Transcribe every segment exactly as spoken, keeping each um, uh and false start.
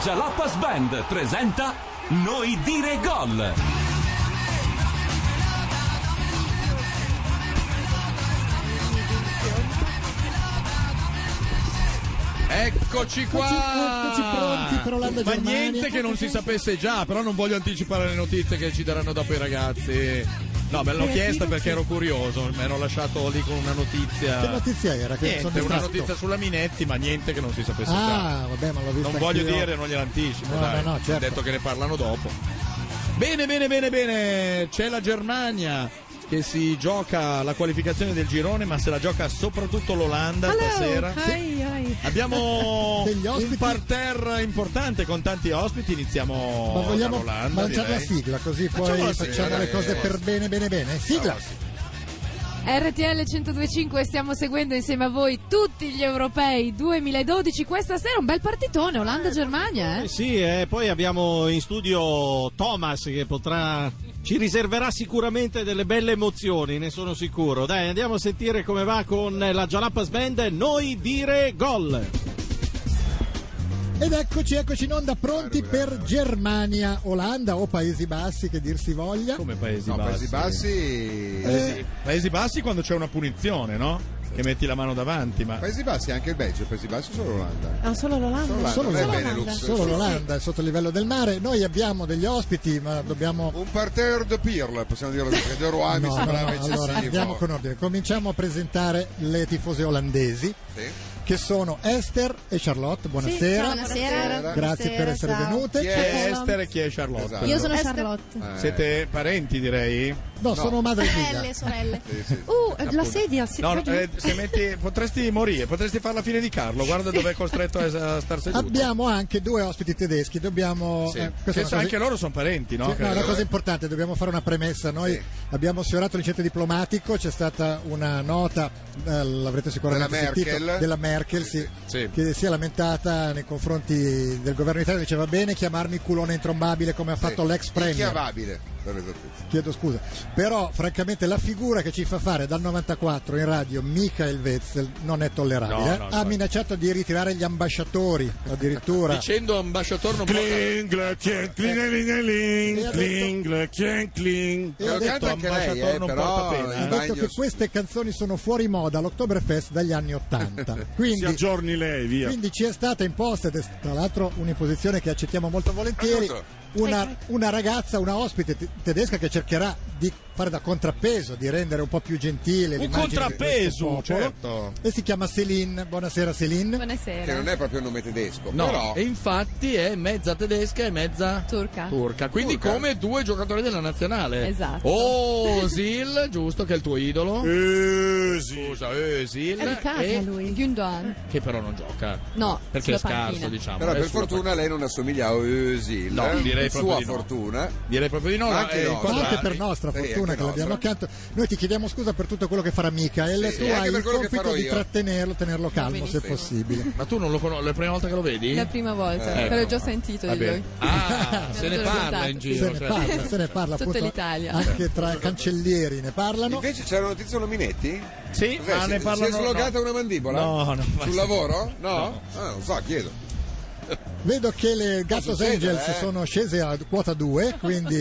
Jalapas Band presenta Noi dire gol. Eccoci qua! Eccoci pronti per Olanda Ma Germania. niente che non si sapesse già, però non voglio anticipare le notizie che ci daranno dopo i ragazzi. No, me l'ho chiesta perché ero curioso, mi ero lasciato lì con una notizia. Che notizia era? Che sono Niente, una distratto. notizia sulla Minetti, ma niente che non si sapesse già. Ah, vabbè, ma l'ho visto Non voglio anch'io. dire, non gliel'anticipo, No, dai. no, no, certo. Ho detto che ne parlano dopo. Bene, bene, bene, bene. C'è la Germania che si gioca la qualificazione del girone, ma se la gioca soprattutto l'Olanda stasera. Hi, hi. Degli Abbiamo un ospiti? parterre importante con tanti ospiti. Iniziamo Ma vogliamo dall'Olanda. lanciare la direi. sigla, così Facciamo poi la sigla, facciamo le dai. cose per bene, bene, bene. Sigla! R T L centodue e cinque, stiamo seguendo insieme a voi tutti gli europei duemiladodici. Questa sera un bel partitone, Olanda-Germania, Eh eh? sì, e poi abbiamo in studio Thomas che potrà, ci riserverà sicuramente delle belle emozioni, ne sono sicuro. Dai, andiamo a sentire come va con la Jalapas Band, Noi dire gol. Ed eccoci, eccoci in onda, pronti per Germania, Olanda o Paesi Bassi, che dir si voglia. Come Paesi No, Bassi? Paesi Bassi. Paesi, Paesi Bassi quando c'è una punizione, no? Che metti la mano davanti, ma Paesi Bassi, anche il Belgio, Paesi Bassi solo l'Olanda. Ah, solo l'Olanda? Solo l'Olanda, Solo non è l'Olanda. Benelux. Solo Sì, l'Olanda è sotto il livello del mare. Noi abbiamo degli ospiti, ma dobbiamo... Un parterre de pirla, possiamo dirlo così, perché De Roy mi No, no, sembrava no, eccessivo. allora andiamo con ordine. Cominciamo a presentare le tifose olandesi, Sì. che sono Esther e Charlotte. Buonasera. Buonasera. Grazie per essere ciao. venute. chi è Esther e chi è Charlotte? Esatto. Io sono Esther. Charlotte. Eh, Siete parenti, direi? No, sono madre figlia. Sorelle, sorelle. sì, sì. Uh, la sedia si No, no, giù. eh, se metti, potresti morire, potresti fare la fine di Carlo. Guarda dove è costretto a star seduto. Abbiamo anche due ospiti tedeschi. Dobbiamo. Sì. eh, questa Che è una cosa- anche loro sono parenti, no? Sì, no, Che- è una cosa importante, dobbiamo fare una premessa. Noi Sì. abbiamo sfiorato l'incidente diplomatico, c'è stata una nota, eh, l'avrete sicuramente Della sentito, Merkel. della Merkel, sì, Sì. che si è lamentata nei confronti del governo italiano, diceva bene chiamarmi culone intrombabile come ha fatto Sì. l'ex premier. Inchiavabile, per l'esattezza. Chiedo scusa, però francamente la figura che ci fa fare dal novantaquattro in radio Michael Wetzel non è tollerabile. No, eh. no, ha infatti. minacciato di ritirare gli ambasciatori addirittura. Dicendo ambasciatore non può... Kling, kling, kling, kling, kling, kling. E Lo ha detto, canta anche lei, ambasciatore eh, non però porta pena, il eh. ha detto bagno- che queste canzoni sono fuori moda all'Oktoberfest dagli anni Ottanta. Si Quindi, aggiorni lei, via. quindi ci è stata imposta, ed è tra l'altro un'imposizione che accettiamo molto volentieri, Aiuto. una, una ragazza, una ospite te- tedesca che cercherà di fare da contrappeso, di rendere un po' più gentile Un l'immagine di contrappeso, questo popolo. certo. E si chiama Céline. Buonasera Céline. Buonasera. Che non è proprio un nome tedesco, No, però e infatti è mezza tedesca e mezza Turca. turca, quindi Turca. come due giocatori della nazionale. Esatto. Osil, giusto, che è il tuo idolo. Scusa, Özil, È di casa e- lui. Gündoğan. che però non gioca. No, Perché è sulla scarso, panchina. diciamo. però è per sulla fortuna lei non assomiglia a Özil. No, eh? direi Per proprio sua di no. fortuna. Direi proprio di no. Ma no, anche eh, no, Ma quadrati. anche per nostra Sì, fortuna anche che l'abbiamo nostra. accanto. Noi ti chiediamo scusa per tutto quello che farà Michael. Sì, tu anche hai per il quello che compito farò di io. trattenerlo, tenerlo calmo se benissimo. possibile. Ma tu non lo conosci? È la prima volta che lo vedi? La prima volta, Eh, però ho no. già sentito Va di bene. lui. Ah, se ne Tutto parla in risultato. giro. Se ne cioè. parla, se ne parla Tutta appunto, l'Italia. anche tra i cancellieri ne parlano. Invece c'era una notizia Lominetti? Sì, Cos'è? ma Si- ne parlano. Si è slogata no. una mandibola? No, no, ma Sul sì. lavoro? No? Ah, non so, chiedo. Vedo che le Gattos succede, Angels eh? sono scese a quota due, quindi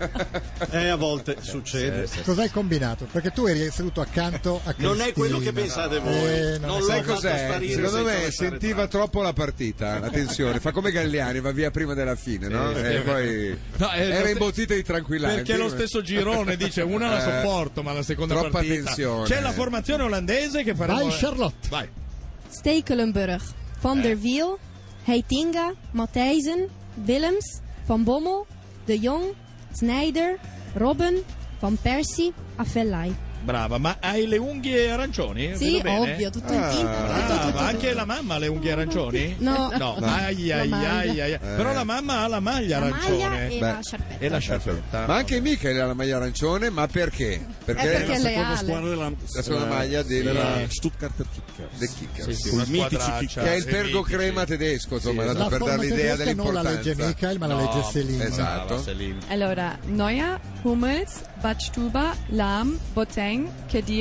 Eh, a volte succede. cosa hai combinato? Perché tu eri seduto accanto a Cristina. Non è quello che pensate voi. Eh, non non è l'ho Sai fatto cos'è? sparire Secondo senza me lasciare sentiva tracce. troppo la partita. Attenzione, fa come Galliani, va via prima della fine, no? Sì, e sì. poi No, è lo era ste- imbottita di tranquillanti. Perché lo stesso girone dice una la Eh, sopporto, ma la seconda troppa partita tensione. c'è la formazione olandese che faremo. Vai Charlotte. Vai. Stekelenburg, Van der Wiel, Heitinga, Matthijsen, Willems, Van Bommel, De Jong, Sneijder, Robben, Van Persie, Afellay. Brava, ma hai le unghie arancioni? Sì, Vedo bene? ovvio, tutto Ah, in tinta. tutto, Brava, tutto, tutto. anche la mamma ha le unghie arancioni? No. No, No. ai La ai maglia. ai ai. Però la mamma ha la maglia La arancione. maglia e Beh. la sciarpetta. E la sciarpetta. Ma anche Michele ha la maglia arancione, ma perché? Perché, Eh, perché La lei seconda ha squadra della, La seconda maglia della- della Stuttgarter Kickers. The Kickers. Sì, sì, Con una i mitici squadraccia. che è il Sì, tergo mitici. crema tedesco, insomma, Sì, dato La per forma dare l'idea tedesca non la dell'importanza. legge Michael, ma la No, legge Céline. esatto. Brava, Céline. Allora, Neuer, Hummels, Badstuber, Lahm, Boateng, Khedira,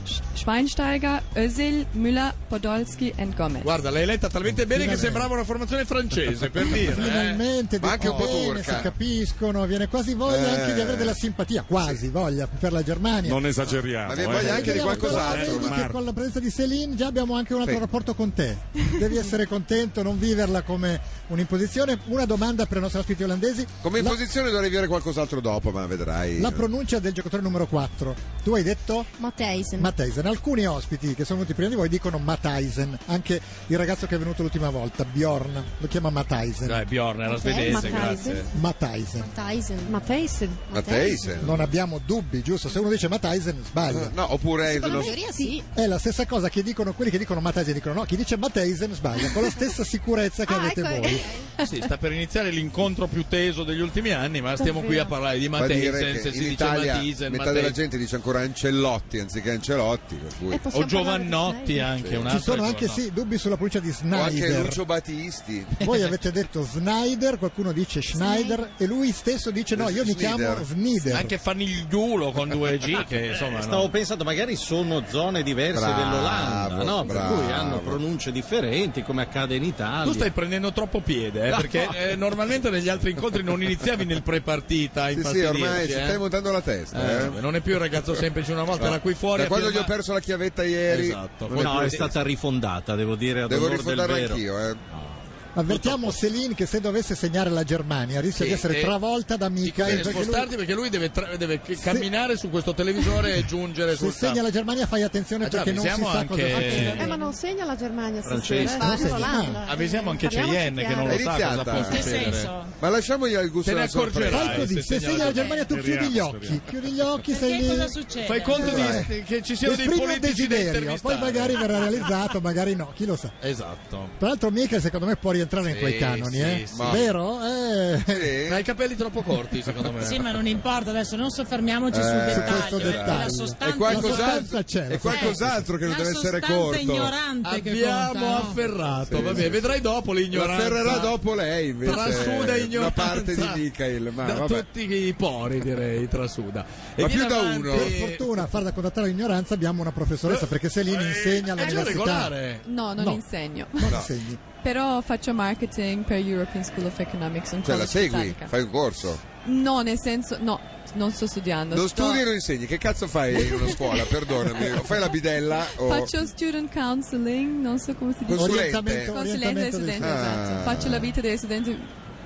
Schweinsteiger, Özil, Müller, Podolski e Gomez. Guarda, l'hai letta talmente bene che sembrava una formazione francese, per dire. Finalmente, eh. Ma anche un po' bene, turca. si capiscono, viene quasi voglia Eh. anche di avere della simpatia, quasi voglia per la Germania. Non esageriamo. Ma viene eh. voglia anche di Vediamo, qualcos'altro. vedi ma- che con la presenza di Céline già abbiamo anche un altro Sì. rapporto con te. Devi essere contento, non viverla come un'imposizione. Una domanda per i nostri ospiti olandesi. Come La- imposizione dovrei avere qualcos'altro dopo, ma vedrai. La pronuncia del giocatore numero quattro. Tu hai detto Matthijsen. Matthijsen. Alcuni ospiti che sono venuti prima di voi dicono Matthijsen. Anche il ragazzo che è venuto l'ultima volta, Bjorn, lo chiama Matthijsen. Dai, Bjorn era svedese, Matthijsen. grazie. Matthijsen. Matthijsen. Matthijsen. Matthijsen. Non abbiamo dubbi, giusto? Se uno dice Matthijsen sbaglia. No, oppure Secondo non- me in teoria sì. È la stessa cosa che dicono quelli che dicono Matthijsen, dicono no, chi dice Matthijsen sbaglia, con la stessa sicurezza che Ah, avete ecco. voi. Sì, sta per iniziare l'incontro più teso degli ultimi anni, ma stiamo qui a parlare di fa dire Matthijsen, che se si in dice Italia Matthijsen, metà della Matthijsen. gente dice ancora Ancelotti anziché Ancelotti, per cui- E O possiamo Giovannotti anche, Sì. un Ci altro sono anche Giovannotti. sì dubbi sulla pronuncia di o anche Snyder. Lucio Battisti. Voi avete detto Snyder, qualcuno dice Schneider e lui stesso dice no, io mi chiamo Snyder. Snyder. Anche Fanigliulo con due G, che insomma Stavo no. pensando, magari sono zone diverse Bravo, dell'Olanda, no? Per bravo. cui hanno pronunce differenti, come accade in Italia. Tu stai prendendo troppo piede, eh, No. perché eh, normalmente negli altri incontri non iniziavi nel pre-partita a Sì, sì, infastidirti, ormai ci eh. stai montando la testa. Eh, eh. non è più il ragazzo semplice una volta, No. era qui fuori. Da a quando gli ho firmare- perso la chiavetta ieri, Esatto. non è No, più- è stata rifondata, devo dire, ad devo onor del rifondarla vero. anch'io. Eh. Avvertiamo Céline che se dovesse segnare la Germania rischia Sì, di essere e- travolta da Ti Michael conviene perché lui, spostarti perché lui deve, tra- deve c- camminare su questo televisore e giungere se sul segna campo. la Germania fai attenzione Ah, già, perché non si avvisiamo sa anche- cosa succede. Eh, ma non segna la Germania Francesco. stasera, Non eh, segna. l'Olanda. Avvisiamo anche Parliamoci Cheyenne che non chiaro. lo sa cosa È può iniziata. succedere. Ma lasciamogli il gusto Te ne della sorpresa. accorgerai. Fai così, se se segna segna la la Germania tu chiudi gli Speriamo, occhi, speriamo. chiudi gli occhi, sei Perché lì. cosa succede? Fai conto di, Eh. che ci siano dei Esprimi un politici da desiderio, poi intervistare. magari verrà realizzato, magari no, chi lo sa. Esatto. Tra l'altro Michael secondo me può rientrare in Sì, quei canoni, sì, eh? sì. Ma- Vero? Eh. Sì. Ma hai i capelli troppo corti, secondo me. Sì, ma non importa, adesso non soffermiamoci sul Eh, su dettaglio. questo eh, dettaglio. La E sostanza, La qualcos'altro, sostanza c'è, e la qualcos'altro che non la deve essere sostanza corto. ignorante che Abbiamo conta, no? afferrato, Sì, vabbè, sì, vedrai dopo La l'ignoranza. afferrerà dopo lei invece. Trasuda ignoranza una parte di Michael, ma da vabbè. tutti i pori, direi, trasuda. E Ma viene più da avanti- uno. Per fortuna a far da contattare l'ignoranza abbiamo una professoressa perché Céline insegna È già all'università. regolare. No, non No. insegno. Non No. insegni. Però faccio marketing per European School of Economics. un Cioè la college segui, britannica. fai un corso. No, nel senso, no, non sto studiando. Non sto- studi e non insegni. Che cazzo fai in una scuola? Perdonami. O fai la bidella o Faccio student counseling, non so come si dice. Consulente. Orientamento, Consulente dei orientamento dei studenti, Ah. esatto. Faccio la vita dei studenti.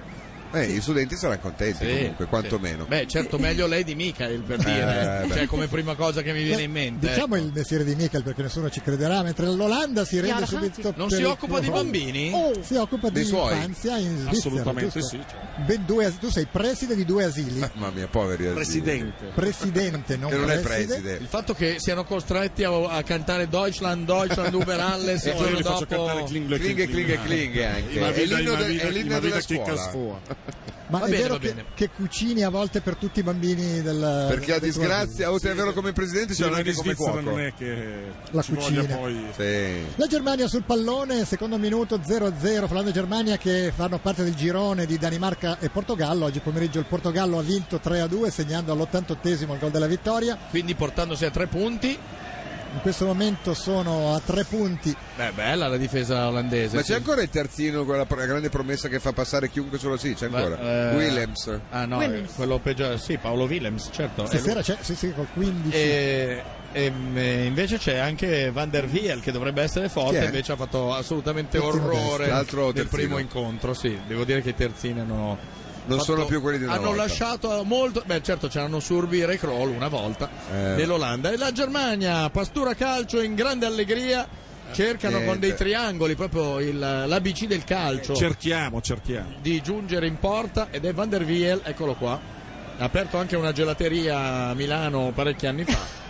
Eh, i studenti saranno contenti Sì, comunque, sì. quantomeno. Beh, certo, meglio lei di Michael, per dire. Eh, beh. Cioè, come prima cosa che mi viene in mente. Diciamo ecco. il mestiere di Michael perché nessuno ci crederà, mentre l'Olanda si rende Chiara, subito Non si occupa di bambini? Si occupa Dei di suoi? infanzia in Svizzera. Assolutamente giusto? sì. cioè. Ben due as- tu sei preside di due asili. Mamma mia, poveri asili. Presidente. Presidente, non, Che non è preside. preside. Il fatto che siano costretti a, a cantare Deutschland, Deutschland, über alles, E il poi io giorno li faccio dopo. cantare Kling, Kling e Kling e Kling anche. Una È vita, l'inno una de- vita, è l'inno una della vita che scuola. casfoa. Ma Va è bene, vero va che, bene. che cucini a volte per tutti i bambini del Perché a del tuo disgrazia, asilo. oltre ad averlo come presidente, Sì, c'è ma anche in come Svizzera cuoco. non è che La ci cucina. voglia poi. Sì. La Germania sul pallone, secondo minuto zero a zero fra Olanda e Germania che fanno parte del girone di Danimarca e Portogallo. Oggi pomeriggio il Portogallo ha vinto tre a due segnando all'ottantottesimo il gol della vittoria. Quindi portandosi a tre punti. In questo momento sono a tre punti. Beh, bella la difesa olandese. Ma sì. c'è ancora il terzino, quella pro- grande promessa che fa passare chiunque solo sì, c'è ancora. Beh, eh, Williams. Ah no, Williams. eh, quello peggiore. Sì, Paolo Willems, certo. Stasera c'è, sì, sì, col quindici. E, e, e invece c'è anche Van der Wiel che dovrebbe essere forte, Chi è? invece ha fatto assolutamente Terzino orrore destro. L'altro nel terzino. primo incontro. Sì, devo dire che i terzini hanno Non fatto- sono più quelli di una hanno volta. lasciato molto. Beh, certo, c'erano Surbir e Kroll una volta Eh. dell'Olanda. E la Germania, Pastura Calcio in grande allegria. Cercano Niente. con dei triangoli proprio il, l'A B C del calcio Cerchiamo, cerchiamo. di giungere in porta ed è Van der Wiel, eccolo qua. Ha aperto anche una gelateria a Milano parecchi anni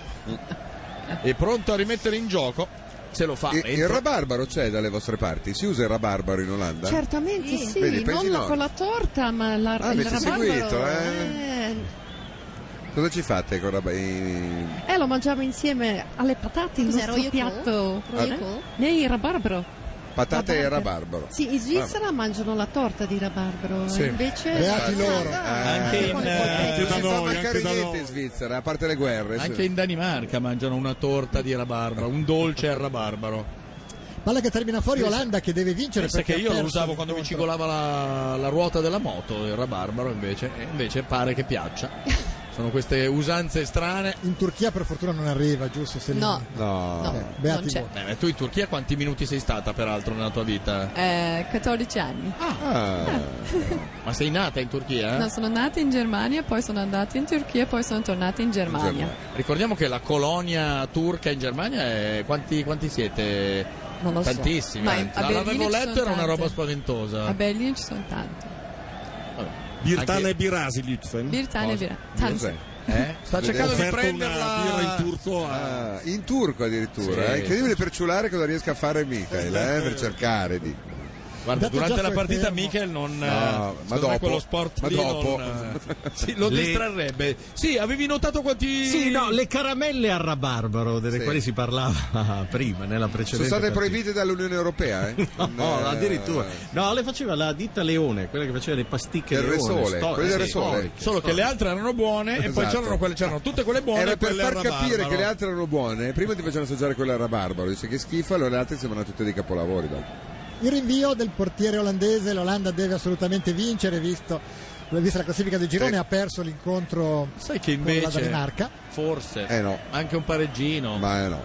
fa. È pronto a rimettere in gioco. Se lo fa. Il, il entra- rabarbaro c'è dalle vostre parti? Si usa il rabarbaro in Olanda? Certamente Sì. sì, Vedi, paesi non nord. con la torta, ma la, Ah, il avete rabarbaro. seguito, eh? eh. Cosa ci fate con rab- i- Eh, lo mangiamo insieme alle patate, il Cos'è, nostro Royal piatto. Royal Eh? Call? Nei, rabarbaro. Patate e rabarbaro. Sì, in Svizzera mangiano la torta di rabarbaro, Sì. invece Beati loro. Eh, Anche in, non eh, si da fa noi, mancare anche da niente noi. in Svizzera, a parte le guerre. sì. anche in Danimarca mangiano una torta di rabarbaro, un dolce al rabarbaro. Palla che termina fuori, Olanda che deve vincere. Pensa perché che io ha lo perso usavo quando mi l'incontro. cigolava la, la ruota della moto, il rabarbaro invece, e invece pare che piaccia. Sono queste usanze strane. In Turchia per fortuna non arriva, giusto? Se No. No. No. Eh, beati non c'è. voi. Eh, tu in Turchia quanti minuti sei stata peraltro nella tua vita? Eh, quattordici anni. Ah. Ma sei nata in Turchia? No, sono nata in Germania, poi sono andata in Turchia, poi sono tornata in Germania. Germania. Ricordiamo che la colonia turca in Germania è... Quanti, quanti siete? Non lo so. Tantissimi. Ma anzi. a Berlino L'avevo ci letto, sono era una roba tante. spaventosa. A Berlino ci sono tanti. Vabbè. Birtane Anche- e Birasi Lütfen. Birtane e Cosa? Bira. Cos'è? Tanti. Eh? Sta cercando di Offerto prenderla una birra in turco a... Ah, in turco addirittura. Sì. È incredibile per ciulare cosa riesca a fare Michael, eh, per cercare di. Guarda, Dato durante già la quel partita fermo. Michael non No, eh, ma secondo me dopo, quello sport ma lì dopo. non, eh, sì, lo Le- distrarrebbe. Sì, avevi notato quanti Sì, no, le caramelle al rabarbaro, delle Sì. quali si parlava prima, nella Sono precedente state partita. proibite dall'Unione Europea, eh? No, Non, eh, addirittura. No, le faceva la ditta Leone, quella che faceva le pasticche Del Leone. Resole, sto- quelle del sì, Resole. storiche, Solo che le altre erano buone e poi Esatto. c'erano, quelle, c'erano tutte quelle buone Era e per quelle far al capire rabarbaro. che le altre erano buone. Prima ti facevano assaggiare quelle al rabarbaro, dice che schifo, allora le altre sembrano tutte dei capolavori dopo. Il rinvio del portiere olandese, l'Olanda deve assolutamente vincere, visto, vista la classifica del girone, Sì. ha perso l'incontro Sai che con la invece Danimarca. forse Eh no. anche un pareggino. Ma eh no.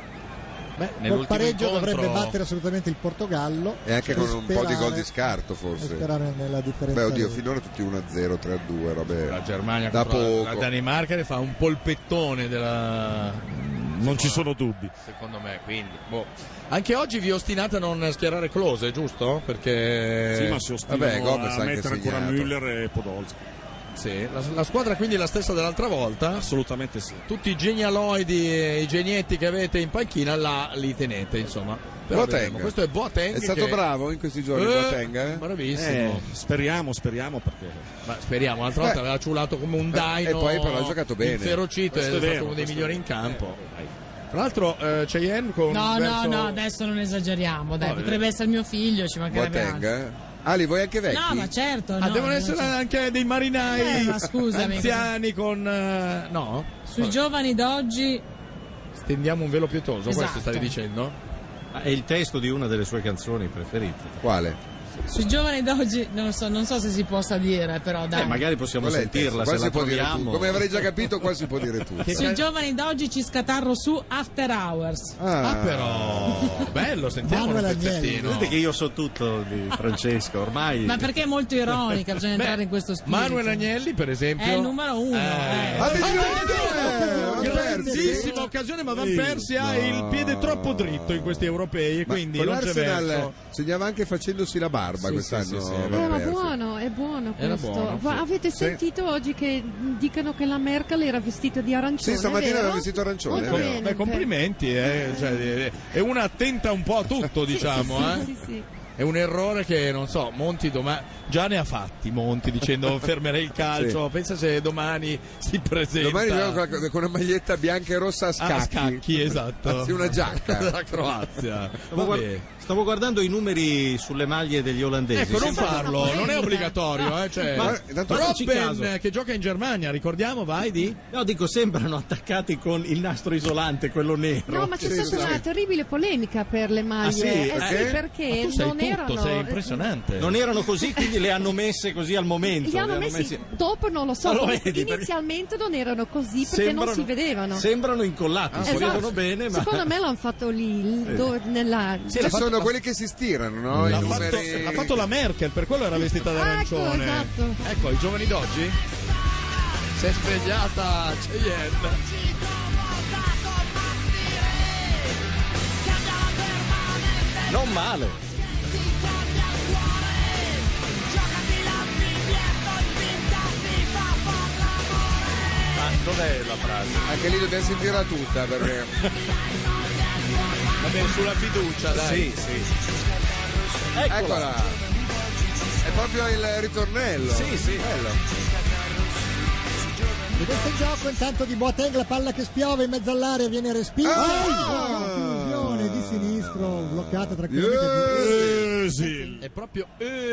Beh, Col nell'ultimo pareggio incontro dovrebbe battere assolutamente il Portogallo E anche e con un po' di sperare- gol di scarto e forse. sperare nella differenza. Beh oddio, di- finora tutti uno a zero, tre a due, robe la Germania da contro la- poco. la Danimarca ne fa un polpettone della Non ci sono dubbi. secondo me, quindi boh. Anche oggi vi ostinate a non schierare Klose, giusto? Perché Sì, ma si ostinano Vabbè, Gomez a ha anche mettere ancora segnato. Müller e Podolski. sì, la, la squadra quindi è la stessa dell'altra volta. Assolutamente sì. Tutti i genialoidi e i genietti che avete in panchina là li tenete, insomma. Però Boateng. vedremo. Questo è Boateng È stato che- bravo in questi giorni Eh, Boateng, eh? Bravissimo. Eh, speriamo, speriamo perché... Ma speriamo, l'altra Beh. volta aveva ciulato come un daino. e poi però ha giocato bene. Inferocito, è Questo stato è vero, uno dei questo migliori è in vero. campo. Tra l'altro eh, Cheyenne con No, verso... no, no, adesso non esageriamo, dai, No, potrebbe essere mio figlio, ci mancherebbe Boateng, altro. eh? Ali, vuoi anche vecchi? No, ma certo, Ah, no, devono no, essere cioè, anche dei marinai Eh, ma scusami, anziani con... eh, no? sui giovani d'oggi Stendiamo un velo pietoso, questo Esatto. stavi dicendo? Ah, è il testo di una delle sue canzoni preferite. Quale? sui giovani d'oggi non so, non so se si possa dire, però dai. Eh, magari possiamo Qual è il sentirla testo? Qua se si la può dire troviamo. tutto. Come avrei già capito, qua si può dire tutto. Sui giovani d'oggi ci scatarro su After Hours. Ah, Ah, però bello, sentiamo un Manuel Agnelli. pezzettino. Vedete che io so tutto di Francesco, ormai. Ma perché è molto ironica, bisogna Beh, entrare in questo spirito. Manuel Agnelli, per esempio, È il numero uno. eh. Ah, vedi, Ah, eh, grandissima occasione, ma Van Persie ha il piede troppo dritto in questi europei e Ma quindi con non c'è l'Arsenal verso. segnava anche facendosi la barba Sì, quest'anno. sì, sì, sì, Van Era Persie. buono, è buono Era questo. buono, Va- sì. Avete Sì. sentito oggi che dicono che la Merkel era vestita di arancione? Sì, stamattina vero? aveva vestito arancione, Molto è vero. bene, Beh, complimenti, eh, cioè, è una attenta un po' a tutto, Sì, diciamo, sì, eh. sì, sì, sì. È un errore che, non so, Monti domani già ne ha fatti, Monti, dicendo fermerei il calcio. Sì. Pensa se domani si presenta Domani giochiamo con, la- con una maglietta bianca e rossa a scacchi. a scacchi, esatto. Anzi, una giacca. della Croazia. Stavo, guard- Vabbè. stavo guardando i numeri sulle maglie degli olandesi. Ecco, non Sembra- farlo, non è obbligatorio, eh, cioè, Ma- intanto- fateci caso. Robben che gioca in Germania, ricordiamo, vai di No, dico, sembrano attaccati con il nastro isolante, quello nero. No, ma c'è Sì, stata sì. una terribile polemica per le maglie. Ah, sì? Eh, Perché? sì, Ma perché tu sai non tutto, erano. sei impressionante. Non erano così, quindi le hanno messe così al momento. Li hanno le messi dopo, non lo so. Non lo Ini- vedi, perché- inizialmente non erano così perché non si vedevano. Sembrano incollati, si Esatto. vedono bene, ma... Secondo me l'hanno fatto lì, il- do- nella. Sì, Ci l'ha fatto- sono l'ha- quelli che si stirano, no? L'ha I fatto, numeri... l'ha fatto la Merkel, per quello era vestita Ecco, d'arancione. esatto. Ecco, i giovani d'oggi. Si è svegliata Cheyenne. Non male. Ma dov'è la frase? Anche lì dobbiamo sentirla tutta perché... Va bene, sulla fiducia, dai. Sì, sì. Eccola. Eccola! È proprio il ritornello. Sì, sì. Bello. Di questo gioco intanto di Boateng, la palla che spiove in mezzo all'area viene respinta. Ah! Conclusione di sinistra destro bloccata tranquillamente. Özil. È proprio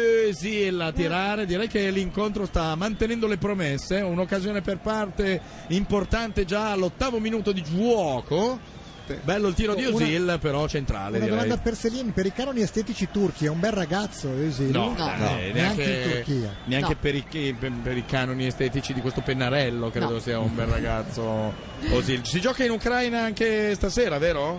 Özil a tirare. Direi che l'incontro sta mantenendo le promesse. Un'occasione per parte importante già all'ottavo minuto di gioco. Bello il tiro di Özil, una, però centrale. Una direi. domanda per Selin: per i canoni estetici turchi è un bel ragazzo Özil? No, no, no, no neanche, neanche in Turchia. Neanche no. per, i, per, per i canoni estetici di questo pennarello credo no. sia un bel ragazzo Özil. Si gioca in Ucraina anche stasera, vero?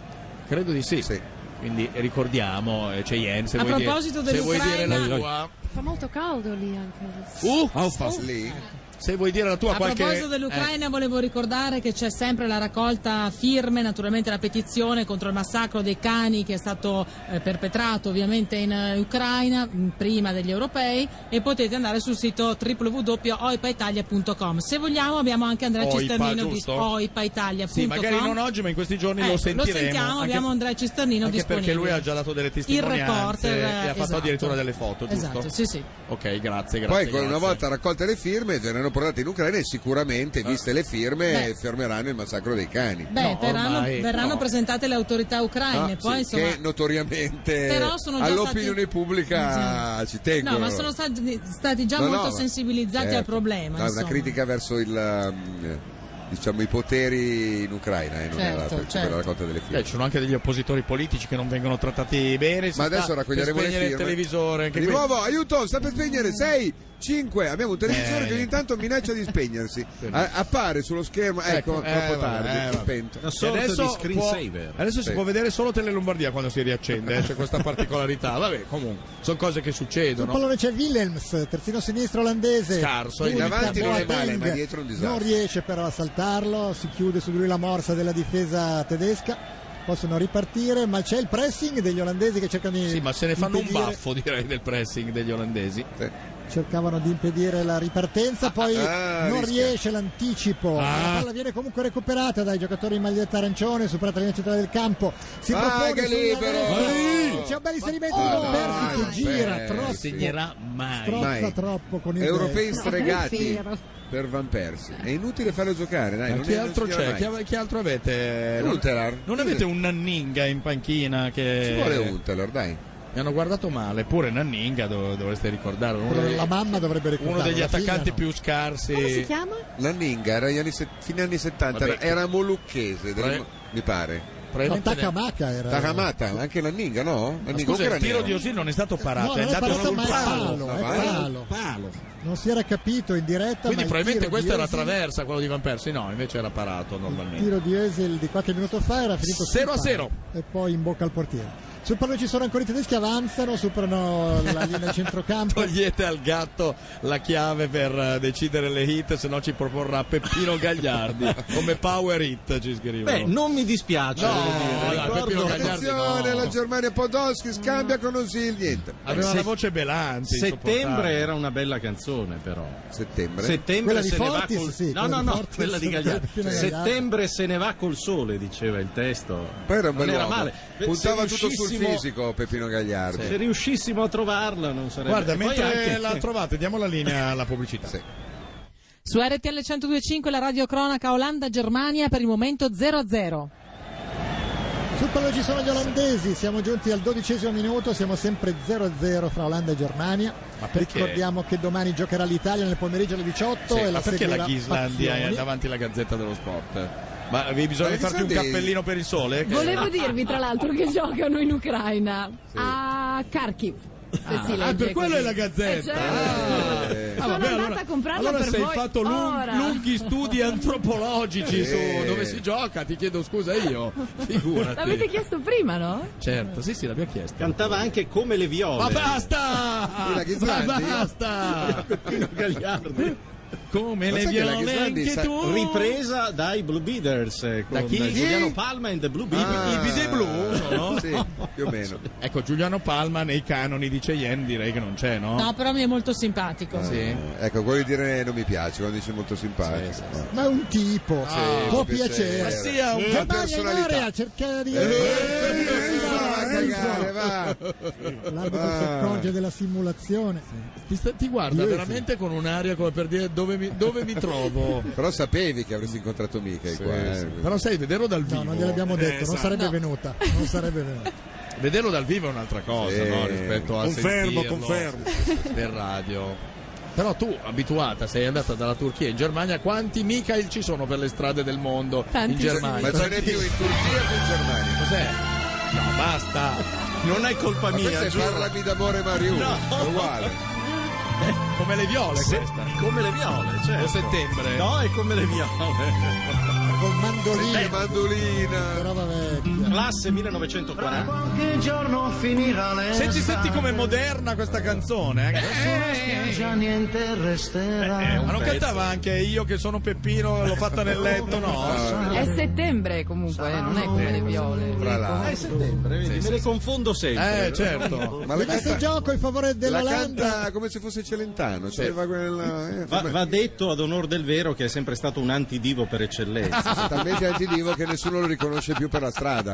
Credo di sì. sì. Quindi ricordiamo, eh, Cheyenne, se, a vuoi, proposito dire, se vuoi dire la tua. Fa molto caldo lì anche. Uh, How fast lì? Se vuoi dire la tua a qualche... proposito dell'Ucraina, eh. volevo ricordare che c'è sempre la raccolta firme, naturalmente la petizione contro il massacro dei cani che è stato eh, perpetrato ovviamente in uh, Ucraina prima degli europei, e potete andare sul sito w w w punto oipa italia punto com. Se vogliamo abbiamo anche Andrea Oipa, Cisternino giusto? di oipa italia punto com. Sì, magari non oggi, ma in questi giorni ecco, lo sentiremo. Lo sentiamo, anche, abbiamo Andrea Cisternino anche disponibile. Perché lui ha già dato delle testimonianze il reporter, e ha fatto esatto. addirittura delle foto, giusto? Esatto, sì, sì. Ok, grazie, grazie. Poi grazie. una volta raccolte le firme verranno portate in Ucraina e sicuramente, viste le firme, Beh. fermeranno il massacro dei cani. Beh, no, verranno, ormai, verranno no. presentate le autorità ucraine, Ah, poi sì, insomma, che notoriamente però sono già all'opinione stati... pubblica ci tengono. No, ma sono stati, stati già no, molto no, sensibilizzati certo. al problema. No, insomma. una critica verso il, um, diciamo, i poteri in Ucraina, eh, non certo, era per, certo. per la raccolta delle firme. Eh, ci sono anche degli oppositori politici che non vengono trattati bene. Ma adesso sta raccoglieremo per le spegnere firme. il televisore. Anche Di qui. nuovo, aiuto, sta per spegnere sei, cinque. Abbiamo un televisore Eh. che ogni tanto minaccia di spegnersi. A- appare sullo schermo, ecco, Ecco, eh, troppo vabbè, tardi, eh, vabbè. spento. Una E sorta adesso di può, screensaver. adesso Sì. si può vedere solo Tele Lombardia quando si riaccende, eh, c'è questa particolarità. Vabbè, comunque, sono cose che Sul succedono. pallone c'è Willems, terzino sinistro olandese. Scarso, Giudica in avanti non è Boateng, male, ma dietro è un disastro. non riesce però a saltarlo, si chiude su di lui la morsa della difesa tedesca. Possono ripartire, ma c'è il pressing degli olandesi che cercano di Sì, ma se ne fanno impedire, un baffo, direi, del pressing degli olandesi. Sì. cercavano di impedire la ripartenza, poi ah, non rischia. riesce l'anticipo, Ah. la palla viene comunque recuperata dai giocatori in maglietta arancione, superata la linea centrale del campo, si Ah, propone che sulla libero! destra. C'è un bel inserimento di Oh, Van Persie che no, gira beh, troppo, segnerà mai. strozza Mai. troppo con il Europei destro. stregati per Van Persie. È inutile farlo giocare, dai. Ma Non chi è- non altro si c'è? gira Chi, mai. chi altro avete? Non, Untelar. non avete un Nanninga in panchina che... Ci vuole Untelar, dai. Mi hanno guardato male, pure Nanninga dov- dovreste ricordare. Uno, Quello dei- della mamma dovrebbe ricordarlo, uno degli la figlia attaccanti no. più scarsi. Come si chiama? Lanninga era gli anni se- fine anni settanta, Vabbè, era, era molucchese, del- Pre- mi pare. No, Probabilmente ne- Tacamaca era Takamata, anche Lanninga, no? Ma Lanninga scusa, era il tiro nero. di Osil non è stato parato, No, è non è andato parato, sul ma è palo. palo, è palo. palo. Non si era capito in diretta, Quindi ma probabilmente il tiro questo di era Özil- traversa, quello di Van Persie, no, invece era parato Il normalmente. tiro di Özil di qualche minuto fa era finito sul zero a palo zero. e poi in bocca al portiere. Sul pallone ci sono ancora i tedeschi, avanzano, superano la linea del centrocampo. Togliete al gatto la chiave per eh, decidere le hit, se no ci proporrà Peppino Gagliardi come power hit, ci scrivono. Beh, non mi dispiace. No, devo dire. dai, Ricordo- Peppino Gagliardi Attenzione, no. la Germania Podolski scambia con Osil, niente. Aveva Se- la voce belante. Settembre insopportabile. era una bella canzone, però. Settembre. Settembre Quella di se ne va Fortis, col... sì, no, quella no, di no, Fortis, quella di Gagliardi. Peppino Gagliardi. Settembre se ne va col sole, diceva il testo. Poi era un Non era bell'uomo. male. Puntava Se tutto sul riuscissimo- fisico Peppino Gagliardi. Se riuscissimo a trovarla non sarebbe... Guarda, e poi mentre anche- la trovate, diamo la linea alla pubblicità. Sì. Su R T L centodue e cinque la radio cronaca Olanda-Germania per il momento zero a zero. Sul pallone ci sono gli olandesi, siamo giunti al dodicesimo minuto, siamo sempre zero a zero fra Olanda e Germania. Ma perché? Ricordiamo che domani giocherà l'Italia nel pomeriggio alle diciotto Sì, e ma la perché la seguirà Ghislandia è Pacchioni. davanti alla Gazzetta dello Sport? Ma avevi bisogno Ma di farti un Ghislandia- cappellino per il sole? Che- Volevo dirvi tra l'altro che giocano in Ucraina a Kharkiv. Se si Ah, legge per quello così. è la Gazzetta. Eh, certo. Ah. Eh. Sono vabbè, andata allora- a comprarla allora per sei voi fatto lung- ora. lunghi studi antropologici Eh. su dove si gioca, ti chiedo scusa io, figurati. L'avete chiesto prima, no? Certo, sì sì, l'abbiamo chiesto. Cantava anche Come le viole. Ma basta! Chi, la Ghislandi? Ma basta! Peppino Gagliardi. Come Ma le sai che la viole Ghislandi anche sa- tu! Ripresa dai Blue Beaters eh, con Da chi? Giuliano Palma and the Blue Beaters. Ah. I bidet blu sono? Sì, più o meno. Ecco, Giuliano Palma nei canoni di Cheyenne direi che non c'è, no? No, però mi è molto simpatico. Sì. Eh, ecco, quello di dire non mi piace, quando dice molto simpatico. Sì, No. Ma è un tipo, Sì, può piacere. piacere. Ma sia un La Germania in personalità. area, cerca di... Eh, va a cagare, va va. L'arbitro si accorge della simulazione. Ti, sta- ti guarda Io veramente con un'aria come per dire dove mi, dove mi trovo. Però sapevi che avresti incontrato Michael Sì, qua, sì. eh. Però sai, vederlo dal vivo. No, non gliel'abbiamo detto, Eh, non esatto. sarebbe No. venuta. Non sarebbe venuta. Vederlo dal vivo è un'altra cosa, Sì. no? Rispetto a Confermo, sentirlo confermo. per radio. Però tu, abituata, sei andata dalla Turchia in Germania, quanti Michael ci sono per le strade del mondo in Tantissimi. Germania? Ma ce n'è più in Turchia che in Germania. Cos'è? No, basta. Non è colpa Ma mia, questo è giuro. parlami d'amore Mariù, No. è uguale. Come le viole Se- questa. come le viole, certo. O settembre. No, è come le viole. Col mandolino. Che mandolina. Roba vecchia. Classe millenovecentoquaranta. Qualche giorno finirà l'estate. Senti, senti com'è moderna questa canzone. Eh? Sulla spiaggia niente resterà. Eh, eh, un Ma non pezzo. cantava anche io che sono Peppino, l'ho fatta nel letto, no? È settembre comunque, eh, non è come le viole. Fra Ah, l'altro. è settembre, vedi, Sì, me sì, le sì. confondo sempre. Eh, certo. Ma la Quindi questo canta, gioco in favore la dell'Olanda. canta come se fosse Celentano. C'aveva quella, eh, Va, va detto ad onor del vero che è sempre stato un antidivo per eccellenza. talmente antidivo che nessuno lo riconosce più per la strada.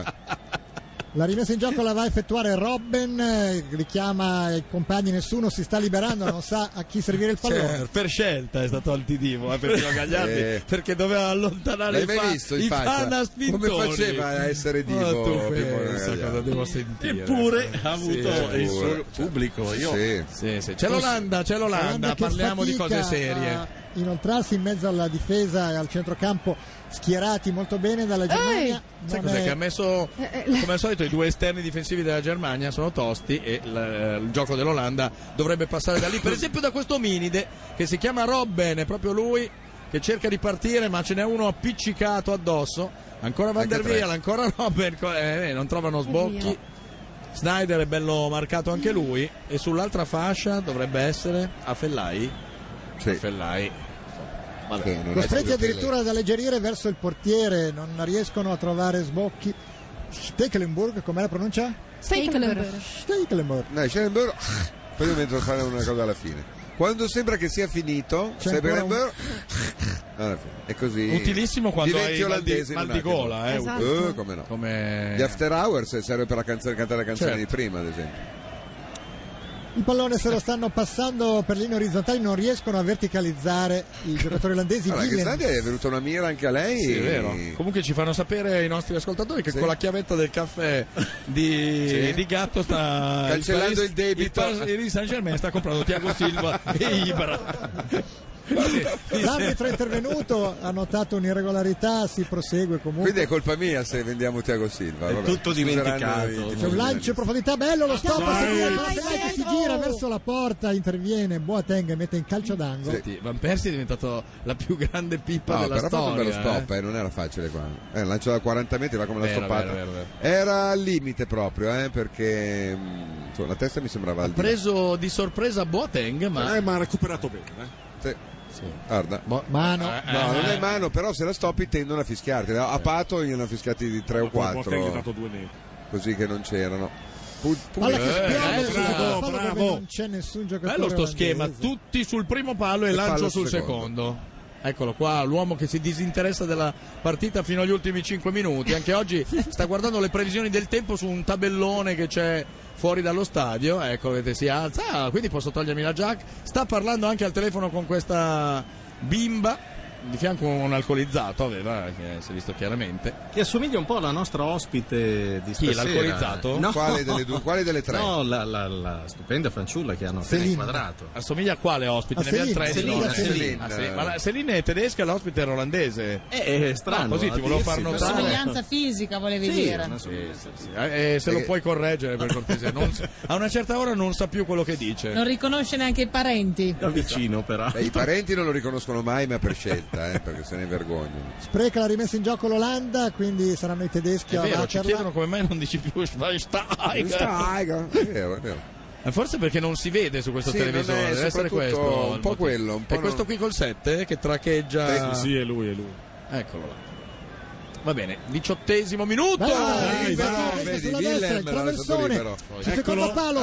La rimessa in gioco la va a effettuare Robben, eh, richiama i compagni, nessuno si sta liberando, non sa a chi servire il pallone. Cioè, per scelta è stato altidivo eh, per Pino Gagliardi Eh. perché doveva allontanare L'hai i, mai fa- visto in i faccia? fan a spintoni. Come faceva a essere divo, Oh, tu Pino pensa Gagliardi? cosa devo sentire. Eppure ha avuto Sì, il pure. suo pubblico. Io Sì. Sì, sì. C'è l'Olanda, c'è l'Olanda, Olanda che parliamo di cose fatica serie. a inoltrarsi in mezzo alla difesa e al centrocampo, schierati molto bene dalla Germania. Sai Non cos'è è- che ha messo, Eh, eh, come al solito, i due esterni difensivi della Germania sono tosti e l- il gioco dell'Olanda dovrebbe passare da lì, per esempio da questo Minide che si chiama Robben, è proprio lui che cerca di partire ma ce n'è uno appiccicato addosso, ancora Van der Anche tre. Wiel, ancora Robben, co- eh, non trovano sbocchi. Snyder è bello marcato anche lui e sull'altra fascia dovrebbe essere Afellai. Sì. Afellai. Che non è Costretti più addirittura ad alleggerire verso il portiere, non riescono a trovare sbocchi. Stekelenburg, com'è la pronuncia? Stekelenburg. Stekelenburg. No, Schellenberg. Poi io metto a fare una cosa alla fine. Quando sembra che sia finito, C'è Schellenberg, alla fine. È così. Utilissimo quando diventi hai mal di, olandese in mal un di attimo. gola, eh. Esatto. Eh, come no. Come... Gli After Hours serve per la canzone, cantare la canzone Certo. di prima, ad esempio. Il pallone se lo stanno passando per linee orizzontali, non riescono a verticalizzare i giocatori olandesi. Allora, Williams. Ghislandia è venuta una mira anche a lei. Sì, è vero. Comunque ci fanno sapere i nostri ascoltatori che Sì. con la chiavetta del caffè di, Sì. di Gatto sta Cancellando Paris- il debito. Il Paris Saint-Germain sta comprando Thiago Silva e Ibra. L'arbitro è intervenuto, ha notato un'irregolarità, si prosegue comunque. Quindi è colpa mia se vendiamo Thiago Silva. È vabbè. tutto Scuseranno dimenticato. i tifosi C'è un lancio in profondità, bello lo stop, Dai, seguire, dai, Van Persie si gira verso la porta, interviene Boateng e mette in calcio d'angolo. Senti, Van Persie è diventato la più grande pippa No, della però ha fatto un storia. bello stop, eh. eh, non era facile qua. Eh, lancio da quaranta metri, va come la Vero, stoppata. vero, vero, vero. Era al limite proprio, eh, perché mh, insomma, la testa mi sembrava al Ha di là. preso di sorpresa Boateng, ma Eh, ma ha recuperato bene. Eh. Sì. Guarda. Bo- Mano. Eh, No, eh, non è eh. mano, però se la stoppi tendono a fischiarti. A Pato gliene hanno fischiati di tre o Boateng ha quattro, dato due neri. così che non c'erano. Pu- pu- Palla che Eh, spiove eh, sulla bravo, palla bravo. dove non c'è nessun giocatore Bello sto olandese. schema, tutti sul primo palo e, E lancio fallo sul sul secondo. Eccolo qua, l'uomo che si disinteressa della partita fino agli ultimi cinque minuti. Anche oggi sta guardando le previsioni del tempo su un tabellone che c'è fuori dallo stadio. Ecco, vedete, si alza. Ah, quindi posso togliermi la giacca. Sta parlando anche al telefono con questa bimba. Di fianco un alcolizzato aveva, che si è visto chiaramente. Che assomiglia un po' alla nostra ospite di Chi, stasera. l'alcolizzato? No. Quale delle due? Quale delle tre? No, la, la, la stupenda fanciulla che hanno appena Selina. inquadrato. Assomiglia a quale ospite? A Ne abbiamo Selina, tre. Selina, no? Selina. Ah, sì. Ma la Selina è tedesca e l'ospite è olandese. Eh, è strano. No, così a ti volevo dirsi, far però- notare. Somiglianza fisica volevi Sì, dire. una somiglianza. Sì, eh, eh, se lo puoi correggere per cortesia. Non s- a una certa ora non sa più quello che dice. Non riconosce neanche i parenti. Da vicino, però. Beh, i parenti non lo riconoscono mai, ma per scelta, eh, perché se ne vergognano. Spreca la rimessa in gioco l'Olanda, quindi saranno i tedeschi È a vero, ci batterla. chiedono come mai non dici più Schweinsteiger. Steiger. È vero, è vero. Eh, Forse perché non si vede su questo Sì, televisore, non è deve essere soprattutto questo. un il po' motivo. quello, un po' È questo non- qui col sette che traccheggia. Sì, è lui, è lui. Eccolo là. Va bene, diciottesimo minuto. Beh, Dai, il però, vedi, vedi, sulla destra, il Willem l'ha lasciato traversone, libero. sul secondo palo,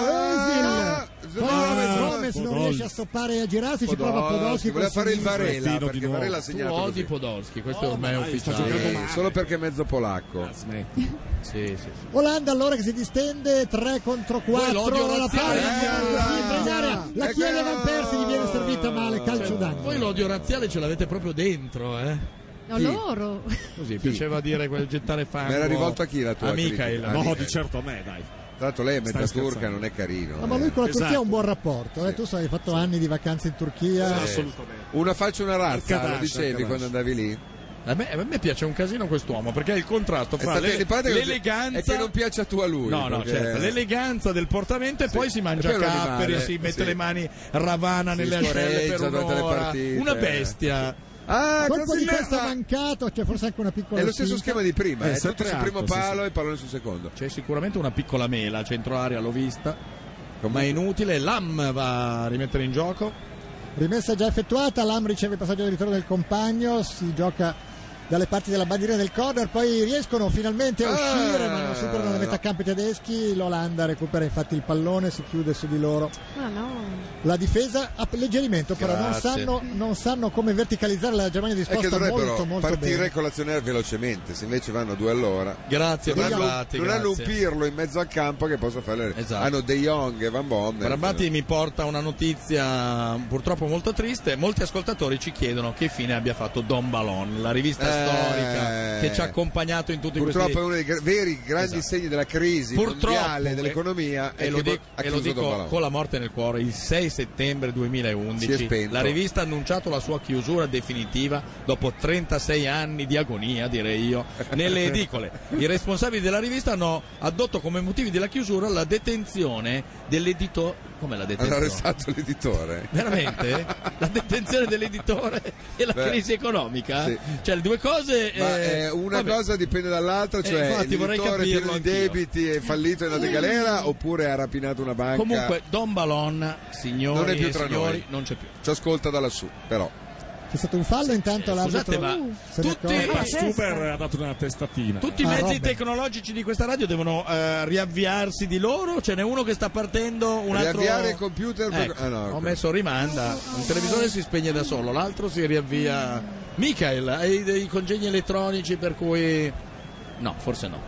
Ah, Özil. Poi ah, Gomez non Podolski. riesce a stoppare e a girarsi, ci prova Podolski. voleva col fare il sinistro. Varela, perché di nuovo. Varela ha Tu segnato odi così. Podolski, questo ormai è dai, ufficiale. sta giocando Sì, solo perché è mezzo polacco. Sì, sì, sì. Olanda allora che si distende tre contro quattro, l'odio la razziale. palla Eh, in area, la eh, chiede eh, Van Persie, gli viene servita male, calcio d'angolo. Voi l'odio razziale ce l'avete proprio dentro, eh? No, Chi? loro. Così, piaceva dire quel gettare fango. Ma era rivolto a chi la tua A Michael. critica? No, Ah, di certo a me, dai. Tra l'altro lei è mezza Stai turca, scherzando. non è carino. No, ma eh. lui con la Turchia ha un Esatto. buon rapporto, eh? Tu sai, hai fatto anni di vacanze in Turchia. Sì. Assolutamente. Una faccia una razza, Arcadash, lo dicevi Arcadash. quando andavi lì? A me, a me piace un casino quest'uomo perché è il contrasto È fra stato- le- il padre è che- l'eleganza è che non piace a tu a lui. No, no, perché- certo, l'eleganza del portamento e Sì. poi si mangia E poi capperi, l'animale, si mette sì. le mani ravana Si nelle ascelle per scorreggia durante le un'ora. partite. Una bestia. Ah, Colpo così di beh, testa ah, mancato, c'è forse anche una piccola è lo stesso spinta. schema di prima, Eh, eh, tutti sempre sul primo alto, sì, palo sì. e pallone sul secondo. C'è sicuramente una piccola mela, centro area l'ho vista, ma è inutile. Lam va a rimettere in gioco. Rimessa già effettuata, Lam riceve il passaggio di ritorno del compagno, si gioca dalle parti della bandiera del corner, poi riescono finalmente a uscire, Ah, ma non superano le no. metacampi tedeschi. L'Olanda recupera infatti il pallone, si chiude su di loro. Ma no. La difesa a alleggerimento, però non Grazie. sanno, non sanno come verticalizzare. La Germania è È che disposta dovrebbero molto molto partire bene. con l'azione velocemente, se invece vanno due all'ora. Grazie, Non hanno, Brambati. non hanno un grazie. Pirlo in mezzo al campo che possa fare. Esatto. Hanno De Jong e Van Bommel. Brambati mi porta una notizia purtroppo molto triste. Molti ascoltatori ci chiedono che fine abbia fatto Don Balon, la rivista Eh, storica che ci ha accompagnato in tutti Purtroppo questi. è uno dei gra- veri grandi Esatto. segni della crisi Purtroppo, mondiale dell'economia e è lo, che dico, ha e lo chiuso Don dico Balon. con la morte nel cuore, il sei settembre Si è duemilaundici spento. la rivista ha annunciato la sua chiusura definitiva dopo trentasei anni di agonia, direi io, nelle edicole. I responsabili della rivista hanno addotto come motivi della chiusura la detenzione dell'editore. Come la Hanno detenzione? arrestato l'editore. Veramente? La detenzione dell'editore e la Beh, crisi economica? sì. Cioè le due cose... Ma eh, eh, una vabbè. cosa dipende dall'altra, Eh, cioè infatti vorrei l'editore pieno capirlo di anch'io. debiti è fallito e è andato in galera oppure ha rapinato una banca. Comunque Don Balon, signori Non è più e tra signori, noi. non c'è più. Ci ascolta da lassù, però. C'è stato un fallo, intanto Eh, l'arbitro scusate, ma se ne tutti- accorge. Ma Stuber ha dato una testatina. Tutti i Ah, mezzi Robben. tecnologici di questa radio devono eh, riavviarsi di loro? Ce n'è uno che sta partendo, un altro... Riavviare il computer per- Ecco, ah, no, ho ok. messo rimanda, il televisore si spegne da solo, l'altro si riavvia. Michael, hai dei congegni elettronici per cui... No, forse no.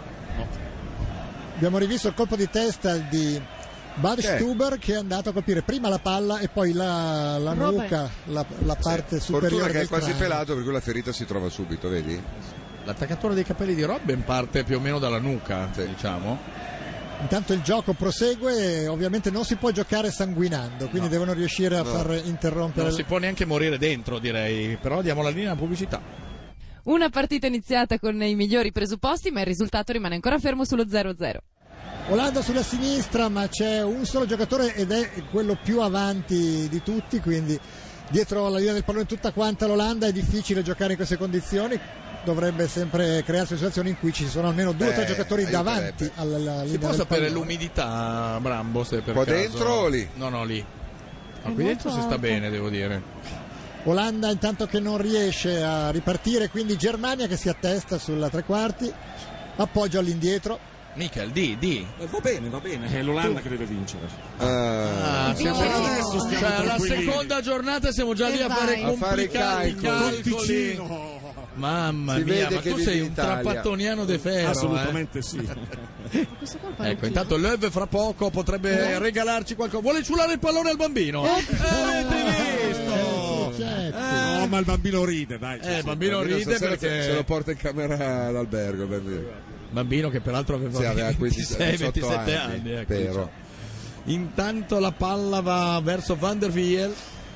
Abbiamo rivisto il colpo di testa di Bad Che? Stuber che è andato a colpire prima la palla e poi la, la Robben. nuca, la, la parte Sì. superiore Fortuna che è del quasi cranio. pelato, per cui la ferita si trova subito, vedi? L'attaccatura dei capelli di Robben parte più o meno dalla nuca, Sì. diciamo. Intanto il gioco prosegue e ovviamente non si può giocare sanguinando, quindi No. devono riuscire a No. far interrompere. Non si può neanche morire dentro, direi, però diamo la linea alla pubblicità. Una partita iniziata con i migliori presupposti, ma il risultato rimane ancora fermo sullo zero a zero. Olanda sulla sinistra, ma c'è un solo giocatore ed è quello più avanti di tutti, quindi dietro la linea del pallone tutta quanta l'Olanda. È difficile giocare in queste condizioni, dovrebbe sempre crearsi situazioni in cui ci sono almeno due o tre Eh, giocatori aiuterebbe. davanti alla, alla linea Si può del sapere pallone. l'umidità, Brambo, se per Qua caso... dentro o lì? No, no, lì. È Ma qui dentro si molto sta alta. bene, devo dire. Olanda intanto che non riesce a ripartire, quindi Germania che si attesta sulla tre quarti, appoggio all'indietro. Michael, di, di. Eh, Va bene, va bene, è l'Olanda che deve vincere. Ah, Ah, siamo per adesso stiamo cioè, alla tranquillini. seconda giornata siamo già lì E a fare vai. A fare complicati i calcoli. Ticino. Mamma Si mia, vede ma che tu vivi sei in un Italia. trapattoniano de ferro. Assolutamente sì. Ma questo colpo è Eh. Ecco, intanto Löw fra poco potrebbe regalarci qualcosa. Vuole ciulare il pallone al bambino? Eh, avete visto? Sì, certo. No, ma il bambino ride, dai. Eh, il bambino ride stasera perché... se lo porta in camera all'albergo, il bambino. Bambino che peraltro aveva, Sì, aveva quindici, ventisei diciotto ventisette anni, anni, ecco, vero. diciamo. Intanto la palla va verso Van der Wiel.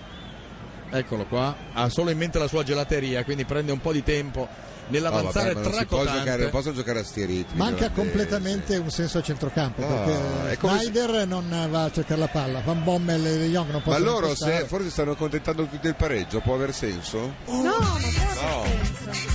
Eccolo qua, ha solo in mente la sua gelateria, quindi prende un po' di tempo nell'avanzare No, vabbè, ma non si può giocare, tracotante. non possono giocare a sti ritmi. Manca olandesi. completamente un senso a centrocampo, No, perché è come se- Snyder non va a cercare la palla, Van Bommel e De Jong non Ma possono loro impostare. se forse stanno accontentando tutti il pareggio, può aver senso? No, ma cosa No. senso?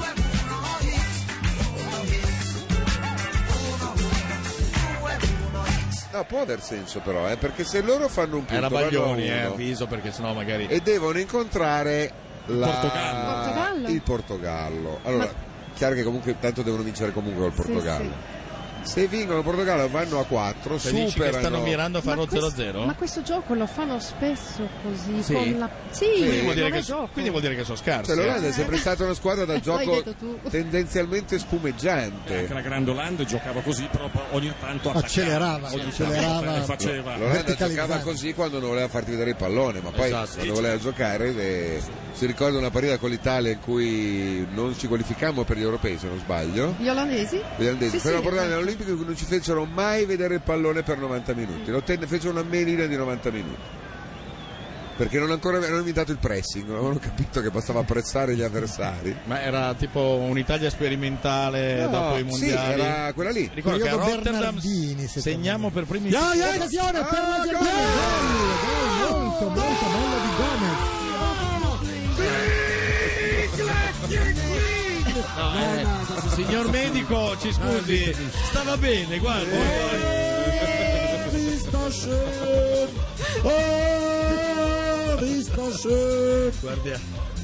No, può aver senso però, eh, perché se loro fanno un punto Era vanno a Baglioni, eh, uno, avviso, perché sennò magari... e devono incontrare la- Portogallo. Portogallo? il Portogallo. Allora, chiaro che comunque tanto devono vincere comunque col Portogallo. Sì, sì. Se vincono il Portogallo vanno a quattro, Se dici superano. che stanno mirando a farlo Ma zero a questo- zero? Ma questo gioco lo fanno spesso così. Sì? Con la... Sì, Quindi vuol, dire non è che, gioco. quindi vuol dire che sono scarsi. Cioè, l'Olanda eh. è sempre stata una squadra da L'hai gioco detto tu. tendenzialmente E spumeggiante. anche la Grande Olanda giocava così, però poi ogni tanto attaccava. Accelerava, ogni accelerava. tanto faceva. L'Olanda verticalizzante. giocava così quando non voleva farti vedere il pallone, ma poi Esatto. quando voleva giocare eh, si ricorda una partita con l'Italia in cui non ci qualificammo per gli europei, se non sbaglio. Gli olandesi? Gli olandesi, Sì, però sì, portare esatto. all'Olimpico in cui non ci fecero mai vedere il pallone per novanta minuti, lo tenne, fecero una menina di novanta minuti perché non ancora avevano inventato il pressing, non avevano capito che bastava pressare gli avversari. Ma era tipo un'Italia sperimentale No, dopo i sì, mondiali. era quella lì. Ricordo che a Periodo Rotterdam Bernardini, secondo segniamo me. per primi Ya, il ya, occasione per la Ah, Germania. Gol, gol, molto, molto bello di Gomez. No, eh, signor medico, ci scusi, stava bene, guarda. Guardia.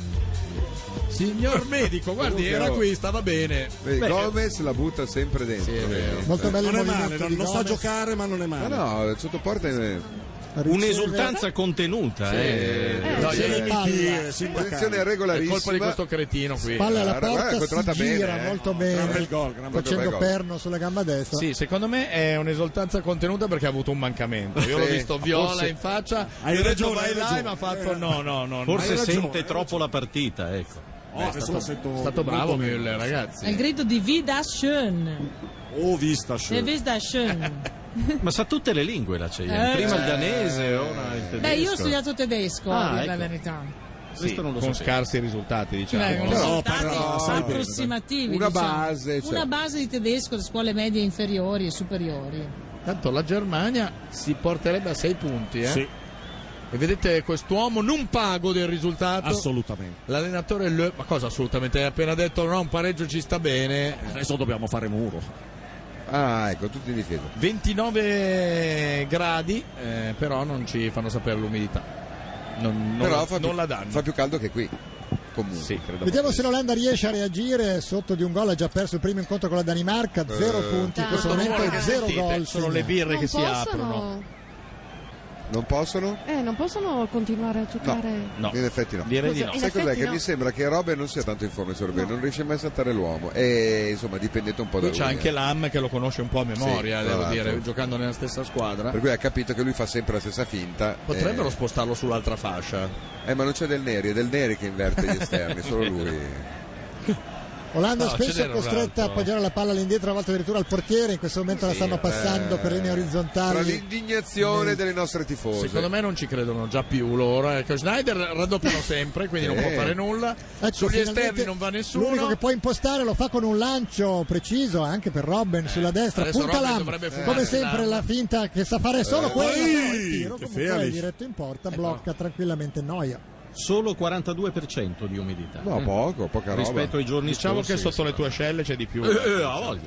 Signor medico, guardi, Comunque, era oh. qui, stava bene. Vedi, Beh, Gomez la butta sempre dentro. Sì, è vero. vedi? Molto bello Non il è male, movimento non, di non sa Gomez. giocare, ma non è Ma male. no, il sottoporta è Un'esultanza contenuta, eh. no, sì, ieri- è Mentire, sindacare. posizione è regolarissima. colpa di questo cretino qui. Spalle alla Guarda, guarda, porta, controllata si gira bene, eh. molto Gran bene, bel gol, gran bel facendo gol. perno sulla gamba destra. Sì, secondo me è un'esultanza contenuta perché ha avuto un mancamento. Io l'ho Sì, visto viola forse- in faccia, Hai gli ho detto ragione, vai hai là, ragione. ma ha fatto Eh. no, no, no. Forse Hai ragione, sente hai troppo la partita, ecco. Oh, adesso lo sento È stato bravo molto bene. Müller, ragazzi. È il grido di Vida schön. Oh, vista, E schön. Vida schön. Ma sa tutte le lingue la Cheyenne. Eh, Prima il cioè. danese, ora il tedesco. Beh, io ho studiato tedesco, Ah, a dire la ecco. verità. Sì, Questo non lo con sapevo. scarsi risultati, diciamo. Beh, con Però, risultati però, sai bene, approssimativi. una diciamo. base, cioè. Una base di tedesco delle scuole medie inferiori e superiori. Tanto la Germania si porterebbe a sei punti, eh? Sì, E vedete quest'uomo non pago del risultato. assolutamente. L'allenatore Le... Ma cosa assolutamente? Hai appena detto no, un pareggio ci sta bene. Adesso dobbiamo fare muro. Ah, ecco, tutti in difesa. ventinove gradi, eh, però non ci fanno sapere l'umidità. Non, non, Però la, fa più, non la danno. fa più caldo che qui. Comunque. Sì, credo. Vediamo se l'Olanda riesce a reagire. Sotto di un gol ha già perso il primo incontro con la Danimarca, zero Eh, punti in questo questo momento rumore e che zero sentite gol. sono le segnati. birre Non che si possono... aprono. Non possono? Eh, non possono continuare a giocare. No, In effetti no. direi di no. In Sai cos'è? effetti Che no. mi sembra che Robben non sia tanto in forma europea, non riesce mai a saltare l'uomo e insomma dipendete un po' da Qui lui. c'è anche eh. Lam che lo conosce un po' a memoria, Sì, devo tra l'altro. dire, giocando nella stessa squadra. Per cui ha capito che lui fa sempre la stessa finta. Potrebbero eh, spostarlo sull'altra fascia. eh, ma non c'è Del Neri, è Del Neri che inverte gli esterni, solo lui. Olanda No, ce spesso è n'era un costretta a altro. appoggiare la palla all'indietro, a volte addirittura al portiere. In questo momento la stanno passando Eh, per linee Tra orizzontali. l'indignazione Nel- delle nostre tifose. Secondo me non ci credono già più loro. Ecco, Schneider raddoppiano sempre, quindi non Eh. può fare nulla. Ecco, Sugli finalmente esterni non va nessuno. L'unico che può impostare lo fa con un lancio preciso anche per Robben sulla destra. adesso Punta Robben Lam, dovrebbe fumare come sempre Lam. la finta che sa fare è solo Eh. quella. Ehi, Però il tiro che comunque è Felix. diretto in porta, Ecco. blocca tranquillamente Neuer. Solo quarantadue per cento di umidità. No, eh. poco, poca roba. Rispetto ai giorni Diciamo scorsi. che sotto le tue ascelle c'è di più. Eh, eh, ha voglia.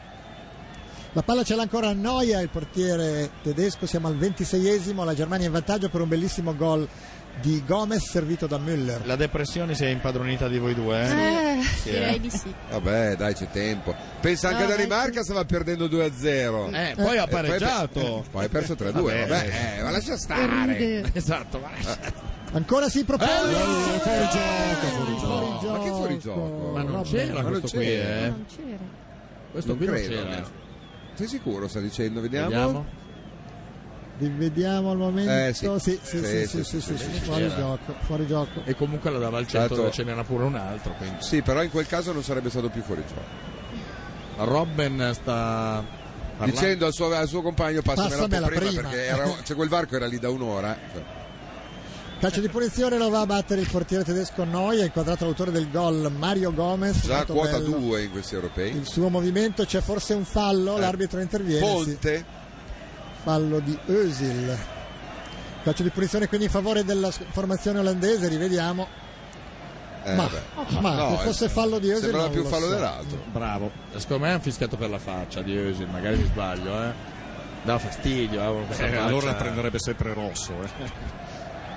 La palla ce l'ha ancora Neuer, il portiere tedesco. Siamo al ventiseiesimo, la Germania in vantaggio per un bellissimo gol di Gomez servito da Müller. La depressione si è impadronita di voi due, eh? Eh, Sì, direi eh. di sì. Vabbè, dai, c'è tempo. Pensa anche No, a dai, Danimarca, stava perdendo due a zero. Eh, poi ha E poi- pareggiato. eh, Poi ha perso tre a due. Vabbè, Vabbè, eh, ma lascia stare. Ride. Esatto, ma... Ancora si propone. Eh, fuori gioco, fuori fuori gioco. Ma che fuori gioco? Ma non Robben. c'era Ma non questo qui, c'era. eh? Non c'era. Questo Non qui non credo, c'era. no. Sei sicuro, sta dicendo? Vediamo. Vediamo. Rivediamo al momento. Eh, sì. Sì, sì, sì, Sì, sì, sì, sì, sì, sì, sì, sì, sì, fuori c'era. gioco, fuori gioco. E comunque la dava al centro Tanto- dove ce n'era pure un altro. Quindi. Sì, però in quel caso non sarebbe stato più fuori gioco. Robben sta parlando. Dicendo al suo, al suo compagno passamela un po' Passamela prima, prima. perché era, cioè, quel varco era lì da un'ora. Cioè, Calcio di punizione, lo va a battere il portiere tedesco Neuer, inquadrato l'autore del gol Mario Gomez. già molto quota bello due in questi europei. il suo movimento, c'è forse un fallo, Eh. l'arbitro interviene. sì. Ponte. Fallo di Özil. Calcio di punizione quindi in favore della s- formazione olandese, rivediamo. Eh, ma vabbè. ma No, che fosse eh, fallo di Özil sembrava non più lo fallo so. dell'altro. Bravo. Secondo me è un fischiato per la faccia di Özil, magari mi sbaglio, eh. Dà fastidio, eh, questa Eh, faccia. allora prenderebbe sempre rosso. Eh.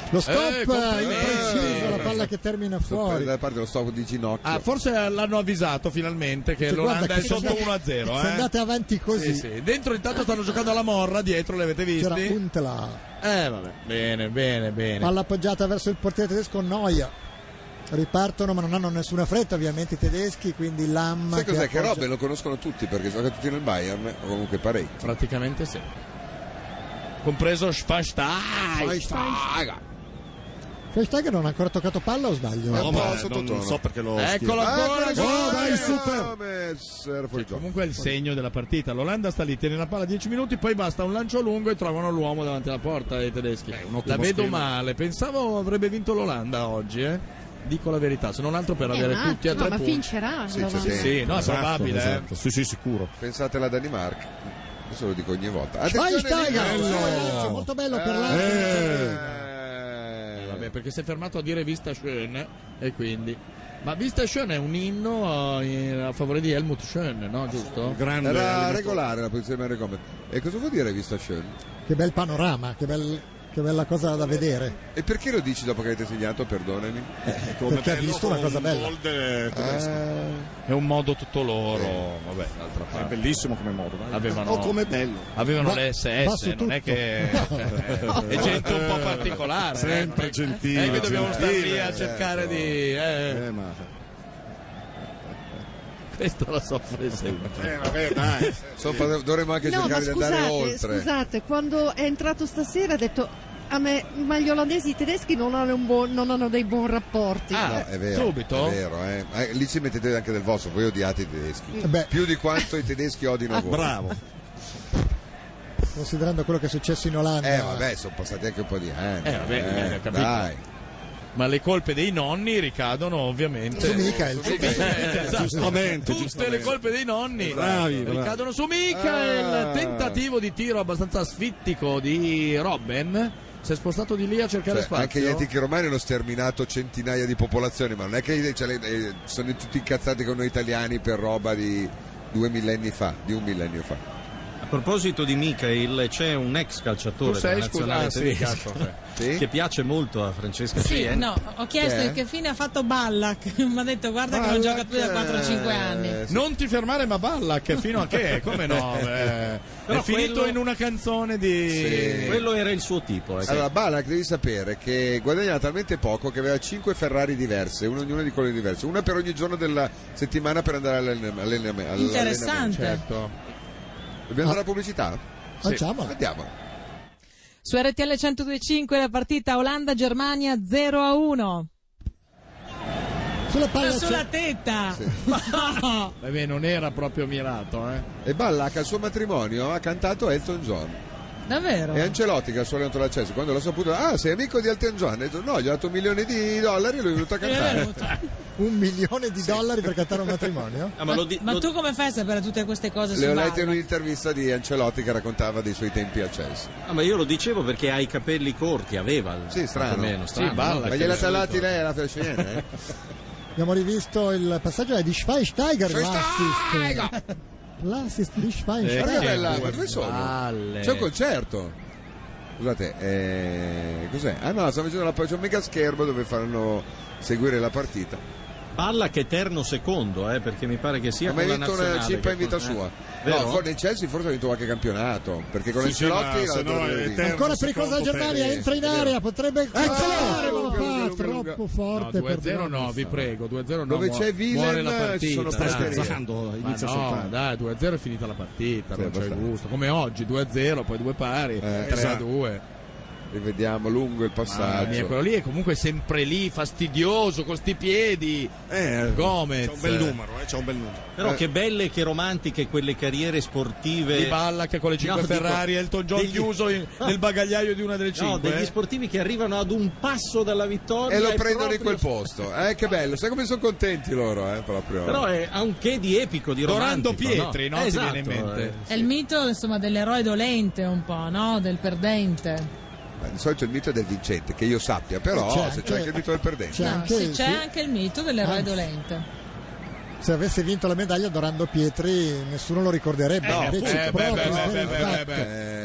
Lo stop Eh, complimenti. impreciso, la palla che termina fuori. Da parte dello stop di ginocchio. Ah, forse l'hanno avvisato finalmente che Sì, l'Olanda guarda è che sotto se- uno a zero. se Eh. andate avanti così. Sì, sì. Dentro intanto stanno giocando alla morra, dietro, li avete visti? C'era Huntela. Eh, vabbè. Bene, bene, bene. Palla appoggiata verso il portiere tedesco Neuer. Ripartono ma non hanno nessuna fretta ovviamente i tedeschi, quindi Lam Sai cos'è? Che appoggia- Robben lo conoscono tutti perché gioca tutti nel Bayern, o comunque parecchio. Praticamente sì. Compreso Schweinsteiger. Schweinsteiger non ha ancora toccato palla o sbaglio? No, po' ma sottotono. non so perché lo Eccolo schiera. ancora. Ecco, gol! dai, super! Era fuori gioco. Comunque è il segno della partita. L'Olanda sta lì, tiene la palla dieci minuti, poi basta un lancio lungo e trovano l'uomo davanti alla porta dei tedeschi. Beh, un ottimo La vedo schema. male. Pensavo avrebbe vinto l'Olanda oggi, eh. Dico la verità, se non altro per Eh, avere un tutti a attimo, tre ma punti. vincerà Sì, l'Olanda. c'è Sì, sì, no, è Esatto, probabile, eh. esatto. Sì, sì, sicuro. Pensate alla Danimarca. Questo lo dico ogni volta. Schweinsteiger, Attenzione, molto bello per Eh, l'Alto. Eh, vabbè, perché si è fermato a dire Vista Schön e quindi. Ma Vista Schön è un inno eh, a favore di Helmut Schön, no? Giusto? Grande Era allenatore. regolare la posizione di Mario Gomez. E cosa vuol dire vista Schön? Che bel panorama, che, bel- che bella cosa da vedere. E perché lo dici dopo che avete segnato, perdonami? Come Perché ha bello visto una con cosa un bella. gol de- tedesco. È un modo tutto loro. Vabbè, d'altra È parte. bellissimo come modo. dai. Avevano- Oh, come bello. Avevano Va- le S va S, su non è tutto. che è gente un po' particolare. Sempre eh. gentile, Eh, che dobbiamo stare gentile, lì a cercare certo. di. eh, Eh, ma... Questo lo soffre sempre. eh, vabbè, dai. Insomma, dovremmo anche No, ma cercare di andare scusate, oltre. scusate, quando è entrato stasera ha detto a me, ma gli olandesi e i tedeschi non hanno, un buon- non hanno dei buoni rapporti. Ah, No, è vero, subito? è vero, eh. Eh, lì ci mettete anche del vostro, voi odiate i tedeschi. Eh beh. Più di quanto i tedeschi odino voi. Bravo. Considerando quello che è successo in Olanda. Eh vabbè, sono passati anche un po' di anni. Eh, vabbè, eh, ho capito. dai. Ma le colpe dei nonni ricadono ovviamente Su Michael. su Michael, esatto. Giustamente, Tutte giustamente. le colpe dei nonni Bravi, bravi. ricadono su Michael. Ah. Tentativo di tiro abbastanza sfittico di Robben. Si è spostato di lì a cercare Cioè, spazio. anche gli antichi romani hanno sterminato centinaia di popolazioni, ma non è che cioè, le- eh, sono tutti incazzati con noi italiani per roba di due millenni fa, di un millennio fa. A proposito di Michael, c'è un ex calciatore Tu sei, della nazionale scusa, ah, sì, tedesca cazzo, Sì? che piace molto a Francesca Sì, Cien. no, ho chiesto Chi è? che fine ha fatto Ballack. Mi ha detto guarda che non gioca più da quattro cinque anni. Eh, sì. Non ti fermare ma balla, che fino a che? Come no? Eh, Però è finito quello- in una canzone di... Sì. Quello era il suo tipo. eh. Allora, Ballack devi sapere che guadagnava talmente poco che aveva cinque Ferrari diverse, una ognuna di colori diversi, una per ogni giorno della settimana per andare all'allenam- all'allenam- all'allenamento. Interessante. Certo. Dobbiamo andare alla pubblicità? Facciamola. Andiamo. Su R T L centodue e cinque la partita Olanda-Germania zero a uno. Sulla palla c'è- Sulla tetta. No. Vabbè, non era proprio mirato, eh. E Ballack al suo matrimonio ha cantato Elton John. Davvero? E Ancelotti, che ha suo allenatore al Chelsea, quando l'ha saputo, ah, sei amico di Elton John? Ha detto, no, gli ho dato un milione di dollari e lui è venuto a cantare. un milione di dollari per cantare un matrimonio? Ah, ma lo di- Ma lo- tu come fai a sapere tutte queste cose Le su ho lette in Ballack? un'intervista di Ancelotti che raccontava dei suoi tempi al Chelsea. ah, ma io lo dicevo perché ha i capelli corti, aveva. Sì, strano. Meno, strano, Sì, Ballack. no? Ma gliela tallati lei alla frecciena, eh? Abbiamo rivisto il passaggio è di Schweinsteiger, Schweinsteiger! l'assist. L'assist di Eh, Schweinsteiger. Guarda che bella, due dove sono? palle. C'è un concerto. Scusate, eh, cos'è? Ah no, stanno facendo la c'è un mega schermo dove faranno seguire la partita. Ballack eterno secondo, eh, perché mi pare che sia Ha mai con la vinto una nazionale cippa in che vita con- sua? eh. No, Vero? for- nel Chelsea forse ha vinto qualche campionato. Perché con Sì, sì, Ancelotti ma la se no dovrebbe è vincere. eterno. Ancora pericolosa la secondo Germania, te, entra in è vero. area, potrebbe Eccola! calciare, ma lo Lunga, fa lunga, lunga. troppo No, forte per due a zero no, Dionis. vi prego, due a zero no. Dove mu- c'è Willem, muore la ci partita. sono dai. Sta scherzando, Ma inizia no, soltanto. dai, due a zero è finita la partita, Sì, non c'è abbastanza. gusto. Come oggi, due a zero, poi due pari, tre a esatto. due. Rivediamo lungo il Mamma passaggio. mia, quello lì è comunque sempre lì, fastidioso, con sti piedi. Eh, Gomez. c'è un bel numero, eh, c'è un bel numero. Però Eh. che belle e che romantiche quelle carriere sportive. Di Ballack con le cinque No, dico, Ferrari, Elton John degli- chiuso in- nel bagagliaio di una delle No, cinque. degli eh. sportivi che arrivano ad un passo dalla vittoria E lo e prendono in proprio- quel posto. Eh, che bello, sai come sono contenti loro, eh, proprio. Però è, ha un che di epico, di Dorando romantico. Pietri, no? Ti Esatto, viene in mente. eh. È il mito, insomma, dell'eroe dolente un po', no? Del perdente. Eh, di solito il mito è del vincente, che io sappia, però C'è se anche- c'è anche il mito del perdente. c'è No, anche- sì, c'è sì. anche il mito dell'eroe Anzi. dolente. Se avesse vinto la medaglia Dorando Pietri nessuno lo ricorderebbe. No, Invece eh, beh, proprio beh, per beh, il beh, fatto beh, Eh,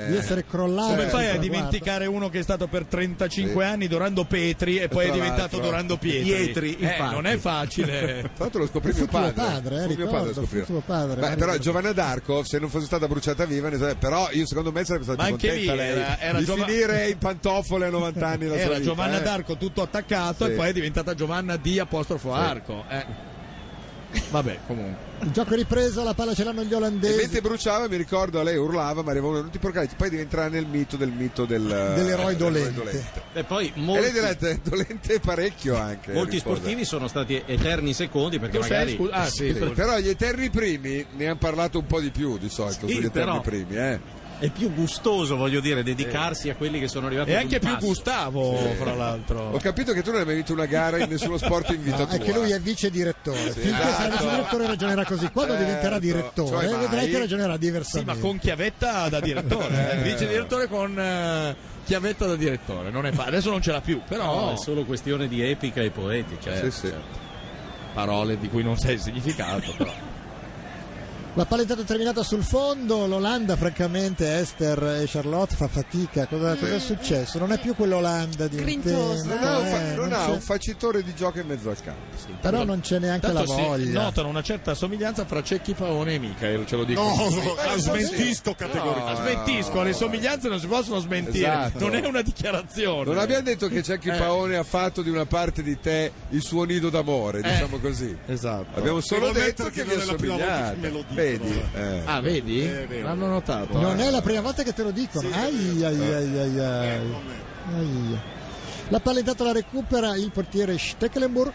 di essere crollato. Come fai a sul dimenticare uno che è stato per trentacinque Sì. anni Dorando Petri e poi è tra diventato l'altro- Dorando Pietri? Pietri, Eh, infatti. non è facile. Tra l'altro lo scoprì Il mio futuro padre. padre, eh, Fu mio ricordo, padre a il scoprirlo. futuro padre, Beh, ma però ricordo. Giovanna d'Arco, se non fosse stata bruciata viva, ne- però io secondo me sarebbe stata Ma più anche contenta lì lei era- era di Giova- finire in pantofole a novanta anni la sua Era vita, Giovanna eh. d'Arco tutto attaccato Sì. e poi è diventata Giovanna di apostrofo Sì. Arco. Eh. Vabbè, comunque. Il gioco è ripreso, la palla ce l'hanno gli E olandesi. mentre bruciava, mi ricordo, lei urlava, ma arrivavano tutti porcati. Poi diventerà nel mito del mito del, Dell'eroe eh, dolente. E poi E molti, lei era dolente parecchio anche. molti risponde. sportivi sono stati eterni secondi perché Tu sei, magari scusa- ah, sì, Sì, però gli eterni primi ne hanno parlato un po' di più di solito Sì, sugli eterni però- primi, eh. è più gustoso, voglio dire, dedicarsi a quelli che sono arrivati E ad anche un più passo. Gustavo, Sì. fra l'altro. Ho capito che tu non hai mai vinto una gara in nessuno sport in vita No, tua. è che lui è vice direttore. Sì, Finché sarà esatto. vice direttore ragionerà così. Quando Certo. diventerà direttore, Cioè, vedrai mai. che ragionerà Sì, diversamente. ma con chiavetta da direttore. eh. Vice direttore con eh, chiavetta da direttore. Non è fa- Adesso non ce l'ha più, però. No, è solo questione di epica e poetica. Sì, sì. Parole di cui non sai il significato, però. La palla è stata terminata sul fondo. L'Olanda, francamente, Esther e Charlotte fa fatica. Cosa, cosa è successo? Non è più quell'Olanda di un Grintosa. tempo. Non ha, un, fa- eh, non non ha c'è- un facitore di gioco in mezzo al campo. Però non c'è neanche la Tanto si voglia. notano una certa somiglianza fra Cecchi Paone e Michael, ce lo dico. No, Eh, smentisco No, categoricamente. smentisco, le somiglianze non si possono smentire, Esatto. non è una dichiarazione. Non abbiamo detto che c'è chi Eh. Paone ha fatto di una parte di te il suo nido d'amore, Eh. diciamo così. Esatto. Abbiamo solo Devo detto ammettere che che vi non è la prima volta assomigliate. che me lo dicono, Vedi? eh. Eh. Ah, vedi? È vero. L'hanno notato. Non eh. è la prima volta che te lo dicono. Ai, ai, ai, ai, ai. Ai. La palla intanto la recupera il portiere Stekelenburg.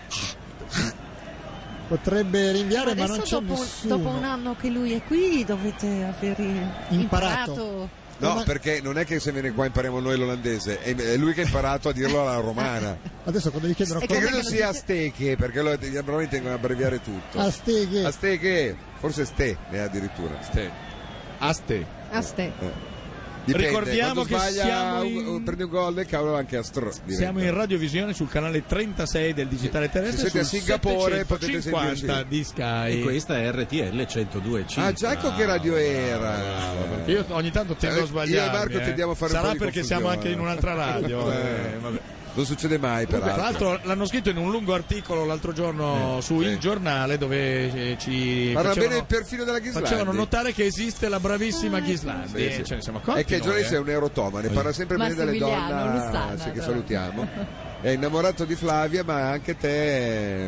Potrebbe rinviare, ma, non adesso c'è dopo, nessuno. dopo un anno che lui è qui dovete aver Imparato. imparato. No, Ma- perché non è che se viene qua impariamo noi l'olandese, è è lui che ha imparato a dirlo alla romana. Adesso quando gli chiedono E Che come credo lo sia dice- Asteche, perché lo veramente tengono ad abbreviare tutto. a steghe. Asteche, forse Ste, ne addirittura. Ste. Aste. A ste. Eh. Dipende, Ricordiamo quando che sbaglia, siamo in- un- prende un gol del cavolo anche a str. Siamo in radiovisione sul canale trentasei del digitale terrestre. Se siete a sul Singapore, potete settecentocinquanta sentirci. di Sky. E questa è R T L centodue e cinque. Ah, già ecco che radio era. Perché io ogni tanto tendo Eh, a sbagliare. io e Marco tendiamo a fare un Sarà po' di perché siamo anche in confusione. un'altra radio. Eh. eh, vabbè. Non succede mai, Comunque, tra peraltro. l'altro l'hanno scritto in un lungo articolo l'altro giorno su sì. Il Giornale dove eh, ci Parla facevano, bene perfino della Ghislandi. facevano notare che esiste la bravissima Ghislandi. Sì, sì. E ce ne siamo accorti È che il noi, giornalista eh. è un eurotomane, parla sempre bene delle Massimiliano, donne Lussana, sì, che però. salutiamo. È innamorato di Flavia, ma anche te.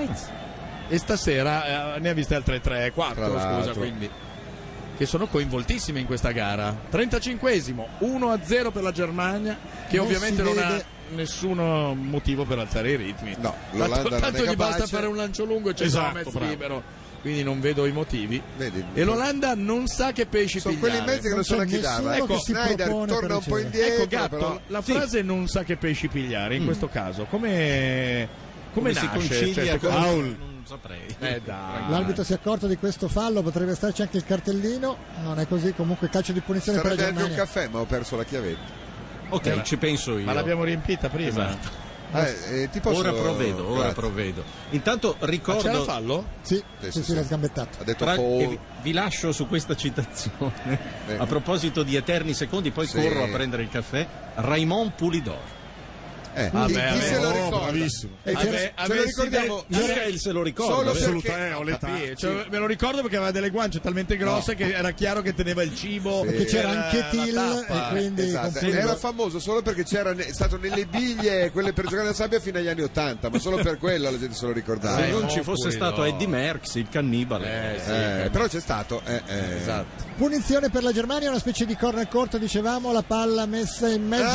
E stasera eh, ne ha viste altre tre, quattro, Tra scusa, l'altro. quindi che sono coinvoltissime in questa gara. trentacinquesimo, uno a zero per la Germania, che Non ovviamente si non vede. ha nessun motivo per alzare i ritmi. No, tanto, l'Olanda non tanto è gli basta capace. fare un lancio lungo e c'è Esatto, Gomez bravo. libero, quindi non vedo i motivi. Vedi? E l'Olanda non sa che pesci Sono pigliare. quelli in mezzo che non Non sanno a c'è chi darla. nessuno Ecco, che si Snyder propone torna per un po' ricevere. indietro. Ecco Gatto, però... la Sì. frase non sa che pesci pigliare in Mm. questo caso, come, come, Come si nasce? concilia Cioè, con... secondo- Paul. Non saprei. Eh dai. L'arbitro si è accorto di questo fallo, potrebbe starci anche il cartellino. Non è così, comunque calcio di punizione per Sarà la anche un Germania. caffè, ma ho perso la chiavetta. Ok, Eh, ci penso io. Ma l'abbiamo riempita prima. Esatto. Eh, eh, ti posso... Ora provvedo, ora Grazie. provvedo. Intanto Ma c'era ricordo fallo? Sì, Sì, sì, sì, sì, sì. l'ha sgambettato. Ha detto tra- e Paul. vi, vi lascio su questa citazione. Eh. A proposito di eterni secondi, poi Sì. corro a prendere il caffè. Raymond Poulidor. Eh, Vabbè, chi, chi vabbè. se lo Oh, ricorda? bravissimo. E ce, Vabbè, ce lo avessi ricordiamo Michael se lo ricorda. Solo vero? perché- Assolutamente, ho l'età. Sì, cioè, me lo ricordo perché aveva delle guance talmente grosse No. che era chiaro che teneva il cibo. Sì. Perché c'era era anche la Till tappa. e quindi Esatto, confuso. era famoso solo perché c'era ne- stato nelle biglie quelle per giocare nella sabbia fino agli anni ottanta, ma solo per quello la gente se lo ricordava. Se Dai, non no, ci fosse Poulidor. stato Eddie Merckx, il cannibale. Eh, sì, Eh, però c'è stato eh, eh. esatto. Punizione per la Germania, una specie di corner corto, dicevamo, la palla messa in mezzo.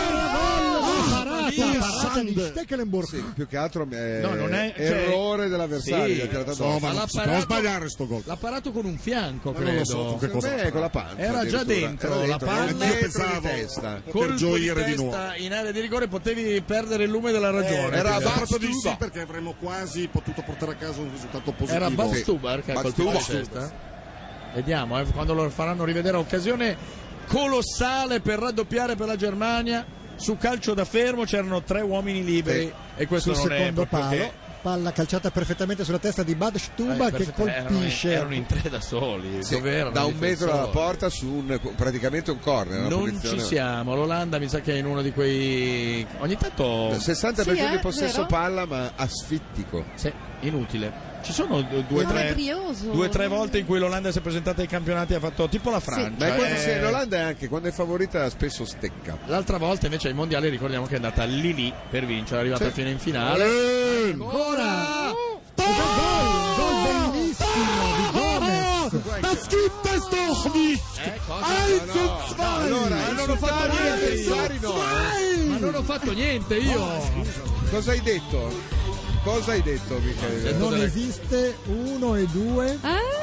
Ah, parata, parata di Stekelenburg. Sì, più che altro eh, No, non è- cioè- errore dell'avversario. Sì, ha tirato Insomma, addosso. Ma non l'ha si può parato- sbagliare sto gol. L'ha parato con un fianco, Ma non lo credo. so, con che Secondo cosa me ha con la parato. pancia. Era già addirittura. dentro, Era la dentro, palla- un Io metro pensavo- di testa. Colpo per gioire di di testa nuovo. in area di rigore potevi perdere il lume della ragione. Eh, era Quindi- Bas- Proprio di sì, Stuba. perché avremmo quasi potuto portare a casa un risultato positivo. Era Bob Sì. Stubar che ha Bob colpito la Stubar. testa. Vediamo, eh, quando lo faranno rivedere, occasione colossale per raddoppiare per la Germania. Su calcio da fermo c'erano tre uomini liberi Sì. e questo Sul non è secondo proprio palo. che palla calciata perfettamente sulla testa di Badstuba Eh, che perfetto, colpisce. Erano, erano in tre da soli. Sì, dove erano da i un metro dalla difensori? porta su un, praticamente un corner. una Non posizione- ci siamo. L'Olanda mi sa che è in uno di quei. Ogni tanto. sessanta per cento Sì, eh, di possesso vero? palla, ma asfittico. Sì, inutile. Ci sono due o tre, Alleghrioso. due, tre volte in cui l'Olanda si è presentata ai campionati e ha fatto tipo la Francia. Ma è quando eh. si- l'Olanda è anche quando è favorita spesso stecca. L'altra volta invece ai mondiali ricordiamo che è andata lì lì per vincere, è arrivata Sì. fino in finale. Eh, Ancora! Gol, gol bellissimo di Gomez. Das gibt es doch nicht! Eh, cosa? eins No, no. und zwei! Allora, Ma non ho fatto insultare gli niente avversari io. no, eh. Ma non ho fatto niente io. Cosa hai detto? Cosa hai detto, Michele? Non esiste uno e due.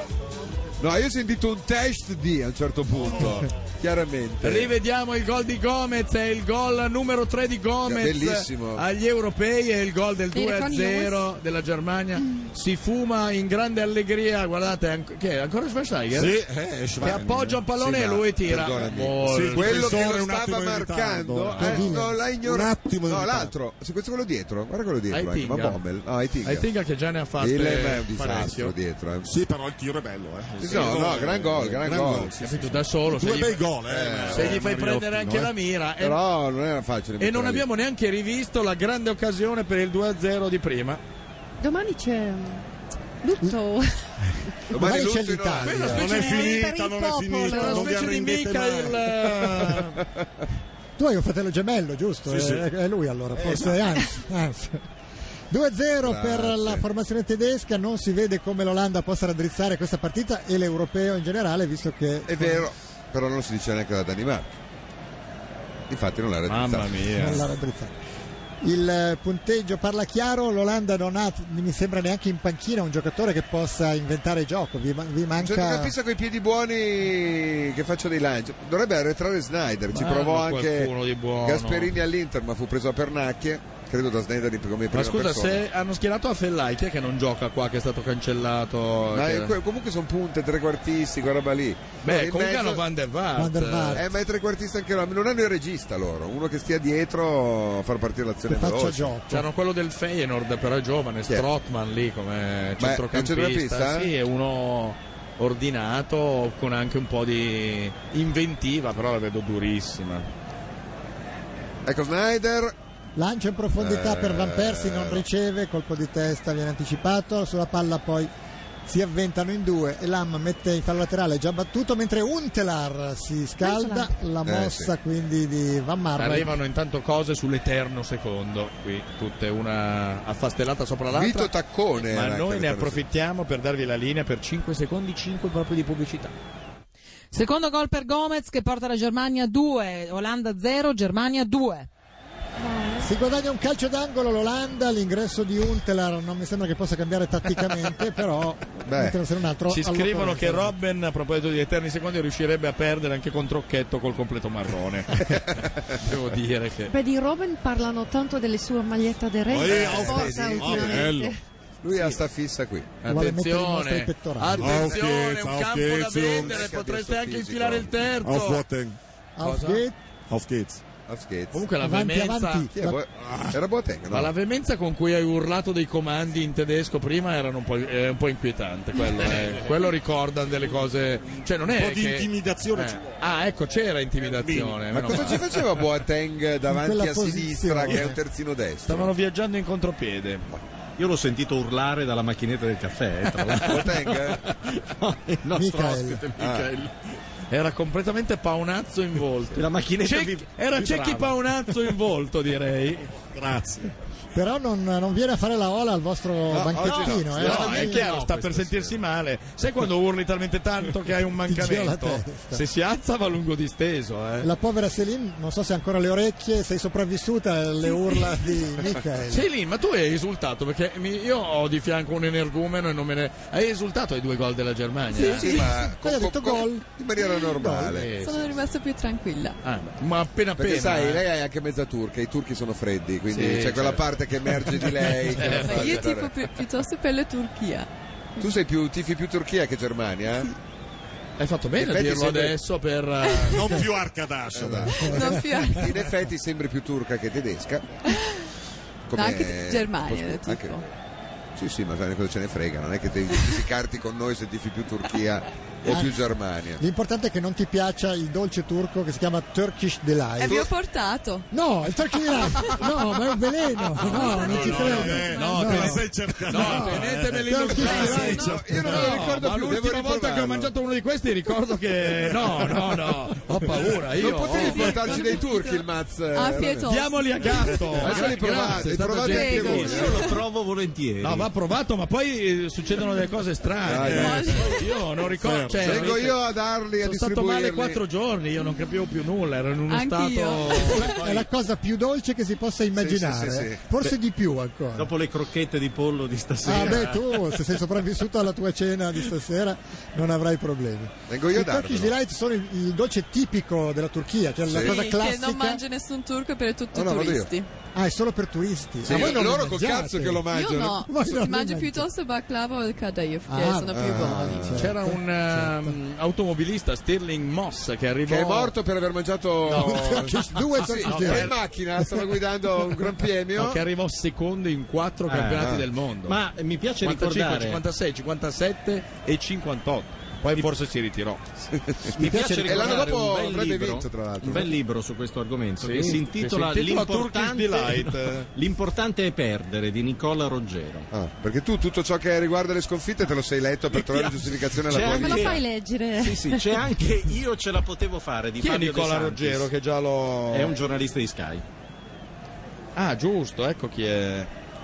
No, io ho sentito un test di a un certo punto. Chiaramente. Rivediamo il gol di Gomez, è il gol numero tre di Gomez Bellissimo. agli europei, è il gol del Sì, due a con zero della Germania. Si fuma in grande allegria, guardate, anche- che è ancora Schweinsteiger? Sì, eh, Che Schwein. appoggia un pallone Sì, e ma lui tira. perdonami. Gol. Sì, Quello che difensore lo un attimo stava in marcando, ritardo. eh, no, l'ha ignorato. Un attimo in No, ritardo. l'altro, se questo quello dietro, guarda quello dietro, anche, ma Aitinga. Bommel, no, Aitinga. Aitinga che già ne ha fatte Il è un disastro parecchio. dietro. Eh. Sì, però il tiro è bello, eh. Sì, no, no, gran gol, gran gol. sì, sì, Capito, sì. da solo, se Due gli, bei gol, eh. se gli eh, fai Mariotti, prendere anche no, la eh. mira. E, Però non era facile. e non metterla lì. abbiamo neanche rivisto la grande occasione per il due a zero di prima. Domani c'è lutto. Domani Domani c'è lutto in l'Italia. Olanda. Non è per finita, il non è popolo. finita, Una non vi specie di arrendete Michael. mai. eh, Tu hai un fratello gemello, giusto? Sì, È- sì. È lui allora, forse è Hans. Hans. due a zero per Grazie. la formazione tedesca, non si vede come l'Olanda possa raddrizzare questa partita e l'europeo in generale, visto che È vero, però non si dice neanche la Danimarca. Infatti non l'ha Mamma realizzato. mia. non l'ha raddrizzato. Il eh, punteggio parla chiaro, l'Olanda non ha, mi sembra neanche in panchina un giocatore che possa inventare gioco, vi, ma- vi Un manca... centrocampista con i piedi buoni che faccia dei lanci. Dovrebbe arretrare Snyder, ci Ma provò hanno anche qualcuno di buono. Gasperini all'Inter, ma fu preso a pernacchie, credo da Snyder in- come prima Ma scusa, persona. se hanno schierato a Fellai, chi è che non gioca qua, che è stato cancellato? Ma Che- è que- comunque sono punte, trequartisti, quella roba lì. Beh, No, in comunque mezzo- hanno Van der Vaart. Van der Vaart. Eh, ma è trequartista anche loro, non hanno il regista loro, uno che stia dietro a far partire l'azione che faccia veloce. gioco. C'hanno quello del Feyenoord, però è giovane, Chi è? Strootman lì come Ma è- è un centrocampista. centrocampista? Sì, è uno ordinato con anche un po' di inventiva, però la vedo durissima. Ecco Snyder, Lancio in profondità per Van Persie, non Eh. riceve, colpo di testa viene anticipato, sulla palla poi si avventano in due e Lam mette in fallo laterale già battuto, mentre Untelar si scalda, la Eh, mossa sì. quindi di Van Marwijk. Arrivano intanto cose sull'eterno secondo, qui tutte una affastellata sopra l'altra. Vito Taccone Ma era noi anche ne l'eterno approfittiamo per darvi la linea per cinque secondi, cinque proprio di pubblicità. Secondo gol per Gomez che porta la Germania a due, Olanda zero, Germania due. Si guadagna un calcio d'angolo l'Olanda, l'ingresso di Untelar non mi sembra che possa cambiare tatticamente, però Beh, non un altro Ci scrivono che all'occorrenza. Robben, a proposito di eterni secondi, riuscirebbe a perdere anche contro Occhetto col completo marrone. Devo dire che Beh, di Robben parlano tanto delle sue magliette del re. Oh, che eh, oh, porta vedi? Oh, ultimamente. bello. lui ha sta fissa qui. Vuole mettere in mostra i attenzione, pettorali. attenzione, Auf un geht's, campo auf da geht's, vendere, Jungs. potreste anche Fisico. infilare il terzo. Aufwarten. Auf Cosa? geht's. Auf geht's. Auf geht's. Comunque la Avanti, veemenza, avanti. Chi è? Bo- Era Boateng, no? ma la veemenza con cui hai urlato dei comandi in tedesco prima era un po', è un po' inquietante. Quello, eh. quello ricorda delle cose, cioè non è Un po' di che- intimidazione eh. ci vuole. Ah, ecco, c'era intimidazione. Ma meno cosa male. ci faceva Boateng davanti quella a sinistra posizione. che è un terzino destro? Stavano viaggiando in contropiede. Io l'ho sentito urlare dalla macchinetta del caffè, eh, tra l'altro. Boateng? No, il nostro Michael. ospite Michael. Era completamente paonazzo in volto. La macchinetta Cecchi- vi- era vibrava. Cecchi Paonazzo in volto, direi. Grazie. Però non, non viene a fare la ola al vostro banchettino. oggi no. eh. No, è Oggi- chiaro, no, sta per questa sentirsi male. Sai quando urli talmente tanto che hai un Ti gira la mancamento? testa. Se si alza va lungo disteso, eh. La povera Céline, non so se ha ancora le orecchie, sei sopravvissuta alle urla di Michael. Sei lì, ma tu hai esultato perché mi- io ho di fianco un energumeno e non me ne. Hai esultato ai due gol della Germania? Sì, ma Poi ha detto gol. in maniera normale. Eh, Sono rimasta più tranquilla. ah, ma appena Perché appena. sai, eh. lei è anche mezza turca, i turchi sono freddi, quindi Sì, c'è quella certo. parte che emerge di lei. che la fa Io diventare- tifo pi- piuttosto per la Turchia. Tu sei più, tifi più Turchia che Germania? Hai fatto bene In a effetti dirlo sembra- adesso per. eh, Non più Arkadash. dai. Non più In effetti sembri più turca che tedesca. No, anche Germania, Anche- tipo. Sì, sì, ma sai cosa ce ne frega, non è che ti, ti si carti con noi se tifi più Turchia o più Germania. L'importante è che non ti piaccia il dolce turco che si chiama Turkish Delight. E vi ho portato. No, il Turkish Delight. No, ma è un veleno. No, no non ci credo. No, te la sei cercata. No, tenetemeli in No, io non me lo ricordo ma più. l'ultima volta che ho mangiato uno di questi ricordo che no, no, no, ho paura. Io non potevi ho... portarci dei turchi il Maz. Ah, pietoso. Diamoli a gatto. Adesso li provate, provate anche voi. Io lo provo volentieri. No, va provato, ma poi succedono delle cose strane. Dai, dai. Io non ricordo. Cioè, vengo io a darli, a sono stato distribuirli. male quattro giorni, io non capivo più nulla, ero in uno Anch'io. stato. È la cosa più dolce che si possa immaginare. Sì, sì, sì, sì. Forse Beh, di più ancora. Dopo le crocchette di pollo di stasera. Ah, beh, tu se sei sopravvissuto alla tua cena di stasera non avrai problemi. Vengo io a I Turkish darvelo. Delight sono il, il dolce tipico della Turchia, cioè la Sì. cosa Che classica. non mangia nessun turco per tutti Oh, no, i vado io. turisti. Ah, è solo per turisti. Sì, Ah, voi non loro li col mangiate? cazzo che lo Io mangiano. no, Voi non li mangio mangiate. piuttosto baklava o il kadayif, che Ah, sono più ah, buoni. certo. C'era un Certo. um, automobilista, Stirling Moss, che arrivò. Che è morto per aver mangiato Turkish- due Sì, Turkish no, Delight. in macchina, stava guidando un gran premio. No, che arrivò secondo in quattro Ah, campionati ah. del mondo. Ma mi piace cinquantacinque, ricordare cinquantasei, cinquantasette e cinquantotto. Poi forse si ritirò. Mi piace E l'anno ricordare dopo un bel avrebbe libro, vinto, tra l'altro. un bel libro su questo argomento Sì, che si intitola, che si intitola L'importante, Turkish Delight. L'importante è perdere, di Nicola Ruggero. Ah, perché tu tutto ciò che riguarda le sconfitte te lo sei letto per Mi trovare piace. giustificazione alla C'è tua anche- Me lo vita. fai leggere? Sì, sì, c'è anche Io ce la potevo fare di Chi è Fabio De Nicola Santis. Ruggero che già lo. È un giornalista di Sky. Ah, giusto, ecco chi è.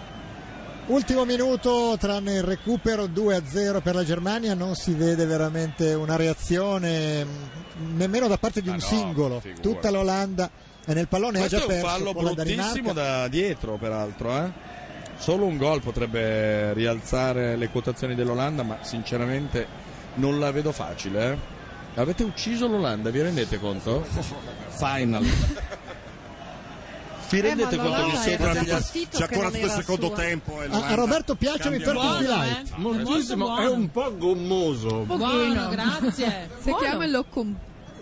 Ultimo minuto, tranne il recupero due a zero per la Germania, non si vede veramente una reazione mh, nemmeno da parte di Ah, un no, singolo. figurati. Tutta l'Olanda è nel pallone, ha Questo già è un perso fallo con la bruttissimo Danimarca. da dietro, peraltro, eh? Solo un gol potrebbe rialzare le quotazioni dell'Olanda, ma sinceramente non la vedo facile, eh? Avete ucciso l'Olanda, vi rendete conto? Final. Vi rendete Eh, ma conto che l'Olanda sopra era gli già altri- partito C'è che ancora non tutto il era secondo sua. tempo. e A, l'Olanda a Roberto piacciono i cambia Turkish modo. Buono, Delight. eh? Moltissimo, Molto è buono. un po' gommoso. Buono, grazie. Si chiama lokum.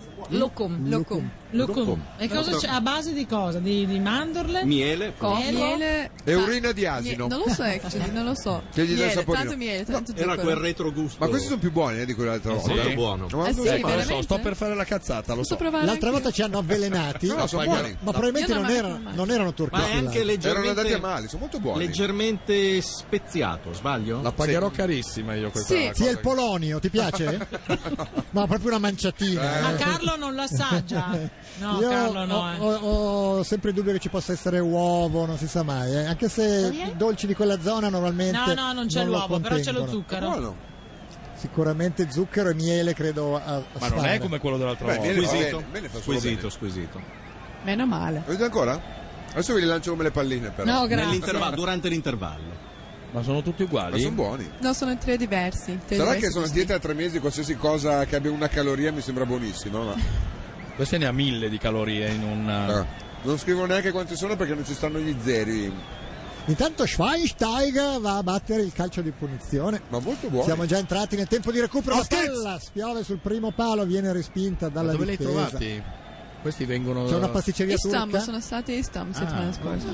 Locum. Lokum. Locum. E cosa c'è? A base di cosa? Di, di mandorle? Miele, Con Miele? miele. E Ah, urina di mie- asino. Non lo so, actually, non lo so. Che gli dà il Miele, saporino. tanto miele, tanto era zucchero. quel retrogusto. Ma questi sono più buoni eh, di quell'altra volta. molto Sì. buono. Ma- Eh sì, ma- Ecco, lo so, veramente? sto per fare la cazzata, lo Posso so. provare L'altra anche volta ci hanno avvelenati, No, sono pagherò- buoni. ma probabilmente Io non non, me- erano, non- non erano Turkish Ma è anche Delight. Erano andati a leggermente, male, sono molto buoni. leggermente speziato, sbaglio? La pagherò carissima io questa Sì. cosa. Sì, è il polonio, ti piace? No, proprio una manciatina. Ma Carlo non lo assaggia? No, Io Carlo no. ho, eh. ho- ho sempre il dubbio che ci possa essere uovo, non si sa mai, eh. Anche se i dolci di quella zona normalmente No, no, non c'è lo l'uovo, però c'è lo contengono. zucchero. Buono. Sicuramente zucchero e miele credo a, a Ma non è sfavore. come quello dell'altra Beh, volta. miele- Squisito, bene, bene, fa solo squisito, bene. squisito. Meno male. Vedete ancora? Adesso vi li lancio come le palline però. No, grazie. Nell'intervallo, durante l'intervallo. Ma sono tutti Ma uguali? sono buoni. No, sono tre diversi. Tre Sarà diversi che sono gusti. dieta a tre mesi, qualsiasi cosa che abbia una caloria mi sembra buonissima, ma Questo ne ha mille di calorie in un. ah, non scrivo neanche quanti sono perché non ci stanno gli zeri. Intanto Schweinsteiger va a battere il calcio di punizione. Ma molto buoni. Siamo già entrati nel tempo di recupero. Oh, La palla spiove sul primo palo, viene respinta Ma dalla dove li hai difesa. trovati? Questi vengono. C'è una pasticceria Istanbul, turca. sono stati a Istanbul Ah, settimana scorsa.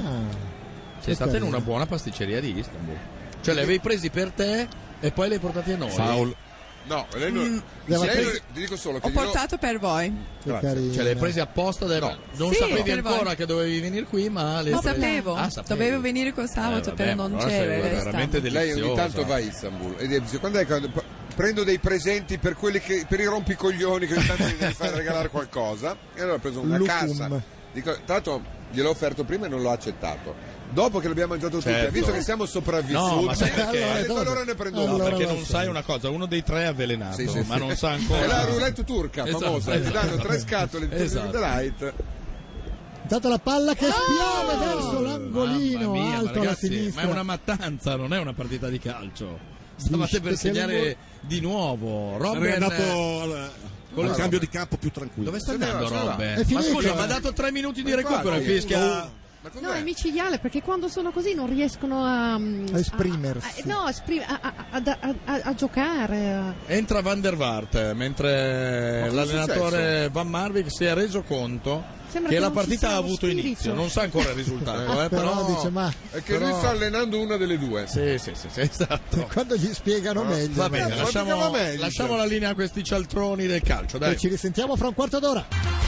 Ah, Sei stata in una buona pasticceria di Istanbul. Cioè, li avevi presi per te e poi li hai portati a noi. Foul. No, lei non... Mm. Sì, lei non- ti dico solo che Ho glielo- portato per voi. che carino. Cioè, li hai presi apposta. Da... No. Non Sì, sapevi per ancora voi. che dovevi venire qui, ma le Lo hai presi- sapevo. Ah, sapevi. Dovevo venire col sabato, Eh, però vabbè, non allora sei c'era. era veramente Istanbul. lei ogni deliziosa. tanto va a Istanbul e dice quando è che prendo dei presenti per quelli che per i rompicoglioni che ogni tanto mi devi fare regalare qualcosa e allora ho preso una Lucum. cassa. Dico, tra l'altro gliel'ho offerto prima e non l'ho accettato. Dopo che l'abbiamo mangiato tutti, Certo. visto che siamo sopravvissuti, No, ma sai perché? ho detto, Allora, allora ne prendo allora uno. Perché lo non so. sai una cosa, uno dei tre è avvelenato, Sì, sì, ma sì. non sa ancora. È la roulette turca Esatto, famosa, ti esatto. danno tre scatole di Esatto. Turkish Delight. Intanto la palla che spiove Oh, verso l'angolino mamma mia, ma alto alla ragazzi, sinistra. ma è una mattanza, non è una partita di calcio. Stavate per Dice che segnare di nuovo. Sarei Robben andato al, Con al la cambio Robben. di campo più tranquillo. Dove sta Se ne va, andando se ne va. Robben? È Ma finito. scusa, mi ha dato tre minuti di Ma recupero e infatti, fischia. Ma No, cos'è? è micidiale perché quando sono così non riescono a, A esprimersi. a- a- no, a, esprim- a, a- a- a- a- a giocare. Entra Van der Vaart mentre Ma cosa è l'allenatore successo? Van Marwijk si è reso conto Sembra che che la non ci partita sia ha lo avuto spirito. inizio, non sa ancora il risultato, eh, però, Però dice, ma È che però- lui sta allenando una delle due. Sì, sì, sì, sì, esatto. quando gli spiegano meglio. Va bene, ma- ma lasciamo, giocava meglio, lasciamo cioè. la linea a questi cialtroni del calcio, E dai. ci risentiamo fra un quarto d'ora.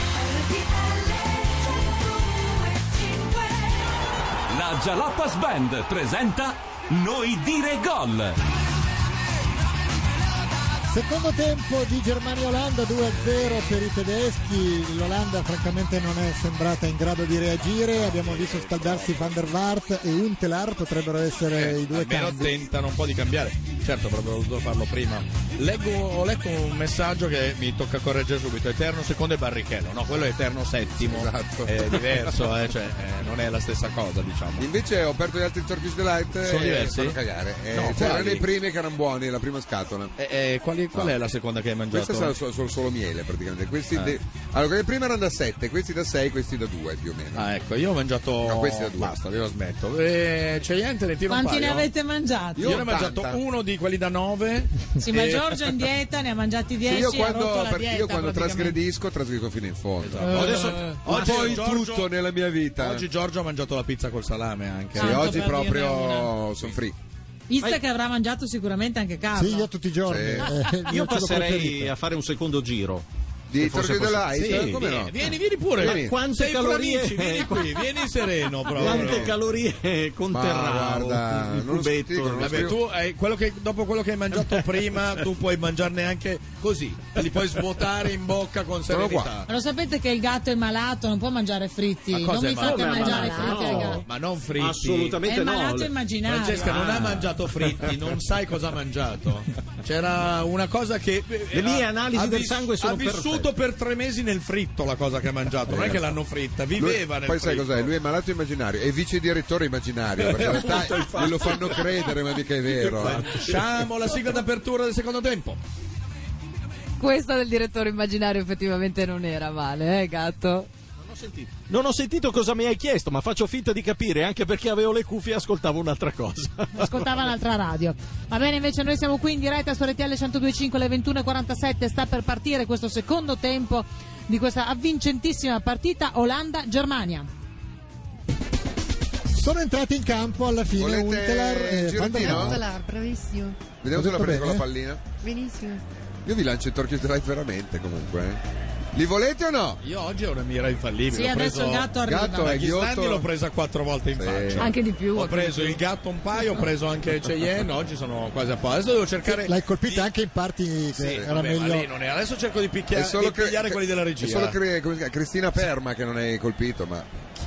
La Jalapas Band presenta Noi dire gol. Secondo tempo di Germania-Olanda, due a zero per i tedeschi. L'Olanda francamente non è sembrata in grado di reagire. Abbiamo visto scaldarsi Van der Vaart e Huntelaar, potrebbero essere Eh, i due almeno cambi. tentano un po' di cambiare. Certo, avrebbero dovuto farlo prima. Leggo, ho letto un messaggio che mi tocca correggere subito. Eterno secondo e Barrichello. No, quello è eterno settimo. Esatto. È diverso, eh, cioè, eh, non è la stessa cosa, diciamo. Invece ho aperto gli altri Turkish Delight Sono e diversi? fanno cagare. Eh, No, c'erano quali? i primi che erano buoni, la prima scatola. Eh, eh, quali- qual No. è la seconda che hai mangiato? Questa è solo, solo, solo miele praticamente. Questi Eh. de- Allora, quelli prima erano da sette, questi da sei, questi da due più o meno. Ah, ecco, io ho mangiato. No, questi da due. Basta, io smetto. Eh, c'è niente, ne tiro un Quanti ne paio? avete mangiati? Io, Io ne ho mangiato ottanta. uno di quelli da nove. Sì, ma e- Giorgio è in dieta, ne ha mangiati Sì, dieci io e ha quando, rotto la perché dieta. io quando praticamente. trasgredisco, trasgredisco fino in fondo. Esatto. Adesso- Ma oggi poi Giorgio- tutto nella mia vita. Oggi Giorgio ha mangiato la pizza col salame anche. Sì, Tanto oggi per dirne proprio sono free. Pizza che avrà mangiato sicuramente anche Carlo. Sì, io tutti i giorni. Sì. eh, il mio Io cibo passerei preferito. a fare un secondo giro. Di Se fosse Turkish Delight? possibile. Sì, Come no? Vieni, vieni, vieni pure. Vieni. Ma Quante sei calorie- fra amici, vieni qui, vieni sereno proprio. Quante calorie conterrà guarda, il non lo cubetto? dico, non lo Vabbè, tu hai quello che, dopo quello che hai mangiato prima, tu puoi mangiarne anche così, te li puoi svuotare in bocca con Sono qua. serenità. Ma lo sapete che il gatto è malato, non può mangiare fritti. Ma cosa Non è mi fate malato? mangiare Ma fritti no. al gatto. Ma non fritti. Assolutamente È no. malato immaginario. Francesca non Ah. ha mangiato fritti, non sai cosa ha mangiato. C'era una cosa che Le mie ha- analisi ha del vis- sangue sono ha vissuto per tre mesi nel fritto la cosa che ha mangiato, non è che l'hanno fritta, Lui- viveva nel poi sai fritto. cos'è? Lui è malato immaginario, è vice direttore immaginario, perché in realtà glielo fanno credere, ma mica è vero. eh. Lasciamo la sigla d'apertura del secondo tempo. Questa del direttore immaginario effettivamente non era male, eh, gatto? Non ho sentito cosa mi hai chiesto, ma faccio finta di capire, anche perché avevo le cuffie e ascoltavo un'altra cosa. Ascoltava un'altra radio. Va bene, invece noi siamo qui in diretta su R T L centodue e cinque alle ventuno e quarantasette. Sta per partire questo secondo tempo di questa avvincentissima partita Olanda-Germania. Sono entrati in campo alla fine Volete Huntelaar il e Van der girottino? Vaart. Huntelaar, bravissimo. Vediamo se la Tutto prende con la bene? pallina. Benissimo. Io vi lancio i Turkish Delight veramente comunque. eh. Li volete o no? Io oggi ho una mira infallibile. Sì, ho adesso preso... il gatto arriva. Gatto è Gli Islandi ghiotto. l'ho presa quattro volte in Sì. faccia. Anche di più. Ho preso il gatto un paio, ho preso anche Cheyenne, oggi sono quasi a posto. Adesso devo cercare. L'hai colpita anche in parti che Sì, era vabbè, ma meglio. lì non è. Adesso cerco di, picchia... È solo di pigliare quelli della regia. È solo cre- come si chiama? Cristina Perma che non hai colpito, ma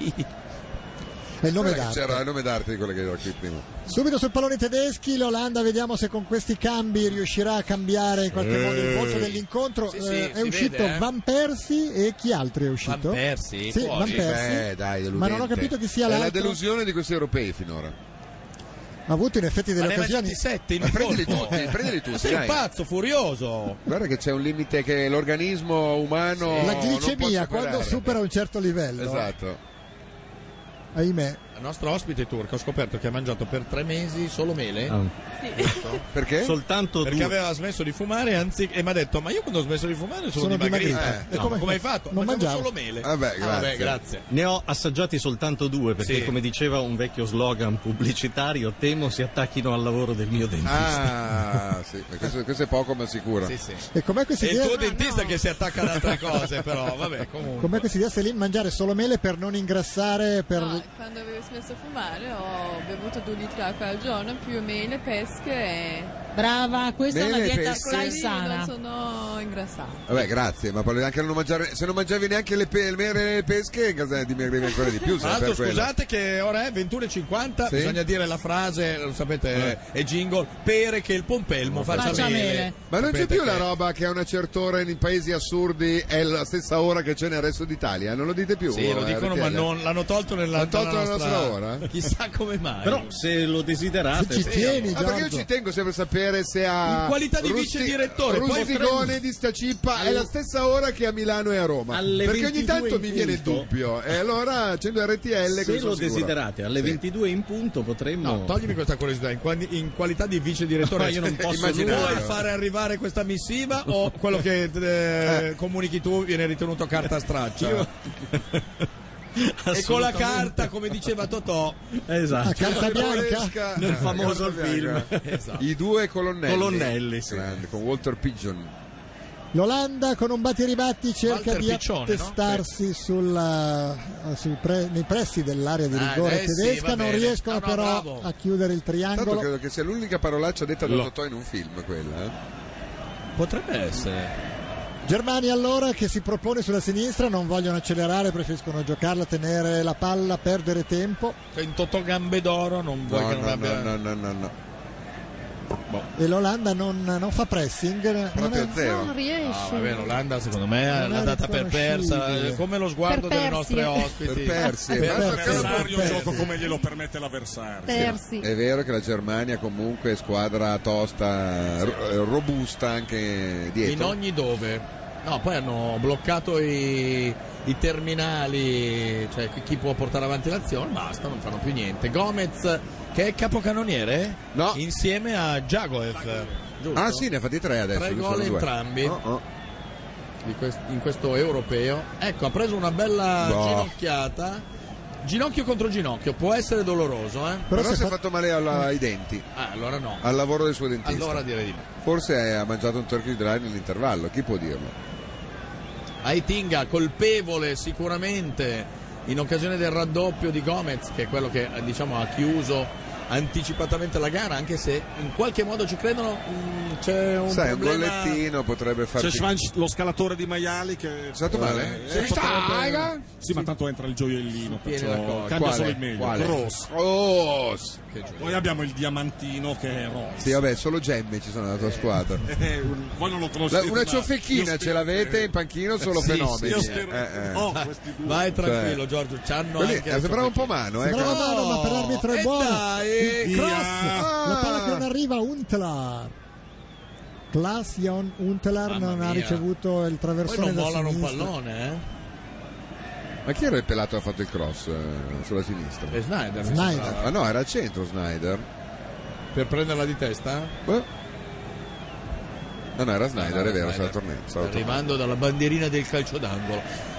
È il nome Guarda che d'arte. c'era il nome d'arte di quello che ero qui prima. Subito sul pallone tedeschi, l'Olanda, vediamo se con questi cambi riuscirà a cambiare in qualche Eh. modo il corso dell'incontro. Sì, sì, Eh, è si uscito vede, eh. Van Persie e chi altro è uscito? Van Persie? Sì, Fuori. Van Persie. Beh, dai, deludente. Ma non ho capito chi sia È la l'altro. delusione di questi europei finora. Ha avuto in effetti Ma delle ne hai occasioni. mangiati sette in Ma un prendili colpo. tutti, prendili tutti, Ma sei dai. un pazzo, furioso. Guarda che c'è un limite che l'organismo umano La non può glicemia quando superare. supera un certo livello. Esatto. Ahimè. La nostra ospite turca ho scoperto che ha mangiato per tre mesi solo mele. Ah. Perché? Soltanto Perché due. aveva smesso di fumare anzi, e mi ha detto: ma io quando ho smesso di fumare sono, Sono dimagrito. dimagrito. Eh, E no, come- come hai fatto? non Mangiavo mangiavo. solo mele. Vabbè, Ah, grazie. vabbè, grazie. Ne ho assaggiati soltanto due perché, Sì. come diceva un vecchio slogan pubblicitario, temo si attacchino al lavoro del mio dentista. Ah, sì, questo, questo è poco ma sicuro. Sì, sì. E com'è questa È il idea? tuo dentista che si attacca ad altre cose, però vabbè, comunque. Com'è questa idea, Selin, mangiare solo mele per non ingrassare? Per... No, quando avevo smesso a fumare ho bevuto due litri d'acqua al giorno, più mele, pesche e Brava, questa è una Bene, dieta pesche. assai così sana. non sono ingrassato. Vabbè, grazie, ma parli anche di non mangiare. Se non mangiavi neanche le, pe- le mele e le pesche, cosa dimagrivi ancora di più? Tra se l'altro, per quello. scusate che ora è ventuno e cinquanta, Sì? bisogna dire la frase, lo sapete, è jingle, pere che il pompelmo faccia, Faccia mele. mele. Ma non c'è Sapete più che- la roba che a una certa ora in paesi assurdi è la stessa ora che c'è nel resto d'Italia? Non lo dite più? Sì, lo eh, dicono, R T L? ma non, l'hanno tolto nella, L'hanno tolto nella nella nostra ora? Chissà come mai. Però se lo desiderate, Se ci tieni, Ah, perché io Giorgio. ci tengo sempre a sapere sapere se ha in qualità di Rusti- vice direttore Rustigone di sta cippa è la stessa ora che a Milano e a Roma, alle perché ogni tanto mi in viene il punto. dubbio e allora accendo R T L, Se lo desiderate alle Sì. ventiduue in punto potremmo. No, toglimi questa curiosità, in, quali- in qualità di vice direttore No, io non posso immaginare. puoi fare arrivare questa missiva o quello che eh, comunichi tu viene ritenuto carta straccia? E con la carta, come diceva Totò, esatto, a carta bianca nel famoso Carta film. bianca. Esatto. I due colonnelli, Colonnelli, sì. Grande, con Walter Pigeon. l'Olanda con un batti-ribatti cerca Walter di Piccione, attestarsi sulla- sui pre- nei pressi dell'area di Ah, rigore eh sì, tedesca, va non bene. riescono No, no, però bravo. a chiudere il Tanto triangolo. credo che sia l'unica parolaccia detta da Lo- Totò in un film quella, eh? potrebbe essere. Germania allora che si propone sulla sinistra, non vogliono accelerare, preferiscono giocarla, tenere la palla, perdere tempo, Cioè, in Totò gambe d'oro non vuoi No, che non no, abbia no, no, no, no. e l'Olanda non, non fa pressing, non Proprio è- a zero. Non riesce. Ah, vabbè, l'Olanda secondo me Non l'ha è data per persa, riconoscibile. eh, come lo sguardo Per delle persi. nostre ospiti. Per persi, Per ma persi. perché- L'avversario Persi. gioca come glielo permette l'avversario. Terzi. È vero che la Germania comunque è squadra tosta, ro- robusta anche In dietro. ogni dove. No, poi hanno bloccato i, i terminali, cioè chi può portare avanti l'azione, basta, non fanno più niente. Gomez, che è capocannoniere, No. insieme a Djagoev, giusto? Ah sì, ne ha fatti tre adesso. Tre lui gol sono due. entrambi. Oh, oh. di quest- in questo europeo. Ecco, ha preso una bella No. ginocchiata. Ginocchio contro ginocchio, può essere doloroso, eh? Però, si è fatto male alla- ai denti, Ah, allora no. al lavoro del suo dentista. Allora direi di no. Forse ha mangiato un turkey dry nell'intervallo, chi può dirlo? Aitinga colpevole sicuramente in occasione del raddoppio di Gomez, che è quello che diciamo ha chiuso anticipatamente la gara, anche se in qualche modo ci credono, mh, c'è un Sai, un problema. gollettino potrebbe C'è farci... Schwanz, lo scalatore di maiali che È stato male? Eh, Sì, potrebbe- Sì, ma tanto entra il gioiellino, Tiene la perciò cosa. cambia Quale? solo il meglio. Quale? Ross. Ross. Poi abbiamo il diamantino che è Ross. Sì, vabbè, solo gemme ci sono nella tua squadra. Eh, un- voi non lo La- conoscete. una ma ciofechina io ce spero l'avete che- in panchino, solo Sì, fenomeni. Io spero Eh, eh. oh, questi due. Vai tranquillo, Cioè, Giorgio. C'hanno Quelli- anche eh, sembrava un po' mano, eh. Sembrava cazzo. mano, ma per l'arbitro è e buono. dai, Via. cross. La palla che non arriva, Untlar. Klaas Jan Untlar Mamma non ha mia. ricevuto il Poi traversone non da mollano un sinistra. pallone, eh? Ma chi era il pelato che ha fatto il cross eh, sulla sinistra? E Snyder, mi Snyder. sembrava. Ah no, era al centro Snyder. Per prenderla di testa? Beh. No, no, era Snyder, No, è vero, Snyder. stava tornando. stava tornando. Arrivando dalla bandierina del calcio d'angolo.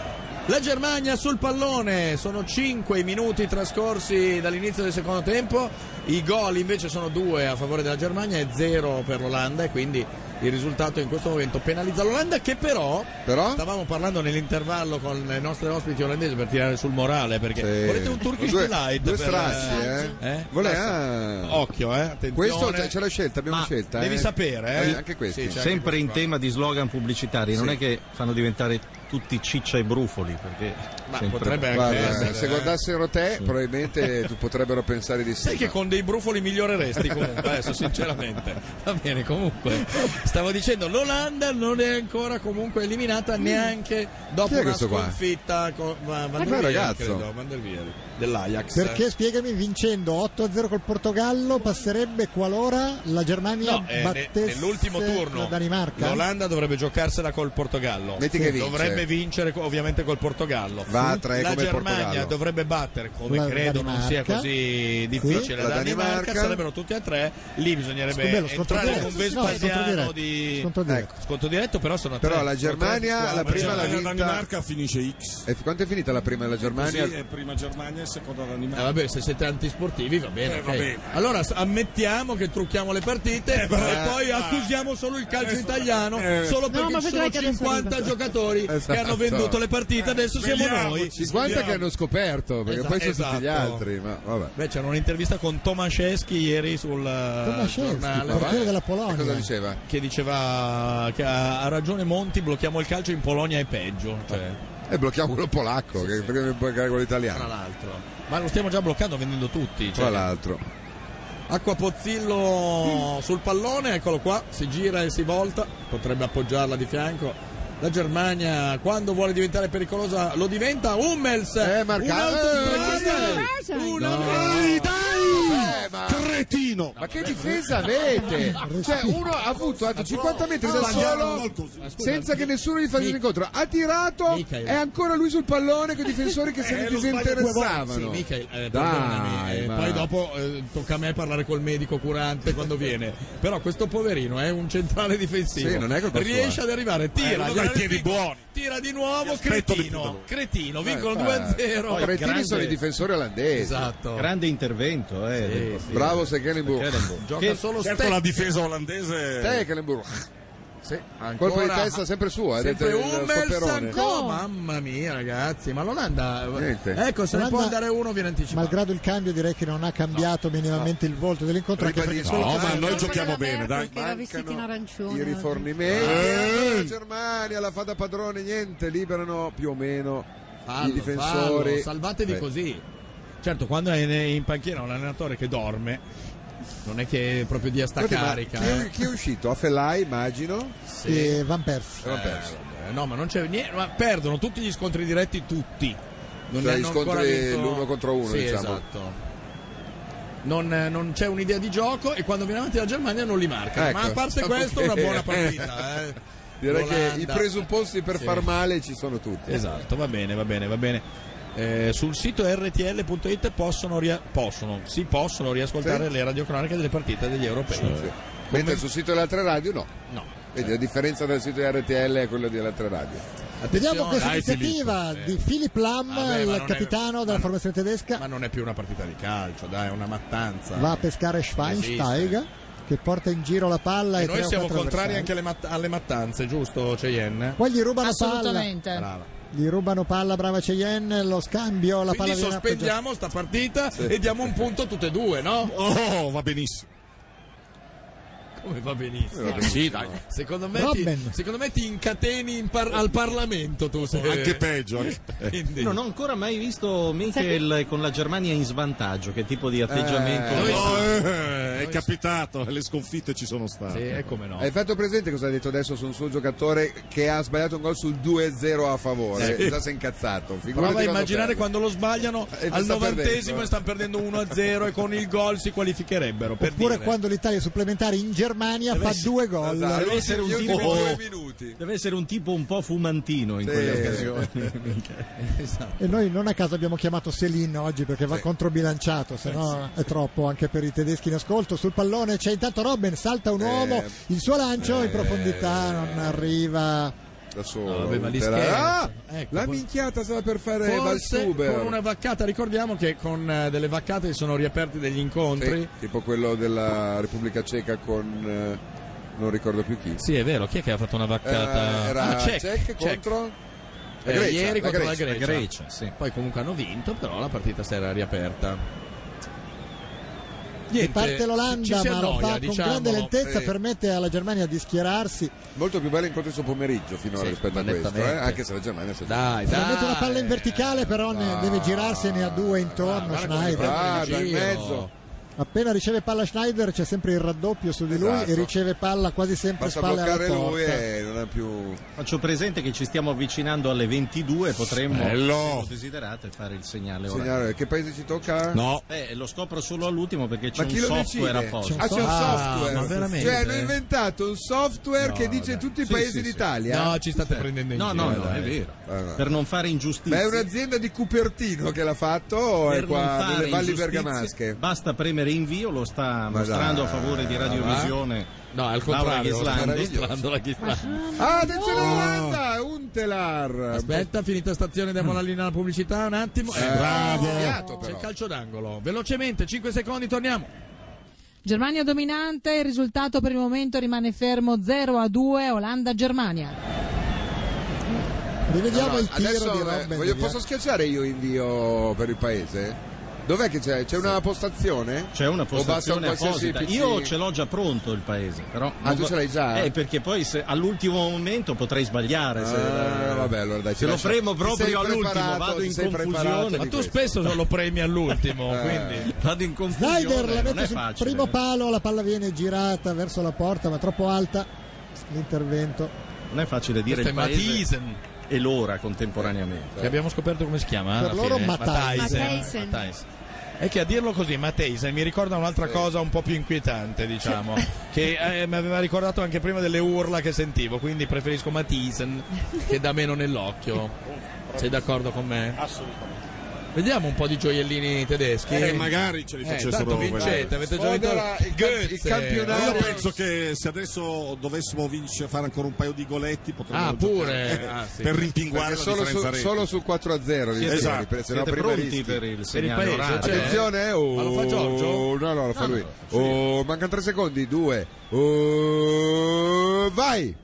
La Germania sul pallone, sono cinque i minuti trascorsi dall'inizio del secondo tempo, i gol invece sono due a favore della Germania e zero per l'Olanda, e quindi il risultato in questo momento penalizza l'Olanda, che però, Però? stavamo parlando nell'intervallo con le nostre ospiti olandesi per tirare sul morale, perché Sì. volete un Turkish Due- Delight due per- strassi, eh? eh? Vole- Adesso- ah. occhio, eh, attenzione. Questo c'è, c'è la scelta, abbiamo Ma scelta. devi eh. sapere, eh? Anche questi. Sì, c'è Sempre in questo qua. tema di slogan pubblicitari, non Sì. è che fanno diventare tutti ciccia e brufoli, perché Ma sempre- potrebbe anche Guarda, essere, se eh. guardassero te, probabilmente tu potrebbero pensare di sì. Sai che ma- con dei brufoli miglioreresti comunque, adesso sinceramente. Va bene, comunque. Stavo dicendo, l'Olanda non è ancora comunque eliminata neanche dopo Chi è una questo qua? sconfitta con Van der Ma che Wiel, ragazzo? credo, Van der Wiel, dell'Ajax. Perché, spiegami, vincendo otto a zero col Portogallo passerebbe qualora la Germania No, eh, ne- battesse nell'ultimo turno la Danimarca? l'Olanda dovrebbe giocarsela col Portogallo. Metti che vince. Dovrebbe vincere co- ovviamente col Portogallo. Va a tre la come il Germania Portogallo. dovrebbe battere, come La credo non sia Danimarca. così difficile, La la Danimarca, Danimarca. sarebbero tutti a tre. Lì bisognerebbe Scusa, lo scontro entrare diretto. con No, scontro Vespasiano diretto. di Scontro diretto. Ecco, sconto diretto, però sono a tre. Però la Sono tre Germania, squadre. la prima Cioè, l'ha la vinta. Danimarca finisce X. E quanto è finita la prima della Germania? Così è prima Germania e seconda Eh, Danimarca. vabbè, se siete antisportivi va bene, Eh, ok. va bene. Allora s- ammettiamo che trucchiamo le partite Eh, però- e poi eh, accusiamo solo il calcio adesso- italiano eh. solo No, perché ma ci sono vedrai che adesso cinquanta arriva. giocatori Esatto. che hanno venduto le partite, adesso siamo Svegliamoci. noi. cinquanta che hanno scoperto, perché Esa- poi sono tutti gli esatto. altri. Ma vabbè. Beh, c'era un'intervista con Tomaszewski ieri sul eh, Tomaszewski, giornale portiere della E Polonia. cosa diceva? che diceva che ha, ha ragione Monti, blocchiamo il calcio in Polonia è peggio, cioè, E blocchiamo quello polacco, che perché mi puoi creare quello tra italiano. l'altro. Ma lo stiamo già bloccando vendendo tutti. Tra Cioè. l'altro. Acqua Pozzillo sul pallone, eccolo qua, si gira e si volta, potrebbe appoggiarla di fianco. La Germania, quando vuole diventare pericolosa, lo diventa. Hummels, Eh, marca- un altro eh, spreco- eh, una no. Dai, dai! Eh, ma- cretino! Ma che difesa avete? Cioè uno ha avuto a cinquanta metri da solo senza che nessuno gli facesse incontro, ha tirato e ancora lui sul pallone con i difensori che se ne disinteressavano. Sì, Michael, eh, perdonami, eh, ma- poi dopo eh, tocca a me parlare col medico curante quando viene. Però questo poverino è un centrale difensivo. Sì, non è colpa riesce sua. ad arrivare, tira, Eh, gliela i piedi restituisco, buoni. tira di nuovo, aspetto di cretino, più. cretino, vincono Eh, due a zero. Poi cretini grande- sono i difensori olandesi. Esatto. Grande intervento, eh, Sì, del sì. portiere. Bravo Stekelenburg. Stekelenburg. Gioca Che- solo Certo Steck. la difesa olandese. Stekelenburg. Sì, Colpo di ancora- testa sempre suo, eh, sempre del- del Hummels stopperone. ancora. Mamma mia ragazzi, ma l'Olanda Niente. ecco, se ne può L'Olanda, andare uno viene anticipato. Malgrado il cambio, direi che non ha cambiato minimamente il volto dell'incontro. Anche perché Ribadisco, No, ma mancano- noi giochiamo Quella bene, dai. Merkel che era vestita in arancione i oggi. rifornimenti. Eh. La Germania la fa da padrone, niente, liberano più o meno Fallo, i difensori. fallo, salvatevi Eh. così. Certo, quando è in panchina un allenatore che dorme, non è che proprio dia sta Guardi, ma carica. chi, è, eh. chi è uscito? Afelai, immagino. e Van Persie. Aveva perso. Eh, no, ma non c'è niente, ma perdono tutti gli scontri diretti, tutti. Non Cioè, ne gli hanno ancora scontri vinto- l'uno contro uno, Sì, diciamo. esatto. Non, non c'è un'idea di gioco e quando viene avanti la Germania non li marca. Ecco, ma a parte diciamo questo, che- una buona partita. Eh. Direi che L'Olanda- i presupposti per Sì. far male ci sono tutti. Esatto, va bene, va bene, va bene. Eh, sul sito R T L punto it possono, ria- possono, si possono riascoltare Sì. le radiocronache delle partite degli europei. Sì. Mentre sul sito delle altre radio no. No. Vedi, la differenza del sito di R T L è quello delle altre radio. Vediamo questa Dai, iniziativa Filippo. di Philipp Lahm, Vabbè, ma il non è- capitano della ma- formazione tedesca. Ma non è più una partita di calcio, dai, è una mattanza. Va a pescare Schweinsteiger che porta in giro la palla E e, noi tre o siamo quattro contrari avversari. anche alle, matt- alle mattanze, giusto Cheyenne? Poi gli rubano palla. Assolutamente. Brava. Gli rubano palla, brava Cheyenne, lo scambio, la palla Quindi viene sospendiamo sta partita e diamo un punto a tutte e due, no? Oh, va benissimo. Come va benissimo. Eh, sì, dai. Secondo me, ti, Robben. secondo me ti incateni in par- al Parlamento tu. Se... Anche peggio. Anche... Quindi- Non ho ancora mai visto Michael con la Germania in svantaggio. Che tipo di atteggiamento? Eh, Noi- Oh, eh, è capitato, le sconfitte ci sono state. Sì, e come no. Hai fatto presente cosa ha detto adesso su un suo giocatore che ha sbagliato un gol sul due a zero a favore? Sì. Già si è incazzato. Figurati Prova a quando immaginare perde. quando lo sbagliano E al sta novantesimo perdendo. e stanno perdendo uno a zero e con il gol si qualificherebbero. Per Oppure dire. quando l'Italia supplementari in Germania Deve fa essere- due gol. Esatto, Deve essere un gli tipo- ultimi due minuti. Deve essere un tipo un po' fumantino in Sì. quelle occasioni. Esatto. E noi non a caso abbiamo chiamato Selin oggi perché va Sì. controbilanciato, se no è troppo anche per i tedeschi in ascolto. Sul pallone c'è intanto Robben, salta un uomo, il suo lancio in profondità non arriva. Da solo. No, vabbè, ma li Era- scherza. Ah, Ecco, la poi- minchiata stava per fare Forse Valstuber. con una vaccata, ricordiamo che con eh, delle vaccate si sono riaperti degli incontri. Sì, tipo quello della Repubblica Ceca con eh, non ricordo più chi. Sì, è vero, chi è che ha fatto una vaccata? Eh, era Ah, Cech, Cech Cech. contro la Eh, Grecia, ieri la contro la Grecia. Grecia. La Grecia, sì. Poi comunque hanno vinto, però la partita si era riaperta. Niente, Parte ci l'Olanda, si ma lo annoia, fa con diciamolo. grande lentezza, Sì. permette alla Germania di schierarsi. Molto più bello incontro questo pomeriggio finora Sì, rispetto a ma questo, eh? nettamente. Anche se la Germania si è Dai, Se dai. mette una palla in verticale, però ne Ah. deve girarsi e ne ha due intorno. Guarda come Schneider. Ah, prende da in giro. mezzo. Appena riceve palla Schneider c'è sempre il raddoppio su di lui Esatto. e riceve palla quasi sempre Basta spalle alla bloccare lui porta. e non ha più. Faccio presente che ci stiamo avvicinando alle ventidue, potremmo, Bello. se lo desiderate, fare il segnale ora. Segnale, che paese ci tocca? No. Eh, lo scopro solo all'ultimo perché c'è Ma chi un lo software decide? apposta. Ah, c'è un Ah, software. ma veramente? Cioè, hanno inventato un software No, che dice dai. tutti i Sì, paesi sì, sì. d'Italia. No, ci state prendendo in No, giro. no, no, dai. è vero. Ah, no. Per non fare ingiustizie. Ma è un'azienda di Cupertino che l'ha fatto o è Per non qua fare nelle valli ingiustizie, bergamasche? Basta premere invio, lo sta Ma mostrando dai, a favore di radiovisione. No, al Laura contrario, Ghislandi. mostrando la Ghislandi. Ah, attenzione Olanda, Untelar. Aspetta, finita stazione, diamo la linea alla pubblicità un attimo. Eh, Bravo. sbagliato, C'è però. il calcio d'angolo. Velocemente, cinque secondi, torniamo. Germania dominante, il risultato per il momento rimane fermo zero a due, Olanda-Germania. Rivediamo Allora, il tiro adesso, di eh, Robben. voglio- posso schiacciare io invio per il paese? Dov'è che c'è? C'è una postazione? C'è una O basta un postazione qualsiasi apposita. P C? Io ce l'ho già pronto il paese, però. Ah, tu non- ce l'hai già? Eh, perché poi se, all'ultimo momento potrei sbagliare. Se, Ah, vabbè, allora dai, ti se lo lascio- premo ti sei proprio all'ultimo, preparato, vado ti in sei preparato confusione. Ma di tu questo. spesso lo premi all'ultimo, Eh. quindi. Vado in confusione. Schneider la non mette è sul facile. primo palo, la palla viene girata verso la porta, ma troppo alta. L'intervento. Non è facile dire Questo il è paese Mathiesen, e l'ora contemporaneamente. che abbiamo scoperto come si chiama. Per alla loro fine. Matthijsen. Matthijsen. Matthijsen. È che a dirlo così, Matthijsen mi ricorda un'altra cosa un po' più inquietante, diciamo, che eh, mi aveva ricordato anche prima delle urla che sentivo, quindi preferisco Matthijsen che dà meno nell'occhio. Sei d'accordo con me? Assolutamente. Vediamo un po' di gioiellini tedeschi. Eh, magari ce li eh, facessero. Tanto vincete, avete già vinto il, Goethe. il campionato. Io penso che se adesso dovessimo vincere, fare ancora un paio di goletti potremmo ah, pure. giocare, Ah, sì. per rimpinguare la solo, differenza su, reti. solo sul quattro a zero. Sì, esatto. Per, se no Siete prima pronti rischi. per il Per il segnale paese, orario? cioè, Attenzione, oh, ma lo fa Giorgio? No, no, lo fa Ah, lui. no, sì. Oh, mancano tre secondi, due. Oh, vai!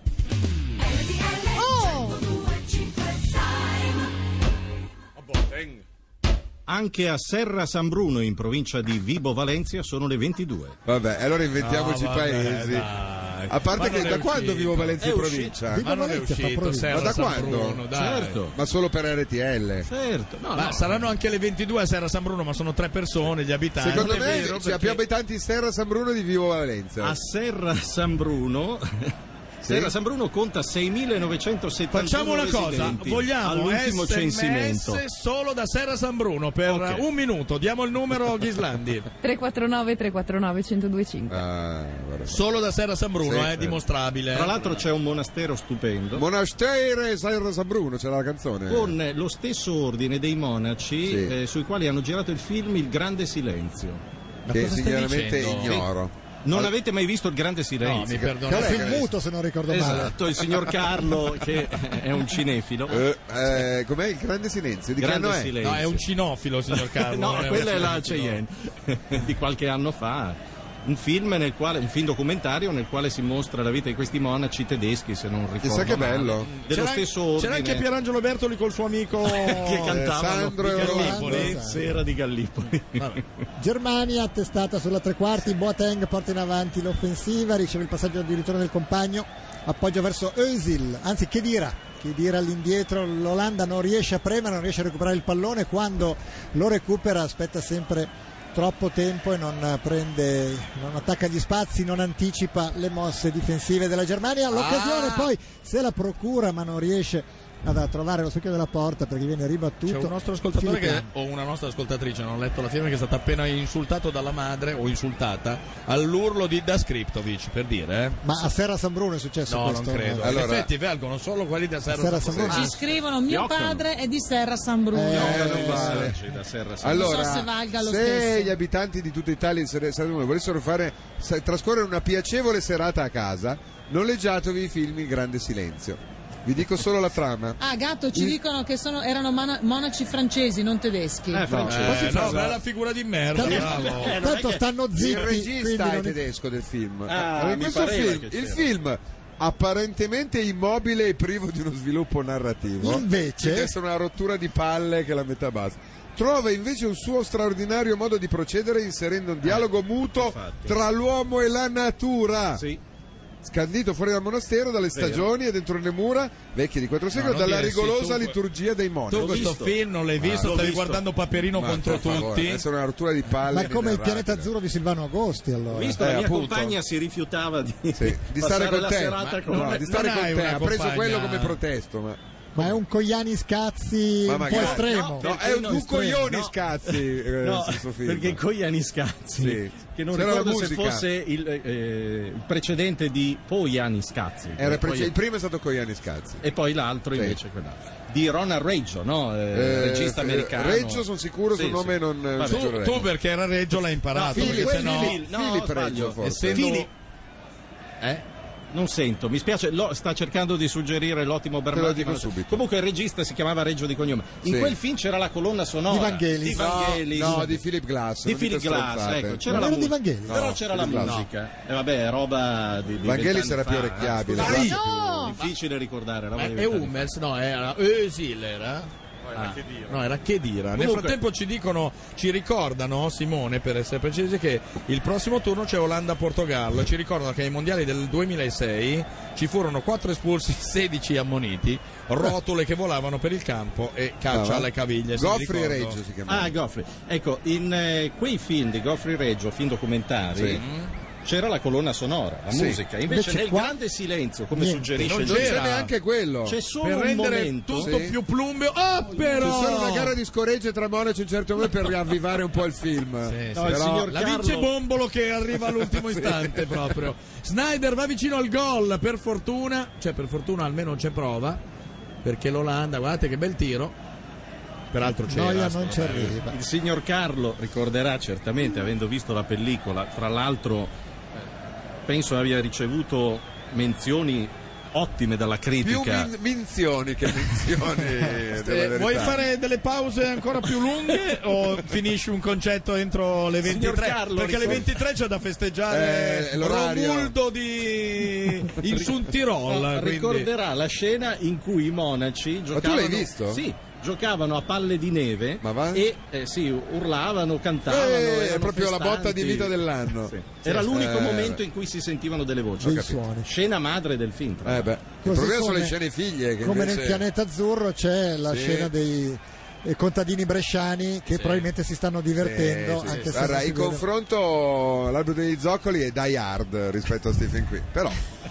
Anche a Serra San Bruno, in provincia di Vibo Valentia, sono le ventidue. Vabbè, allora inventiamoci i No, vabbè, paesi. dai. A parte Ma che non è da quando uscito. vivo Valencia È in uscito. provincia? Vibo Ma non è Valencia fa uscito, provincia. Serra Ma da San quando? Bruno, dai. Certo. Ma solo per R T L. Certo. No, Ma no. saranno anche le ventidue a Serra San Bruno, ma sono tre persone, gli abitanti. Secondo Non è me vero, c'è perché- più abitanti in Serra San Bruno di Vivo Valenza. A Serra San Bruno Serra San Bruno conta seimilanovecentosettantuno Facciamo una cosa, residenti vogliamo all'ultimo S M S censimento. solo da Serra San Bruno per Ok. un minuto. Diamo il numero Ghislandi. tre quattro nove tre quattro nove uno zero due cinque. Ah, guarda. Solo da Serra San Bruno, Sì, è eh. dimostrabile. Tra l'altro c'è un monastero stupendo Monastere Serra San Bruno, c'era la canzone. con lo stesso ordine dei monaci Sì. eh, sui quali hanno girato il film Il Grande Silenzio. Ma Che cosa stai sinceramente dicendo? ignoro. Non Al- avete mai visto Il Grande No, Silenzio? mi Che è perdona. un Qual è film che- muto, se non ricordo male. Esatto, il signor Carlo che è un cinefilo. Eh, eh, com'è il grande silenzio? Di che Grande anno è? silenzio. No, è un cinofilo, signor Carlo. No, non quella è un la cinofilo. Cheyenne di qualche anno fa. Un film nel quale, un film documentario nel quale si mostra la vita di questi monaci tedeschi, se non ricordo Chissà che male, bello. dello C'era, stesso ordine c'era anche Pierangelo Bertoli col suo amico che cantavano Sandro di e Gallipoli, Rolando. Sera di Gallipoli. Germania attestata sulla tre quarti, Boateng porta in avanti l'offensiva, riceve il passaggio di ritorno del compagno, appoggia verso Özil, anzi Khedira, Khedira all'indietro, l'Olanda non riesce a premere, non riesce a recuperare il pallone, quando lo recupera aspetta sempre troppo tempo e non prende, non attacca gli spazi, non anticipa le mosse difensive della Germania. L'occasione Ah! poi se la procura ma non riesce ad trovare lo specchio della porta perché viene ribattuto. C'è un nostro ascoltatore che, Filippo. o una nostra ascoltatrice, non ho letto la firma, che è stata appena insultato dalla madre o insultata all'urlo di Da Skriptovic, per dire. Eh. Ma a Serra San Bruno è successo No, questo? non credo. Allora- In effetti valgono solo quelli da Serra, Serra San San Bruno. Ci scrivono mio Pioccano. padre è di Serra San Bruno. Eh, non Eh, vale. messaggi da Serra San Non so Allora, se valga lo se stesso. gli abitanti di tutta Italia in Serra San Bruno volessero fare sa- trascorrere una piacevole serata a casa, noleggiatevi i film Il Grande Silenzio. Vi dico solo la trama. Ah, Gatto, ci Il- dicono che sono, erano mana- monaci francesi, non tedeschi. Eh, francese. Eh, no, bella figura di merda, bravo. Tanto stanno zitti, Il quindi regista è non- tedesco del film. Ah, Allora, in mi questo pareva film, che il c'era. film apparentemente immobile e privo di uno sviluppo narrativo, Invece- deve essere una rottura di palle che la metà bassa, trova invece un suo straordinario modo di procedere inserendo un dialogo muto infatti. tra l'uomo e la natura. Sì. Scandito fuori dal monastero, dalle stagioni e dentro le mura vecchie di quattro secoli, non dalla dire sì, rigorosa tu- liturgia dei Tu monaci. questo visto. film non l'hai visto, l'ho stavi visto. guardando Paperino Ma contro per favore, tutti. deve essere una rottura di palle. Ma è come il inerrabile. pianeta azzurro di Silvano Agosti, allora. Visto, Eh, la mia appunto. compagna si rifiutava di, Sì, di passare stare con la te, serata Ma- con no, me. di stare Non con hai te, una ha preso compagna. quello come protesto, ma, Ma è un Cogliani Scazzi ma un po' magari estremo. no, Perché è un no, tu estremo, coglioni no. scazzi, eh, No, questo film. perché Cogliani Scazzi, Sì. che non C'era la ricordo se musica. fosse il, eh, il precedente di Poiani Scazzi. Era Poi- prece- il primo è stato Cogliani Scazzi. e poi l'altro Sì. invece quell'altro. Di Ronald Reggio, no? Eh, Eh, regista eh, americano. Reggio sono sicuro, sul Sì, nome sì. non eh, Vabbè. ci Tu, giurerei. tu perché era Reggio l'hai imparato, No, perché Philip, sennò Philip, no, Philip sbaglio. Reggio forse. essendo Philip. eh? Non sento, mi spiace, lo, sta cercando di suggerire l'ottimo Bernardi. dico ma non so. subito. Comunque il regista si chiamava Reggio di cognome. In Sì. quel film c'era la colonna sonora Di Vangelis. Di No, Vangelis. no, di Philip Glass. Di non Philip dite Glass, stronzate. ecco, c'era Non la era di musica. Vangelis? Però No, c'era la Philip Glass. musica. E vabbè, roba di, di Vangelis vent'anni era più fa, orecchiabile. eh. Glass No! Difficile ricordare, roba Ma di è vent'anni fa. Hummels, no, era Özil era? Ah, no, era Khedira. Nel Comunque- frattempo ci dicono, ci ricordano, Simone per essere precisi, che il prossimo turno c'è Olanda-Portogallo. Ci ricordano che ai mondiali del duemilasei ci furono quattro espulsi, sedici ammoniti, rotule che volavano per il campo e calcio Ah, alle caviglie. se mi Goffrey ricordo. Reggio si chiamava. Ah, Goffrey. Ecco, in eh, quei film di Goffrey Reggio, film documentari, Sì. c'era la colonna sonora, la Sì. musica. Invece, Invece nel qua- grande silenzio, come niente. suggerisce Non il Non c'è c'era. neanche quello. c'è solo Per un rendere momento. tutto Sì. più plumbeo. Oh, però! C'è solo una gara di scoregge tra Monaci a un certo punto per riavvivare un po' il film. Sì, No, sì. il Però- signor La Carlo- vince Bombolo che arriva all'ultimo istante proprio. Snyder va vicino al gol, per fortuna, cioè per fortuna almeno c'è prova, perché l'Olanda, guardate che bel tiro. Peraltro c'era. Noia non secondo ci me. arriva. Il signor Carlo ricorderà certamente, avendo visto la pellicola, tra l'altro eh, penso abbia ricevuto menzioni ottime dalla Più critica. min- minzioni che menzioni. Eh, della vuoi verità. fare delle pause ancora più lunghe o finisci un concetto entro le Signor ventitré? Carlo, Perché alle ricordo- ventitré c'è da festeggiare Eh, l'orario. Romuldo di il Sul Tirol. No, quindi- ricorderà la scena in cui i monaci giocavano. l'hai visto? Sì, giocavano a palle di neve Ma va? e eh, sì, urlavano, cantavano. Eh, erano è proprio la festanti. botta di vita dell'anno. Sì. Era Sì. l'unico Eh, momento in cui si sentivano delle voci. Dei Ho capito. suoni. Scena madre del film. tra Eh beh, il Così problema sono le come- scene figlie. Che Come invece... nel pianeta azzurro c'è la Sì. scena dei eh, contadini bresciani che probabilmente si stanno divertendo. Sì, sì, anche sì. se Guarda, non si il vede. confronto l'albero degli zoccoli è Die Hard rispetto a Stephen King, però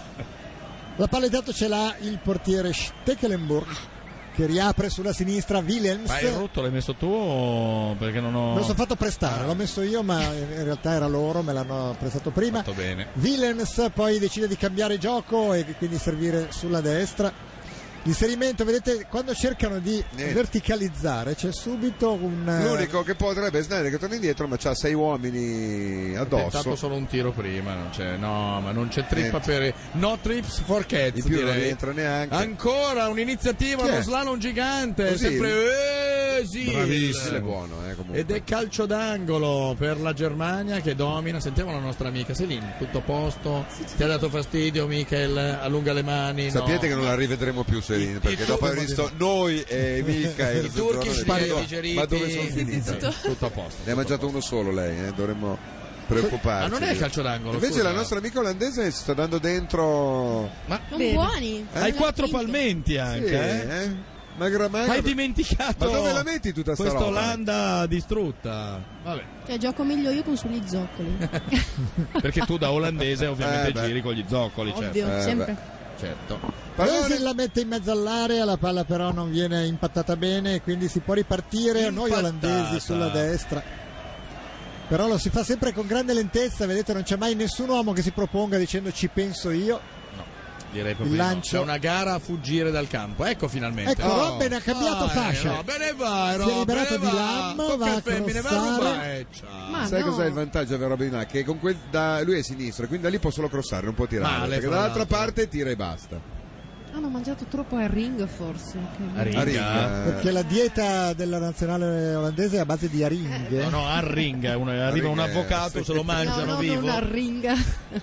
La palla intanto ce l'ha il portiere Stekelenburg che riapre sulla sinistra Willems. Ma il rotto l'hai messo tu o perché non ho Me lo sono fatto prestare, l'ho messo io, ma in realtà era loro, me l'hanno prestato prima. fatto bene? Willems poi decide di cambiare gioco e quindi servire sulla destra. L'inserimento, vedete, quando cercano di Niente. verticalizzare c'è subito un... l'unico che potrebbe Snyder che torna indietro, ma c'ha sei uomini Ho tentato addosso. solo un tiro prima, non c'è, no, ma non c'è trippa Niente. per no trips for cats, In più non direi. rientra neanche. Ancora un'iniziativa, Chi è? uno slalom gigante, Così? sempre Özil. Bravissimo, è buono, eh, comunque. Ed è calcio d'angolo per la Germania che domina. Sentiamo la nostra amica Celine, tutto a posto? Ti ha dato fastidio Michael? Allunga le mani? Sapete no. che non la rivedremo più Celine, perché i dopo aver turchi- visto noi e Mica e I turchi ma, digeriti, ma dove sono finiti? tutto, tutto a posto. Ne ha mangiato uno solo lei, eh? Dovremmo preoccuparci. Ma non è calcio d'angolo, Invece scusa. la nostra amica olandese si sta dando dentro. Ma Sono buoni. hai quattro palmenti anche, Sì, eh? eh? Magra magra. Hai dimenticato Ma dove la metti tutta sta questa roba? Olanda distrutta? Vabbè, Cioè, gioco meglio io con sugli zoccoli. perché tu da olandese ovviamente Eh, beh. giri con gli zoccoli, certo. Ovvio, Eh, sempre. certo. Özil la mette in mezzo all'area, la palla però non viene impattata bene, quindi si può ripartire. Noi Impattata. olandesi sulla destra. Però lo si fa sempre con grande lentezza, vedete, non c'è mai nessun uomo che si proponga dicendo ci penso io. Direi Il proprio no. lancio. C'è una gara a fuggire dal campo. Ecco finalmente. Ecco, Oh. Robben ha cambiato Ah, fascia. eh, no, bene va, Si è Robben, liberato bene di va. Lam, Tocca va a al femmine, va a crossare. rubare. Eh, ciao. Ma Sai no. cos'è il vantaggio di Robin là? Che con quel, da, lui è sinistro, quindi da lì può solo crossare, non può tirare. Male, perché fra dall'altra l'altro. parte tira e basta. Hanno mangiato troppo a ring forse. Che- A ringa. A ringa. Perché la dieta della nazionale olandese è a base di aringhe. No, no, a ringa. Uno- arriva un ringa, avvocato, sì. se lo mangiano No, no, vivo. non a ringa.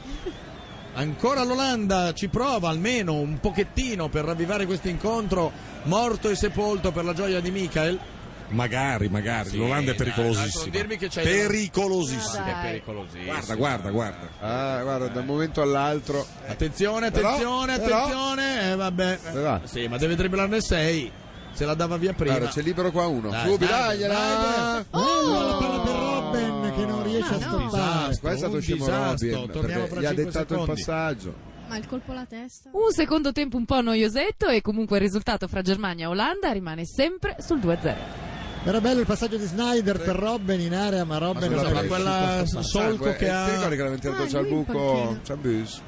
Ancora l'Olanda ci prova almeno un pochettino per ravvivare questo incontro morto e sepolto per la gioia di Michael. Magari, magari, Sì, l'Olanda è dai, adesso non pericolosissima. dirmi che c'hai Pericolosissima. Ah, È dai. pericolosissimo. Guarda, guarda, guarda. Ah, guarda, da un momento all'altro. Attenzione, Però- attenzione, però- attenzione. Eh, vabbè. Dove va? Sì, ma deve dribblarne sei. Se la dava via prima. Guarda, c'è libero qua uno. Dai, Subito, Snyder, dagliela! Snyder. Bella la palla per Robben che non riesce a Ah, no. stoppare. Disastro. Qua è stato un scemo disastro. Robin, Torniamo perché fra gli ha cinque dettato il secondi. passaggio. Ma il colpo alla testa. Un secondo tempo un po' noiosetto e comunque il risultato fra Germania e Olanda rimane sempre sul due a zero. Era bello il passaggio di Snyder per Robben in area, ma Robben scusa, non è ma riuscito quella a stoppare. solco Sangue, che eh, ha- Ti ricordi che l'aveva tirato Ah, già al lui in buco? panchina. C'è un bus.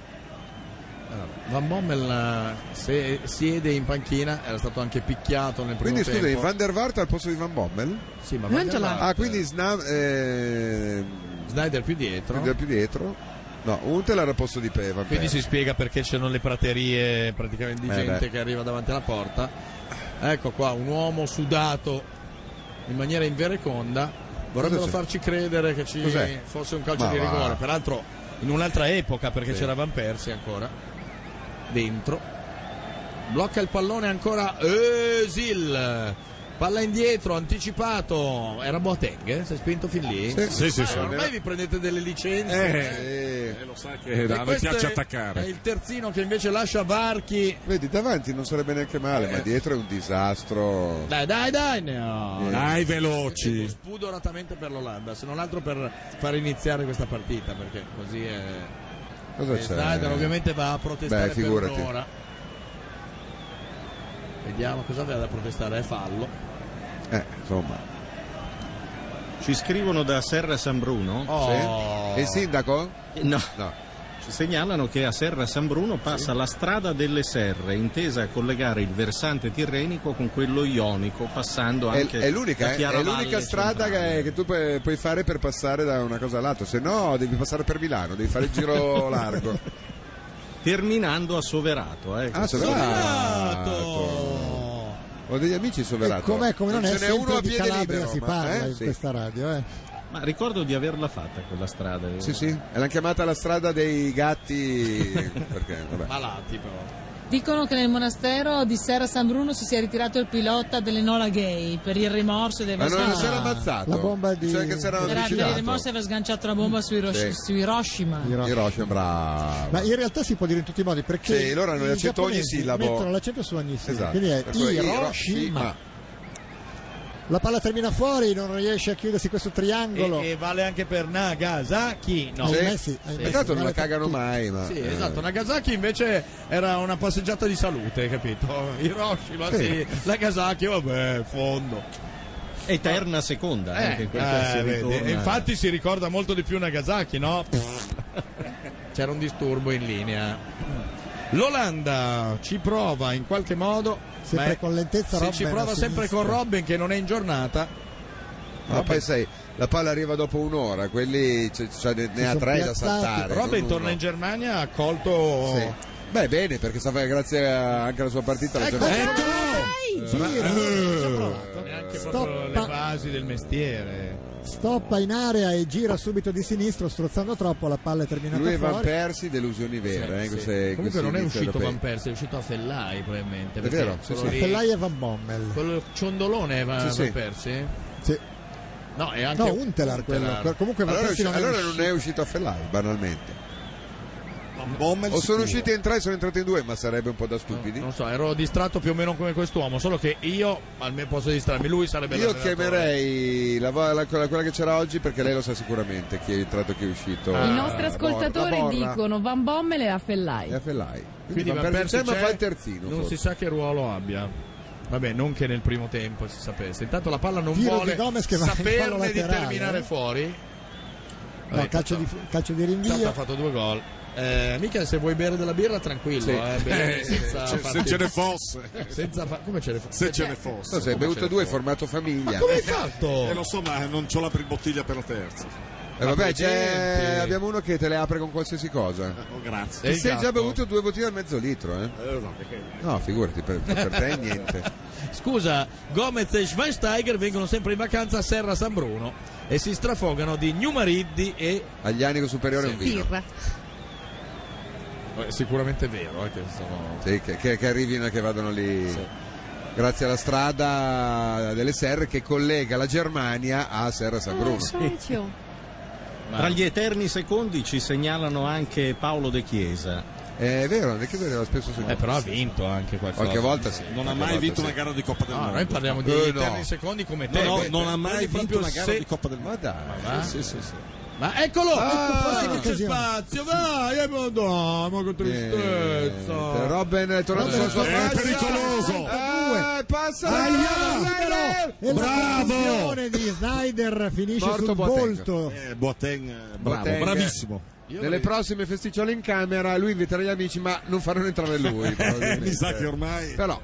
Van Bommel eh, se siede in panchina, era stato anche picchiato nel primo Quindi scusami, tempo. Van der Vaart al posto di Van Bommel? Sì, ma Non Van der ce l'ha. Vaart, Ah, quindi Sna- eh, Snyder più dietro. più più dietro. No, Untel era al posto di Peva. Quindi si spiega perché c'erano le praterie praticamente di Eh, gente beh. che arriva davanti alla porta. Ecco qua, un uomo sudato in maniera invereconda. Vorrebbero Cosa c'è? farci credere che ci Cos'è? fosse un calcio Ma di va. rigore. Peraltro in un'altra epoca, perché Sì. ci eravamo persi ancora. Dentro. Blocca il pallone ancora Özil. Palla indietro, anticipato. Era Boateng, eh? Si è spinto fin lì? Sì, sì, sì, sì. Ormai vi prendete delle licenze. Eh, eh, lo sai che a me piace attaccare. È il terzino che invece lascia varchi. Vedi, davanti non sarebbe neanche male, eh. ma dietro è un disastro. Dai, dai, dai, no. Eh. Dai, veloci. Spudoratamente per l'Olanda, se non altro per far iniziare questa partita, perché così è. Cosa e c'è? Snyder ovviamente va a protestare. Beh, figurati. per un'ora. Vediamo cosa aveva da protestare, è fallo. Eh, insomma. Ci scrivono da Serra San Bruno. Oh. Sì. Il sindaco? No. No. Ci segnalano che a Serra San Bruno passa sì. la strada delle Serre, intesa a collegare il versante tirrenico con quello ionico, passando anche è, è l'unica, da è l'unica strada che, che tu puoi, puoi fare per passare da una cosa all'altra, se no devi passare per Milano, devi fare il giro largo. Terminando a Soverato. Eh, ah, Soverato! Ho degli amici Soverato. Com'è, come non, non è ce n'è uno a di piede Calabria libero, si ma, parla eh? in sì. questa radio, eh. Ma ricordo di averla fatta quella strada. Sì, sì, e l'hanno chiamata la strada dei gatti perché, vabbè. Malati però. Dicono che nel monastero di Serra San Bruno si sia ritirato il pilota dell'Enola Gay per il rimorso di aver Ma non sgan- si era ammazzato. La bomba di cioè che si era per il rimorso di aver sganciato la bomba su, Hirosh- sì. su Hiroshima. Hiroshima, bravo. Ma in realtà si può dire in tutti i modi, perché sì, loro hanno l'accento ogni sillabo. Mettono l'accento su ogni sillabo. Esatto. Quindi è Hiroshima. Hiroshima. La palla termina fuori, non riesce a chiudersi questo triangolo. E, e vale anche per Nagasaki. No, sì. sì. Messi, sì. Peccato non la cagano mai. Ma... Sì, eh. esatto. Nagasaki invece era una passeggiata di salute, capito? Hiroshima, sì. sì. Nagasaki, vabbè, fondo. Eterna seconda. Eh, anche in quel eh, che si vedi. ritorna. E infatti si ricorda molto di più Nagasaki, no? C'era un disturbo in linea. L'Olanda ci prova in qualche modo. Sempre con lentezza se Robben ci prova sempre con Robben che non è in giornata. No, no, poi sai, la palla arriva dopo un'ora, quelli c- c- ne, ne ha tre piazzati. Da saltare. Robben torna in Germania, ha colto. Sì. Beh, bene, perché sta, grazie a, anche alla sua partita. Ecco, la ecco. Eh, gira, eh, neanche proprio le basi del mestiere. Stoppa in area e gira subito di sinistro, strozzando troppo, la palla è terminata lui fuori. Lui e Van Persie, delusioni vere. Sì, eh, sì. queste, Comunque non è uscito europei. Van Persie, è uscito a Fellai probabilmente. È vero, sì, sì. lì, Fellai e Van Bommel. Quello ciondolone Van, sì, sì. Van Persie? Sì. No, è anche no, Untelar, Untelar. quello. Comunque Van allora, Persie non, allora è non è uscito a Fellai, banalmente. Bommel o sono sicuro. usciti in tre e sono entrati in due, ma sarebbe un po' da stupidi. No, non so, ero distratto più o meno come quest'uomo, solo che io al mio posto di distrarmi, lui sarebbe io l'allenatore. chiamerei la, la, quella, quella che c'era oggi, perché lei lo sa sicuramente chi è entrato e chi è uscito. I Ah, nostri ascoltatori Borra. dicono Van Bommel e Affellai. E a Fellai. Quindi Van Van Persie Persie fa c'è, il terzino. non forse. si sa che ruolo abbia. Vabbè, non che nel primo tempo si sapesse. Intanto la palla non Tiro vuole di Gomez che va in fallo saperne di laterale, terminare eh. fuori. No, Vabbè, calcio, di, calcio di rinvio. Tanto ha fatto due gol. Eh, mica se vuoi bere della birra tranquillo, Sì. eh, bere senza se, farti- se ce ne fosse. senza fa- come ce ne fosse? Se ce ne fosse. No, se hai Come bevuto ce ne due, fosse? formato famiglia. Ma come hai fatto? Eh, lo so, ma non c'ho la bottiglia per la terza. Eh, vabbè, c'è, Presidente. abbiamo uno che te le apre con qualsiasi cosa. Oh, grazie. E Ti il sei già gatto? bevuto due bottiglie da mezzo litro, eh? Eh, no, perché... No, figurati, per, per te niente. Scusa, Gomez e Schweinsteiger vengono sempre in vacanza a Serra San Bruno e si strafogano di Gnumariddi e Aglianico superiore Sì. un vino. Birra. Eh, sicuramente è vero, eh, che sono... Sì, che, che, che arrivino e che vadano lì. Sì. Grazie alla strada delle Serre che collega la Germania a Serra San Bruno. Calcio. Tra gli eterni secondi ci segnalano anche Paolo De Chiesa. È vero, De Chiesa aveva spesso segnato. Eh, però ha vinto anche qualcosa. Qualche volta sì. Non ha qualche mai volta vinto sì. una gara di Coppa del No, Mondo. noi parliamo di Eh, no. eterni secondi come te. No, no, Beh, non ha mai quelli vinto proprio una gara se- di Coppa del Ma Mondo. dai. va? Sì, sì, sì. Ma eccolo! Ah, ecco, c'è spazio, vai! E ma dai, ma che tristezza! Eh, Robben è tornato Robben sulla sua è fascia. pericoloso. Ah, passa Aia, e la Bravo! conclusione di Snyder finisce Morto sul Boateng. volto. Eh, Boateng, eh, bravo, Boateng. bravissimo. Io Nelle lo- prossime festicciole in camera lui inviterà gli amici, ma non faranno entrare lui. probabilmente. Mi sa che ormai... Però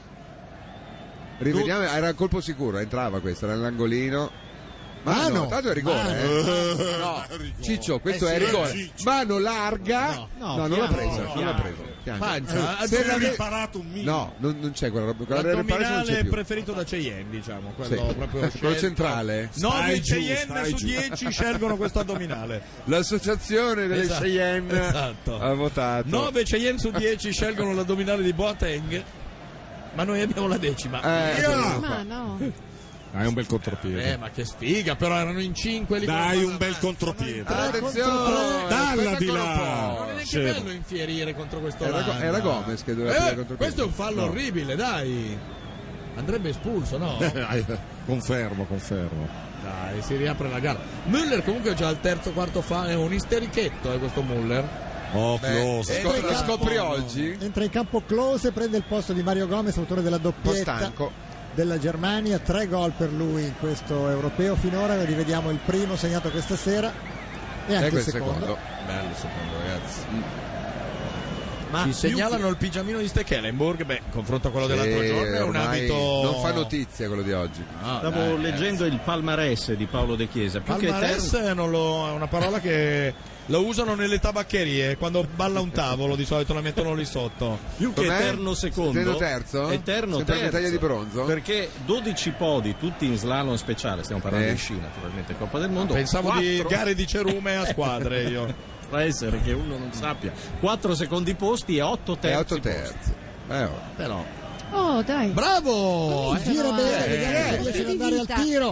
rivediamo, era il colpo sicuro, entrava questo, era nell'angolino. Ma no, Mano. tanto è rigore, eh. No, Ciccio, questo Eh è sì, rigore. Ciccio. Mano larga. No, No, no, non l'ha fianco, presa, no, non l'ha no. presa. Fianco. Pancia, Eh, se se ha l'ave- riparato un minimo. No, non, non c'è quella roba, quella del riparazione non c'è l'addominale più. preferito da Cheyenne, diciamo, quello Sì. proprio Quello scelto. centrale. nove Stai giù, Cheyenne stai su giù. dieci scelgono questo addominale. L'associazione delle Esatto, Cheyenne esatto. ha votato. nove Cheyenne su dieci scelgono l'addominale di Boateng. ma noi abbiamo la decima. Eh, Io- Ma no. Dai un bel contropiede. Eh, ma che sfiga, però erano in cinque lì. Dai un bel contropiede. Attenzione, Dalla di là. Non è neanche Scemo. bello infierire contro questo Era, Olanda. era Gomez che doveva Eh, tirare contro questo è un fallo No. orribile, dai. Andrebbe espulso, no? Confermo, confermo. Dai, si riapre la gara. Müller comunque già al terzo quarto fa, è un isterichetto eh, questo Müller. Oh, Beh, close. scop- Entra lo in scopri campo- oggi? Entra in campo Klose, prende il posto di Mario Gomez, autore della Un po' doppietta stanco. della Germania. Tre gol per lui in questo europeo finora. Rivediamo il primo segnato questa sera e anche Ecco il il secondo. secondo. Bello il secondo, ragazzi. Ma Più segnalano il pigiamino di Stekelenburg, beh, in confronto a quello Sì, dell'altro giorno è un ormai abito. non fa notizia quello di oggi. No, Stavo dai, leggendo il palmarès di Paolo De Chiesa. Più che Palmarès eterno- non lo- è una parola che lo usano nelle tabaccherie, quando balla un tavolo di solito la mettono lì sotto. più che Com'è? eterno secondo, Eterno terzo? eterno Sempre terzo, medaglia di bronzo? perché dodici podi tutti in slalom speciale, stiamo parlando Eh. di sci naturalmente, Coppa del Mondo. Pensavo di Quattro- gare di cerume a squadre io. Può essere che uno non sappia. quattro secondi posti e otto E terzi. otto terzi. Eh, oh. Però. Oh, dai. Bravo! Si gira bene, eh, vediamo se eh, riesce ad di andare al vita. tiro.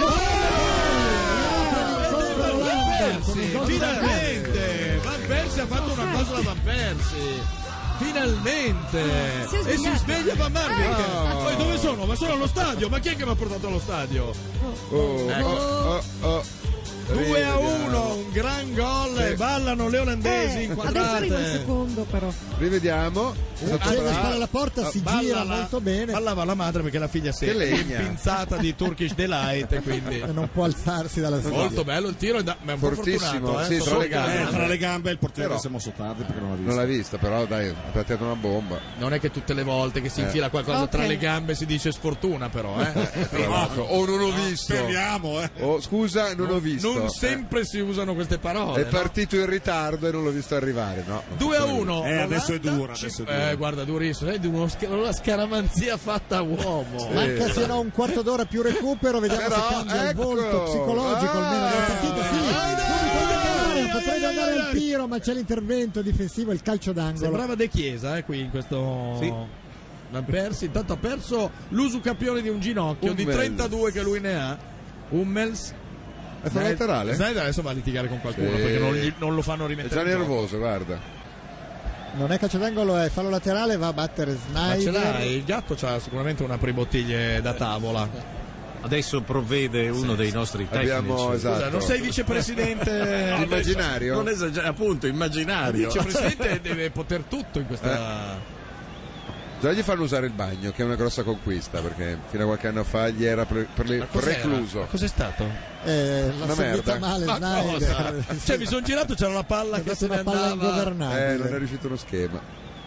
Van Persie, finalmente! Van Persie ha fatto una cosa da Van Persie! Finalmente! Si è E si svegliato. sveglia Van Marwijk! No. Poi dove sono? Ma sono allo stadio! Ma chi è che mi ha portato allo stadio? Oh, oh, oh, oh. due a Rivediamo. uno, un gran gol, Sì. e ballano le olandesi Eh, inquadrate. adesso arriva il secondo, però. Rivediamo. C'è le spalle alla porta, si Balla gira la- molto bene Ballava la madre perché la figlia si Che è legna. impinzata di Turkish Delight e quindi e non può alzarsi dalla sedia. molto bello il tiro, è da- ma è un po' Fortissimo, fortunato, eh, sì, sotto tra le le gambe. Eh, gambe. tra le gambe il portiere Però- si è mosso tardi perché non l'ha visto. Non l'ha vista, però dai, ha piantato una bomba. Non è che tutte le volte che si Eh. infila qualcosa Ok. tra le gambe si dice sfortuna, però, eh. Tra l'altro. O non ho visto. Speriamo, eh. Oh, scusa, non ho visto. Non Eh. sempre si usano queste parole. È no? partito in ritardo e non l'ho visto arrivare, no? due a uno. Eh, adesso è dura, Ci- adesso è dura. Eh, guarda, durissimo. È di uno sca- una scaramanzia fatta a uomo. Manca se no un quarto d'ora più recupero, vediamo Però, se cambia ecco. il volto psicologico almeno della partita. Sì, subito potrebbe andare al tiro, ma c'è l'intervento difensivo, il calcio d'angolo. Sembrava De Chiesa, eh, qui in questo. Sì. Van Persie, intanto ha perso l'usucapione di un ginocchio di Hummels. trentadue che lui ne ha. Hummels. È fa laterale? Snyder adesso va a litigare con qualcuno Sì. perché non, gli- non lo fanno È rimettere già in gioco. nervoso, guarda. Non è calcio d'angolo, è fallo laterale, va a battere Ma ce Snyder. l'ha, il gatto c'ha sicuramente una pribottiglie da tavola. Adesso provvede uno dei nostri tecnici. Abbiamo, esatto. Scusa, non sei vicepresidente Immaginario? Non esager- appunto, immaginario. Il vicepresidente deve poter tutto in questa. Già gli fanno usare il bagno, che è una grossa conquista, perché fino a qualche anno fa gli era pre- pre- Ma cos'era? precluso. Ma cos'è stato? Eh, l'ha Una servita merda. male Ma Snyder. cosa? Cioè mi sono girato, c'era la palla È che stata se ne una palla andava. ingovernabile. Eh, non è riuscito uno schema.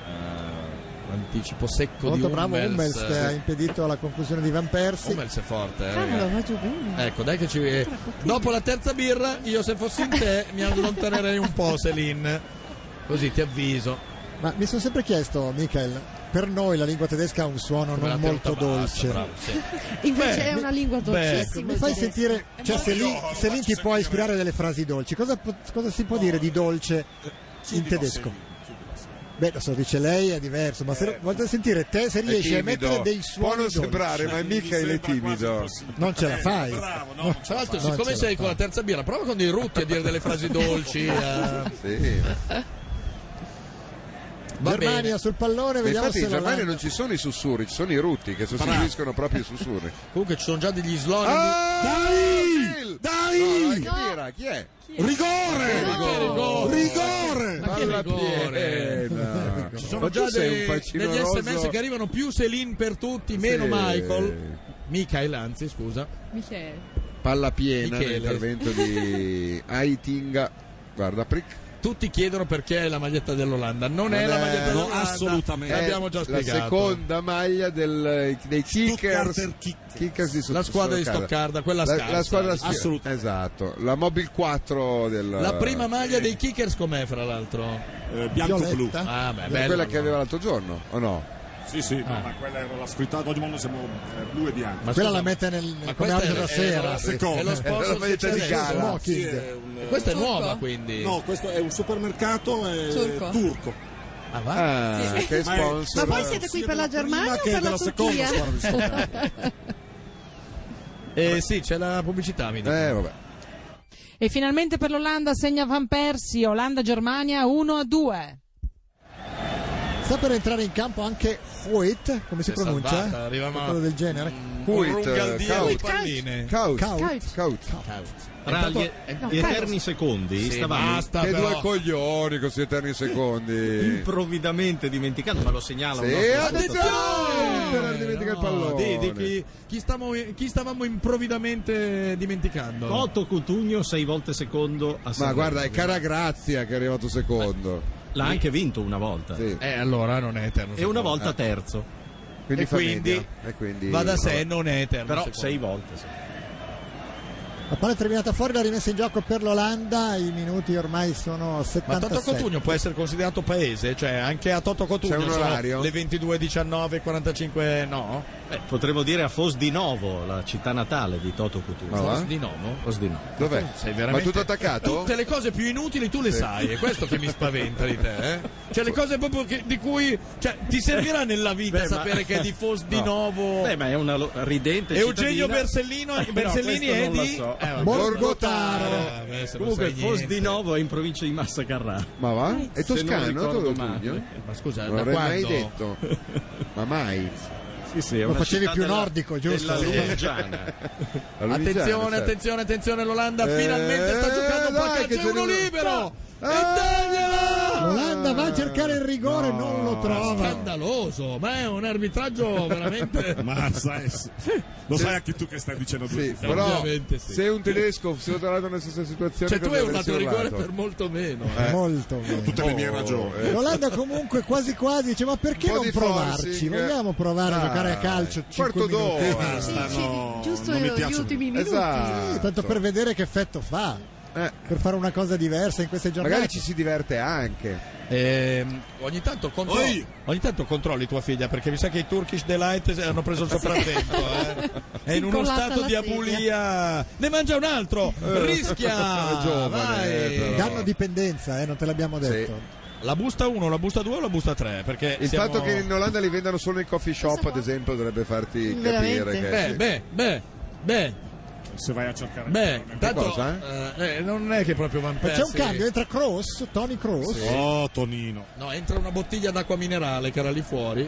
Anticipo secco Molto di bravo Hummels. Hummels che ha impedito la conclusione di Van Persie. Hummels è forte, eh, Cavolo, ragazzi. va giù bene. Ecco, dai che ci. Dopo la terza birra, io se fossi in te mi allontanerei un po', Selin. Così ti avviso. Ma mi sono sempre chiesto, Michael, per noi la lingua tedesca ha un suono Come la non molto tenuta bassa, dolce. bravo, sì. Invece Beh, è una lingua beh, dolcissima. Mi fai il tedesco. sentire, cioè se lì, se lì ti può ispirare delle frasi dolci, cosa, po- cosa si può dire di dolce in tedesco? Beh, adesso dice lei è diverso, ma se voglio sentire te se È riesci a timido. mettere dei Può suoni non dolci. sembrare, ma Michael è timido. Non ce la fai. Bravo, no? No. Tra l'altro, Non siccome ce la sei fai. con la terza birra, prova con dei rutti a dire delle frasi dolci. eh. Sì. Va Germania bene. sul pallone, Ma vediamo infatti se in Germania l'Olanda- non ci sono i sussurri, ci sono i rutti che sostituiscono proprio i sussurri. Comunque ci sono già degli slogan. Ah, Dai! Dai! No, dai, che No. tira? Chi è? Rigore! Rigore, rigore. Rigore! Ma che Palla rigore? piena. Ci sono Ma già tu sei dei- un facinoroso. degli sms che arrivano più Selin per tutti, meno Sì. Michael. Michael, anzi, scusa. Michele. Palla piena Michele. nell'intervento di Aitinga. Guarda, prick. Tutti chiedono perché è la maglietta dell'Olanda. Non, Non è, la è- maglietta no, dell'Olanda. assolutamente. L'abbiamo già È spiegato. La seconda maglia del- dei Kickers. Stuttgarter Kickers. Kickers di Stutt- La squadra di Stoccarda, quella La, scarsa. la squadra Assolutamente. Esatto. La Mobile quattro del La prima maglia dei Kickers com'è, fra l'altro? Eh, bianco-blu. Violetta. Ah, beh, è bello, quella che no? aveva l'altro giorno, o no? Sì, sì, no, Ah. ma quella era la scritta. Oggi mondo siamo eh, blu e bianco. Ma Quella scusa, la mette nel, ma come questa arbitro è- da è sera. la sì. seconda. È lo È sponsor la maglietta che di c'è gara. adesso. Smoking. Sì, è un, eh, Questa è Turco? nuova, quindi. No, questo è un supermercato eh, Turco. turco. Ah, va? Ah, Sì. che Ma, sponsor. ma voi siete qui per la Germania o che per la della seconda Turchia? squadra di Eh sì, c'è la pubblicità, mi dicono. Eh, vabbè. E finalmente per l'Olanda segna Van Persie, Olanda-Germania uno a due. Sta per entrare in campo anche Hoyt, come si Si è pronuncia? salvata, arriviamo Qualcosa a- del genere. Hoyt, Un rungaldia Kaut. di palline. Kaut. Kaut. Kaut. Tra gli, No, gli Carlos. eterni secondi Sì, stavamo basta, Che però. due coglioni questi eterni secondi. improvvidamente dimenticando, ma lo segnala Sì, un nostro attenzione! Non dimentica il pallone. Di, di chi, chi, stavamo, chi stavamo improvvidamente dimenticando? Toto Cutugno sei volte secondo a Ma Sanremo. guarda, è Caragrazia che è arrivato secondo. L'ha anche vinto una volta. Sì. Eh, allora non è eterno. E una secondo. volta terzo. Quindi E fa quindi, media. E quindi va da sé, vabbè. non è eterno. Però secondo. sei volte. Sì. La palla è terminata fuori, la rimessa in gioco per l'Olanda, i minuti ormai sono Ma settantasette. Toto Cotugno può essere considerato paese? Cioè anche a Toto Cotugno C'è un sono orario? le ventidue diciannove quarantacinque no? Beh, potremmo dire a Fos di Novo, la città natale di Toto Cutugno. Ma va? Fos di Novo? Fos di Novo. Dov'è? Sei veramente... Ma tutto attaccato? Tutte le cose più inutili tu le Sì. sai, è questo che mi spaventa di te, eh? Cioè le cose proprio che, di cui cioè, ti servirà nella vita Beh, ma- sapere che è di Fos di No. Novo. Beh, ma è una lo- ridente Eugenio cittadina. Bersellino, Eh, no, Bersellini questo è non lo di so. eh, vabbè. Borgotaro. Eh, vabbè, se non Comunque sai Fos niente. di Novo è in provincia di Massa Carrara. Ma va? È Se non toscano ricordo Toto male. Cutugno? Ma scusa, Non da l'avrei mai quando? detto. Ma mai. Sì, sì, è Lo una facevi città più della- nordico, giusto? Della Sì. Lunigiana. La Lunigiana, Attenzione, certo. attenzione, attenzione, l'Olanda Eh, finalmente sta giocando un po' a dai, che calcio, c'è uno uno- libero! E Ah! tagliala! L'Olanda va a cercare il rigore, No, non lo Ma trova. scandaloso, ma è un arbitraggio veramente... Ma sai, lo sai anche tu che stai dicendo Sì, tutti. però Ovviamente sì. se un tedesco fosse trovato nella stessa situazione, Cioè tu cosa hai avresti urlato rigore urlato? per molto meno. Eh. Molto bene. Tutte le mie Oh, ragioni. eh. L'Olanda comunque quasi quasi dice ma perché Un po' non di provarci? forcing. Vogliamo provare a Dai, giocare a calcio quarto cinque d'ora. minuti? Basta, Sì, no, giusto non mi gli piace. ultimi minuti. Esatto. Sì, tanto per vedere che effetto fa. Eh, Per fare una cosa diversa in queste giornate. magari ci si diverte anche. Ehm, ogni, tanto contro- Oi! ogni tanto controlli tua figlia perché mi sa che i Turkish Delight hanno preso il sopravvento. Eh. È in uno Incollata stato alla di sedia. abulia. Ne mangia un altro. Rischia. È giovane, Vai. però. Danno dipendenza, eh, non te l'abbiamo detto. La busta uno, la busta due o la busta tre? Perché Il siamo- fatto che in Olanda li vendano solo in coffee shop, ad esempio, dovrebbe farti Veramente? capire che Beh, beh, beh, beh, Se vai a cercare. beh, tanto cosa? eh, eh, non è che proprio Van Ma Persie. c'è un cambio, entra Kroos, Tony Kroos. Oh, Tonino. No, entra una bottiglia d'acqua minerale che era lì fuori.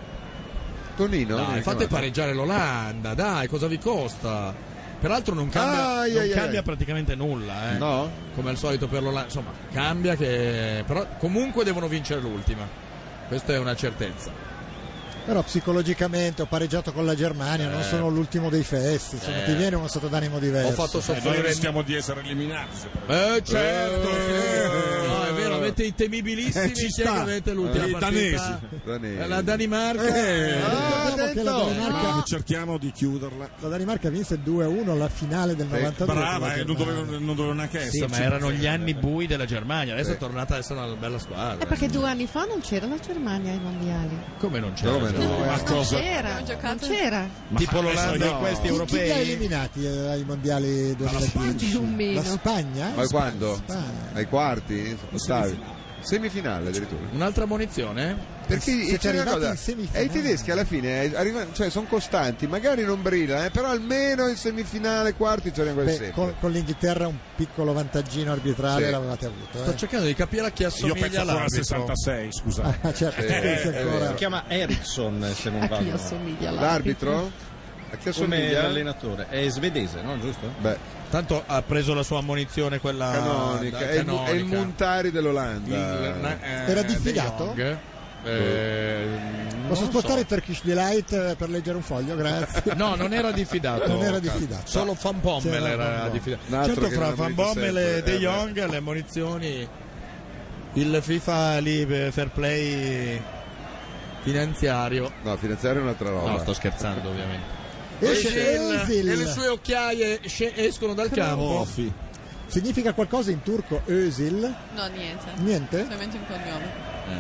Tonino. Dai, viene fate chiamato. pareggiare l'Olanda, dai, cosa vi costa? Peraltro non cambia, Ai, non ai, cambia ai. praticamente nulla, eh. No? Come al solito per l'Olanda, insomma, cambia che però comunque devono vincere l'ultima. Questa è una certezza. Però psicologicamente ho pareggiato con la Germania, non sono l'ultimo dei festi, insomma, Eh. ti viene uno stato d'animo diverso. Ho fatto Eh, noi soffrire rischiamo di essere eliminati. se- Eh certo, Eh. sì. No, è vero, avete i temibilissimi Eh, ci chi è che sta. avete l'ultima Eh, i partita? danesi. Danesi. Eh, La Danimarca. Eh, Ricordiamo che la attento. Danimarca, Cerchiamo di chiuderla. la Danimarca vinse due a uno alla finale del novantadue. Brava, con eh, la non Germania. dovevo, non dovevo neanche Sì, esserci. ma erano gli anni bui della Germania, adesso Sì. è tornata a essere una bella squadra. Eh, perché due anni fa non c'era la Germania ai mondiali. Come non c'era? Come no? Germania? Ma Non cosa? c'era, Abbiamo giocato- non c'era. Tipo adesso l'Olanda no. in questi Chi, chi li ha europei? eliminati eh, ai mondiali duemiladieci? Più o meno. La Spagna? Ma quando? Spagna. Ai quarti? Ottavi? Semifinale addirittura. Un'altra munizione? Perché Siete c'è una arrivati cosa, in semifinale. e i tedeschi alla fine eh, arrivano, cioè, sono costanti, magari non brillano, eh, però almeno in semifinale, quarti ci arrivano quasi Beh, sempre. con, con l'Inghilterra un piccolo vantaggino arbitrale Sì. l'avevate avuto. Sto eh. cercando di capire a chi Io assomiglia penso ancora al l'arbitro. sessantasei, scusa. Ah, certo, Eh, pensi eh, ancora. Si chiama Eriksson, se non A chi vado. assomiglia L'arbitro? A chi Come assomiglia? l'allenatore. È svedese, no? Giusto? Beh, Tanto ha preso la sua ammonizione quella canonica, da- è, il, canonica. è il Montari dell'Olanda. Il- eh, Era De diffidato? Jong. Eh, Posso non spostare so. Turkish Delight eh, per leggere un foglio? Grazie. No, non era diffidato. Non era diffidato. Solo Van Bommel C'era Van era Bommel. diffidato. Un altro Certo, che fra non Van merita Bommel e sempre, De eh, Jong le munizioni, il FIFA lì per fair play finanziario. No, finanziario è un'altra roba. No, sto scherzando ovviamente. Esce Özil Özil. e le sue occhiaie sce- escono dal campo. Significa qualcosa in turco Özil? No, niente. Niente? Solamente un cognome.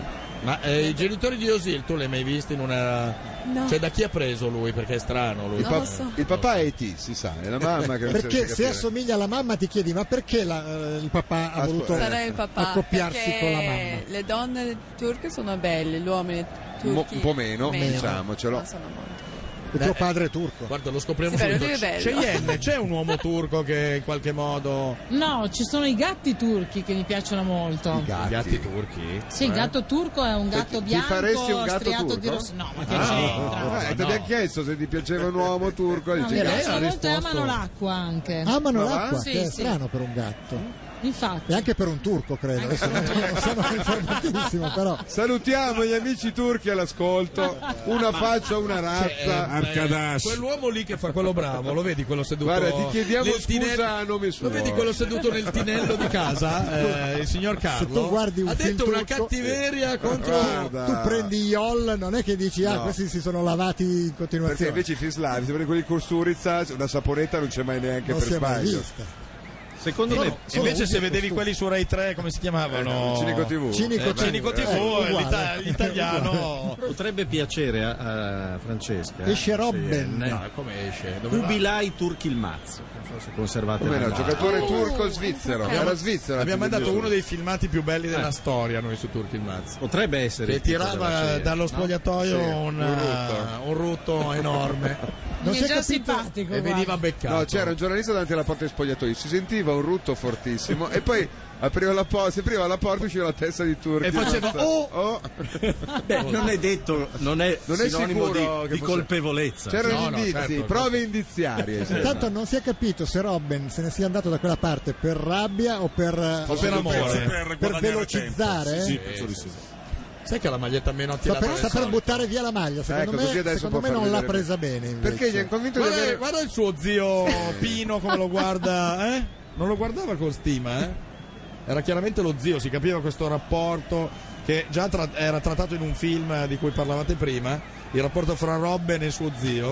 Ma eh, i genitori di Osil, tu li hai mai visti in una... No. Cioè da chi ha preso lui? Perché è strano lui. Il, pa- so. il papà è E T, si sa, è la mamma che non perché se assomiglia alla mamma ti chiedi ma perché la, eh, il papà ha voluto Sarà il papà, accoppiarsi con la mamma? Le donne turche sono belle, gli uomini turchi Mo, un po' meno, meno. diciamocelo. Ma sono molto. Il tuo padre è turco. Guarda, lo scopriamo sì, subito. C'è Cheyenne, c'è un uomo turco che in qualche modo... No, ci sono i gatti turchi che mi piacciono molto. I gatti, I gatti turchi? Sì, eh? il gatto turco è un gatto ti, bianco ti faresti un gatto striato turco? di rosso. No, ma che ah, c'entra? No, eh, ti abbiamo chiesto se ti piaceva un uomo turco. No, dici, mi gatto. piacciono molto e amano l'acqua anche. Amano Ma l'acqua, sì, che è sì. strano per un gatto. Infatti. E anche per un turco, credo. Adesso non, non sono informatissimo, però. Salutiamo gli amici turchi all'ascolto. Una faccia, una razza. Eh, quell'uomo lì che fa quello bravo, lo vedi quello seduto? Guarda, ti chiediamo nel scusa tinello, a nome suo. Lo vedi quello seduto nel tinello di casa? Eh, il signor Carlo. Se tu guardi un ha film detto una turco, cattiveria contro. Guarda. Tu prendi Yol, non è che dici ah, No. questi si sono lavati in Perché continuazione. invece i film slavi, se prendi quelli con Surizza, una saponetta non c'è mai neanche non per si è mai sbaglio. vista. Secondo No, me invece se vedevi quelli su Rai tre, come si chiamavano? Eh, Cinico tivù. Cinico Eh, Cinico tivù, tivù, eh, l'ita- uguale. l'italiano. potrebbe piacere a, a Francesca. Esce Robben. Sì, No, come esce? Dove va? Kubilay Turkilmaz. Non so se conservate Come la no, data. giocatore Oh. turco svizzero. Abbiamo- Era svizzero. Abbiamo anche mandato di uno dei filmati più belli della Eh. storia noi su Turkilmaz. Potrebbe essere Che il titolo della tirava serie, dallo no? spogliatoio Sì, un, un rutto. uh, un rutto enorme Non Mi si è è già capito simpatico. e guarda. veniva beccato. No, c'era un giornalista davanti alla porta di spogliatoio, si sentiva un rutto fortissimo e poi apriva la porta, si apriva la porta e usciva la testa di Turchi. E faceva, oh! oh. Beh, non è detto, non è, Non è sinonimo sicuro di, che di fosse- colpevolezza. C'erano No, no, indizi, certo, prove indiziarie. sì. Intanto non si è capito se Robben se ne sia andato da quella parte per rabbia o per, O per amore. per, per velocizzare. Sì, eh? penso di sì. Sai che la maglietta meno Sta attirata per, sta per buttare via la maglia, secondo Ecco, così me, adesso secondo può me far non l'ha vedere presa bene. Invece. Perché gli hanno convinto di Guarda, avere... guarda il suo zio Pino come lo guarda, eh? Non lo guardava con stima, eh? Era chiaramente lo zio, si capiva questo rapporto che già tra- era trattato in un film di cui parlavate prima, il rapporto fra Robben e suo zio.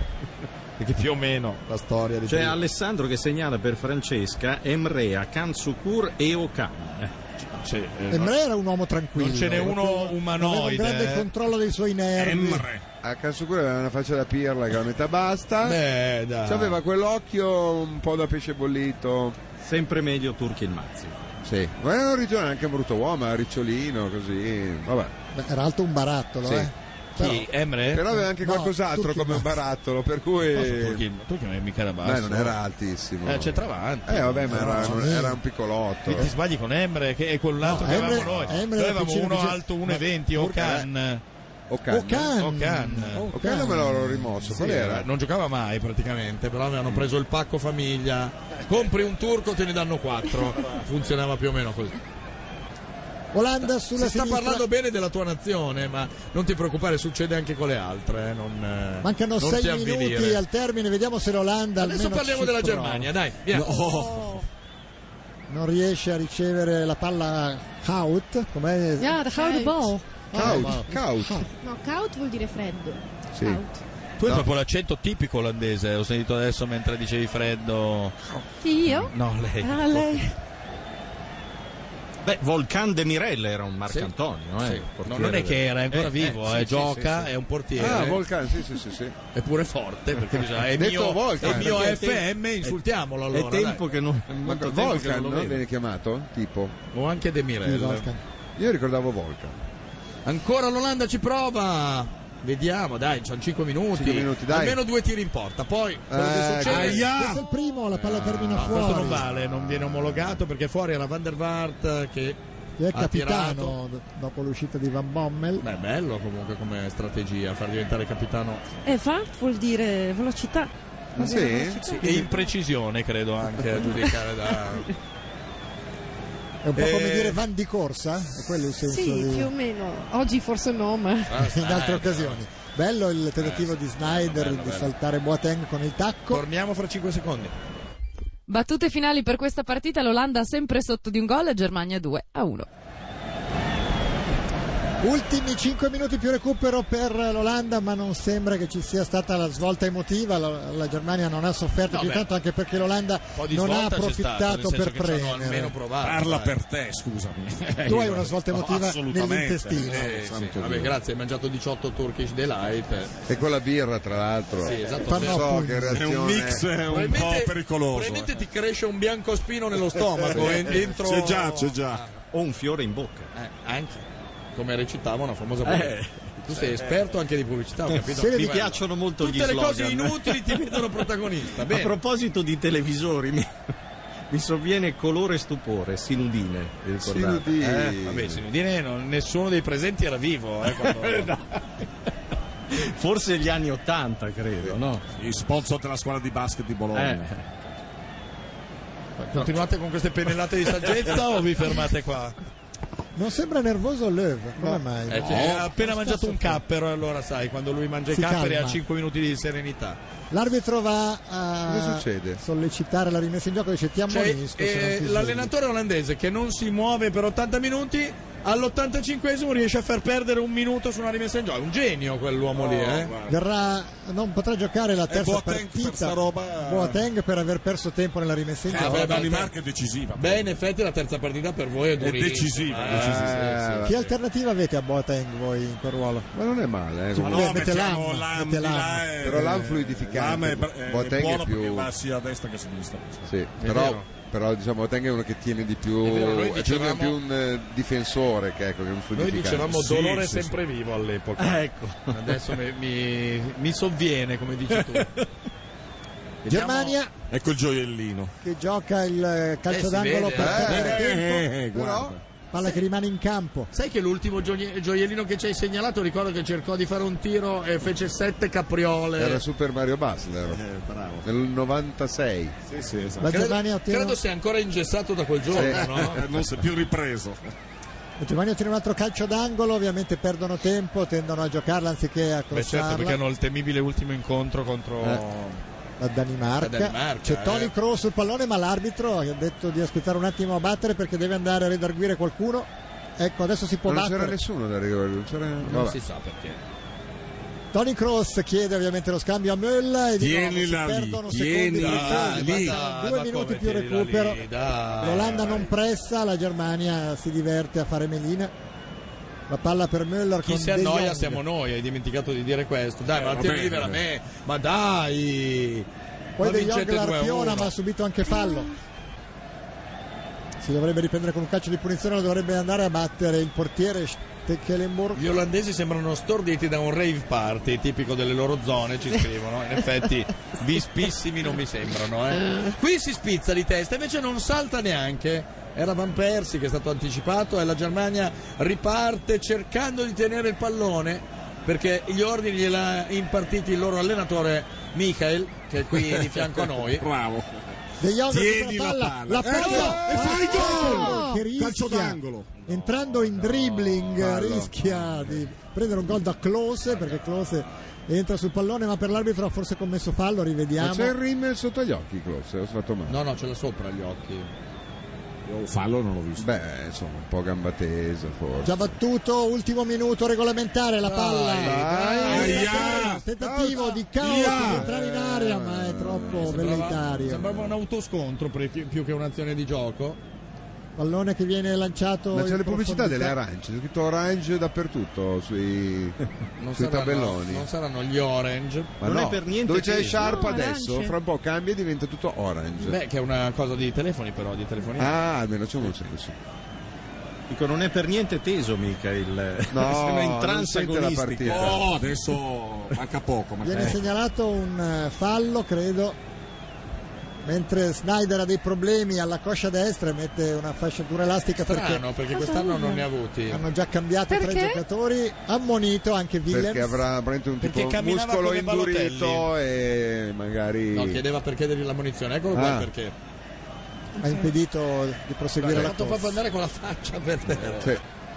Perché più o meno la storia di C'è prima. Alessandro che segnala per Francesca Emrea, Kansukur e Okan. Eh, Sì, eh, Emre era un uomo tranquillo. non ce n'è uno Aveva un umanoide. grande eh. controllo dei suoi nervi. A Kansukura aveva una faccia da pirla che era a metà basta. Beh, dai. Cioè, aveva quell'occhio un po' da pesce bollito. Sempre meglio Turkilmaz. Sì. Ma era un ritorno anche un brutto uomo, era ricciolino, così. Vabbè. Beh, era alto un barattolo, Sì. eh. Chi? Emre? Però aveva anche No, qualcos'altro Turchi come un Maz. barattolo, per cui. Tu, tu che non è mica da basso. Beh, non era altissimo. Eh, c'entravante. Eh, vabbè, ma era, No, non- sì. era un piccolotto. Qui ti sbagli con Emre che è quell'altro No, che Emre- avevamo noi. Emre Noi era avevamo piccino, uno piccino. alto uno e Ma- venti, Okan. Okan. Okan. Okan. Okan me l'ho rimosso. Qual Sì, era? non giocava mai praticamente, però avevano preso il pacco famiglia. Compri un turco, te ne danno quattro. Funzionava più o meno così. Olanda sulla Si sta sinistra. parlando bene della tua nazione, ma non ti preoccupare, succede anche con le altre. eh, Non, eh, Mancano non sei ti minuti avvilire. al termine, vediamo se l'Olanda Adesso almeno parliamo ci della prova. Germania, dai, via. No. Non riesce a ricevere la palla Kaut, com'è? Ja, de gouden bal. Kaut. Kaut. No, koud vuol dire freddo. Sì. Koud. Tu hai proprio l'accento tipico olandese, ho sentito adesso mentre dicevi freddo. Chi, io? No, lei. Ah, lei. Beh, Volcan de Mirelle era un Sì. Marcantonio, eh, Sì. il No, portiere non è che del- era, è ancora Eh, vivo, eh, eh, sì, gioca, sì, sì, è un portiere. Ah, Volcan, sì, sì, sì, sì. È pure forte perché bisogna, è Detto mio, Volcan, è mio perché F M, insultiamolo allora. È tempo che non, Ma molto tempo che Volcan, non lo no? vedo. Viene chiamato? Tipo? dai. O anche De Sì, Mirel. Volkan. Io ricordavo Volcan. Ancora l'Olanda ci prova. Vediamo, dai, c'hanno cinque minuti. Cinque minuti, dai. Almeno due tiri in porta. Poi quello che Eh, succede. aia! Questo è il primo, la palla termina No, questo fuori. non vale, non viene omologato perché fuori era Van der Vaart che Che è ha tirato. capitano d- dopo l'uscita di Van Bommel. Beh, bello comunque come strategia far diventare capitano. E Vaart vuol dire velocità. Ah, sì? Sì, e imprecisione credo anche a giudicare da. È un po' come Eh. dire Van di corsa, è quello il senso Sì, di... più o meno. Oggi forse no, ma... Ah, in altre eh, occasioni. Bello il tentativo Eh, di Snyder bello, di bello. saltare Boateng con il tacco. Torniamo fra cinque secondi. Battute finali per questa partita, l'Olanda sempre sotto di un gol e Germania due a uno. Ultimi cinque minuti più recupero per l'Olanda, ma non sembra che ci sia stata la svolta emotiva. La, la Germania non ha sofferto no, più beh, tanto, anche perché l'Olanda non ha approfittato per premere. Provato, Parla dai. per te, scusami. Tu hai una svolta emotiva no, nell'intestino. Eh, sì. Vabbè, grazie, hai mangiato diciotto Turkish Delight. E con la birra, tra l'altro. Sì, esatto. Non so che reazione. È un mix un po' pericoloso. Probabilmente ti cresce un biancospino nello stomaco. e dentro... C'è già, c'è già. Ah. O un fiore in bocca. Eh, anche. Come recitava una famosa pubblicità. Eh, tu sei esperto anche di pubblicità, ho capito? Se mi piacciono molto tutte gli slogan. Tutte le cose inutili ti vedono protagonista. Bene. A proposito di televisori, mi, mi sovviene Colore e Stupore, Sinudine. Sinudine. Eh, vabbè, Sinudine non, nessuno dei presenti era vivo. Eh, quando... Forse gli anni ottanta, credo, no? Il sponsor della squadra di basket di Bologna. Eh. Continuate con queste pennellate di saggezza o vi fermate qua? Non sembra nervoso Löw, come no. mai? Eh, cioè, ha appena mangiato un cappero, allora sai, quando lui mangia i capperi ha cinque minuti di serenità. L'arbitro va a sollecitare la rimessa in gioco, dice ti ammonisco. Cioè, eh, l'allenatore olandese che non si muove per ottanta minuti, all'ottantacinquesimo riesce a far perdere un minuto su una rimessa in gioco. È un genio quell'uomo oh, lì, eh? Verrà, non potrà giocare la terza Boateng partita per roba... Boateng per aver perso tempo nella rimessa in eh, gioco. La Danimarca è decisiva. Beh, in effetti la terza partita per voi è durissima. È decisiva. Eh, decisiva. Eh, che alternativa avete a Boateng voi in quel ruolo? Ma non è male, eh? Ma no, mette l'Am, mette l'Am. Però l'Am fluidificante. L'Am è, Boateng è, è, è più va sia a destra che a sinistra. Sì, però però diciamo Boateng è uno che tiene di più, è, vero, è dicevamo, più, più un uh, difensore che, ecco, che un fluidificante. Noi dicevamo dolore sì, sempre sì, vivo all'epoca. Ah, ecco. Adesso mi, mi, mi sovviene, come dici tu. Germania, ecco il gioiellino che gioca il calcio eh, d'angolo vede, per eh, tenere eh, tempo, eh, però palla che rimane in campo. Sai che l'ultimo gioiellino che ci hai segnalato, ricordo che cercò di fare un tiro e fece sette capriole. Era Super Mario Butler, eh, bravo. Nel novantasei. Sì, sì, esatto. La credo, Germania ottiene... credo sia ancora ingessato da quel giorno, sì. No? Non si è più ripreso. La Germania ottiene un altro calcio d'angolo, ovviamente perdono tempo, tendono a giocarla anziché a crossarla. Beh, certo, perché hanno il temibile ultimo incontro contro eh. La Danimarca. La Danimarca, c'è eh. Toni Kroos sul pallone, ma l'arbitro ha detto di aspettare un attimo a battere perché deve andare a redarguire qualcuno. Ecco, adesso si può non battere. Non c'era nessuno da redarguire. C'era... Non Vabbè. si sa perché. Toni Kroos chiede ovviamente lo scambio a Müller e tienila si lì, perdono tienila secondi lì. da, due minuti più recupero. Lì, dai. L'Olanda non pressa, la Germania si diverte a fare melina. La palla per Müller. Chi con si annoia De siamo noi, hai dimenticato di dire questo. Dai, eh, ma tieni a me, ma dai. Poi ma De Jong l'arpiona, ma ha subito anche fallo. Si dovrebbe riprendere con un calcio di punizione, lo dovrebbe andare a battere il portiere Stekelenburg. Gli olandesi sembrano storditi da un rave party tipico delle loro zone, ci scrivono. In effetti vispissimi non mi sembrano, eh. Qui si spizza di testa, invece non salta neanche. Era Van Persie che è stato anticipato e la Germania riparte cercando di tenere il pallone perché gli ordini gliel'ha impartiti il loro allenatore Michael, che è qui di fianco a noi. Bravo. De Jong tieni la palla, la palla, la palla eh, e fai gol! Che rischia, calcio d'angolo. Entrando in dribbling no, rischia di prendere un gol da Klose perché Klose entra sul pallone, ma per l'arbitro ha forse commesso fallo, rivediamo. Ma c'è il rim sotto gli occhi, Klose, ho fatto male. No, no, ce l'ha sopra gli occhi. Io fallo non l'ho visto. Beh, insomma, un po' gamba tesa forse. Già battuto, ultimo minuto regolamentare, la palla. Dai, dai, dai, dai, tentativo dai, di caos di entrare in area, ma è troppo sembrava, velleitario. Sembrava un autoscontro più che un'azione di gioco. Pallone che viene lanciato. Ma c'è le profondità. pubblicità delle arance, c'è scritto orange dappertutto sui, non sui saranno, tabelloni. Non saranno gli orange. Ma non no, è per niente dove c'è teso. Sharp No, adesso, arance. fra un po' cambia e diventa tutto orange. Beh, che è una cosa di telefoni però, di telefonini. Ah, almeno c'è un senso. Dico, non è per niente teso mica il no, sembra non trans sente la agonistico. partita. Oh, adesso manca poco. Manca Viene poco. segnalato un fallo, credo. Mentre Snyder ha dei problemi alla coscia destra e mette una fasciatura elastica. Strano, perché, perché quest'anno non ne ha avuti. hanno già cambiato Perché? tre giocatori. Ammonito anche Willems. Perché avrà probabilmente un Perché tipo camminava muscolo come indurito Balotelli. e magari No, chiedeva perché devi la munizione. Eccolo qua Ah. perché. ha impedito di proseguire Ha la fatto corsa. proprio andare con la faccia per terra. sì.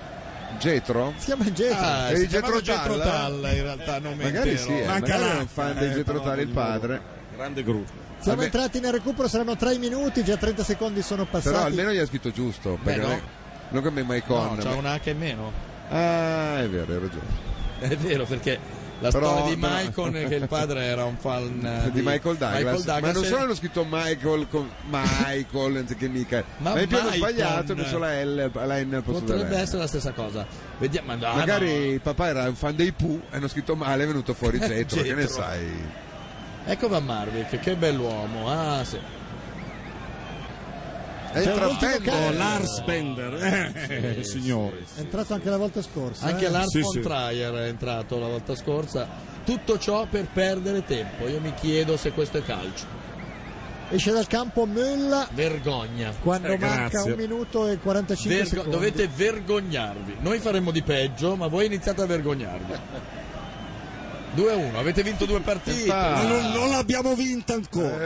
Getro? Si chiama Getro. Ah, E si di Getro chiamava Getro Talla? Talla in realtà, non Magari intero. sì, eh, Manca magari là. è un fan di Eh, Getro però Talla il di nuovo. padre. Grande gruppo. Siamo Vabbè. entrati nel recupero, saranno tre minuti, già trenta secondi sono passati. Però almeno gli ha scritto giusto, perché no. non, è- non come Maicon. No, c'ha una H in meno. Ah, è vero, hai ragione. È vero, perché la Però, storia di no. Michael, che il padre era un fan di Michael Douglas, Michael Douglas ma non e- solo hanno scritto Michael con Michael anziché Michael, Ma ma in più hanno Michael. sbagliato e messo la L, la N al posto potrebbe della L. essere la stessa cosa. Vediamo, ma no, Magari no. il papà era un fan dei Pooh e hanno scritto male, è venuto fuori Jetro, che ne Jetro. sai. Ecco Van Marwijk, che bell'uomo. Ah, sì. È C'è un ultimo intrappendo cambio. Lars Bender, eh, Sì, signori. È entrato anche la volta scorsa. Anche eh. Lars Sì, von sì. Trier è entrato la volta scorsa. Tutto ciò per perdere tempo. Io mi chiedo se questo è calcio. Esce dal campo Müller Vergogna. quando Eh, manca grazie. un minuto e quarantacinque Vergo- secondi. dovete vergognarvi. Noi faremmo di peggio, ma voi iniziate a vergognarvi. due a uno, avete vinto due partite. Ah. Ma non, non l'abbiamo vinta ancora.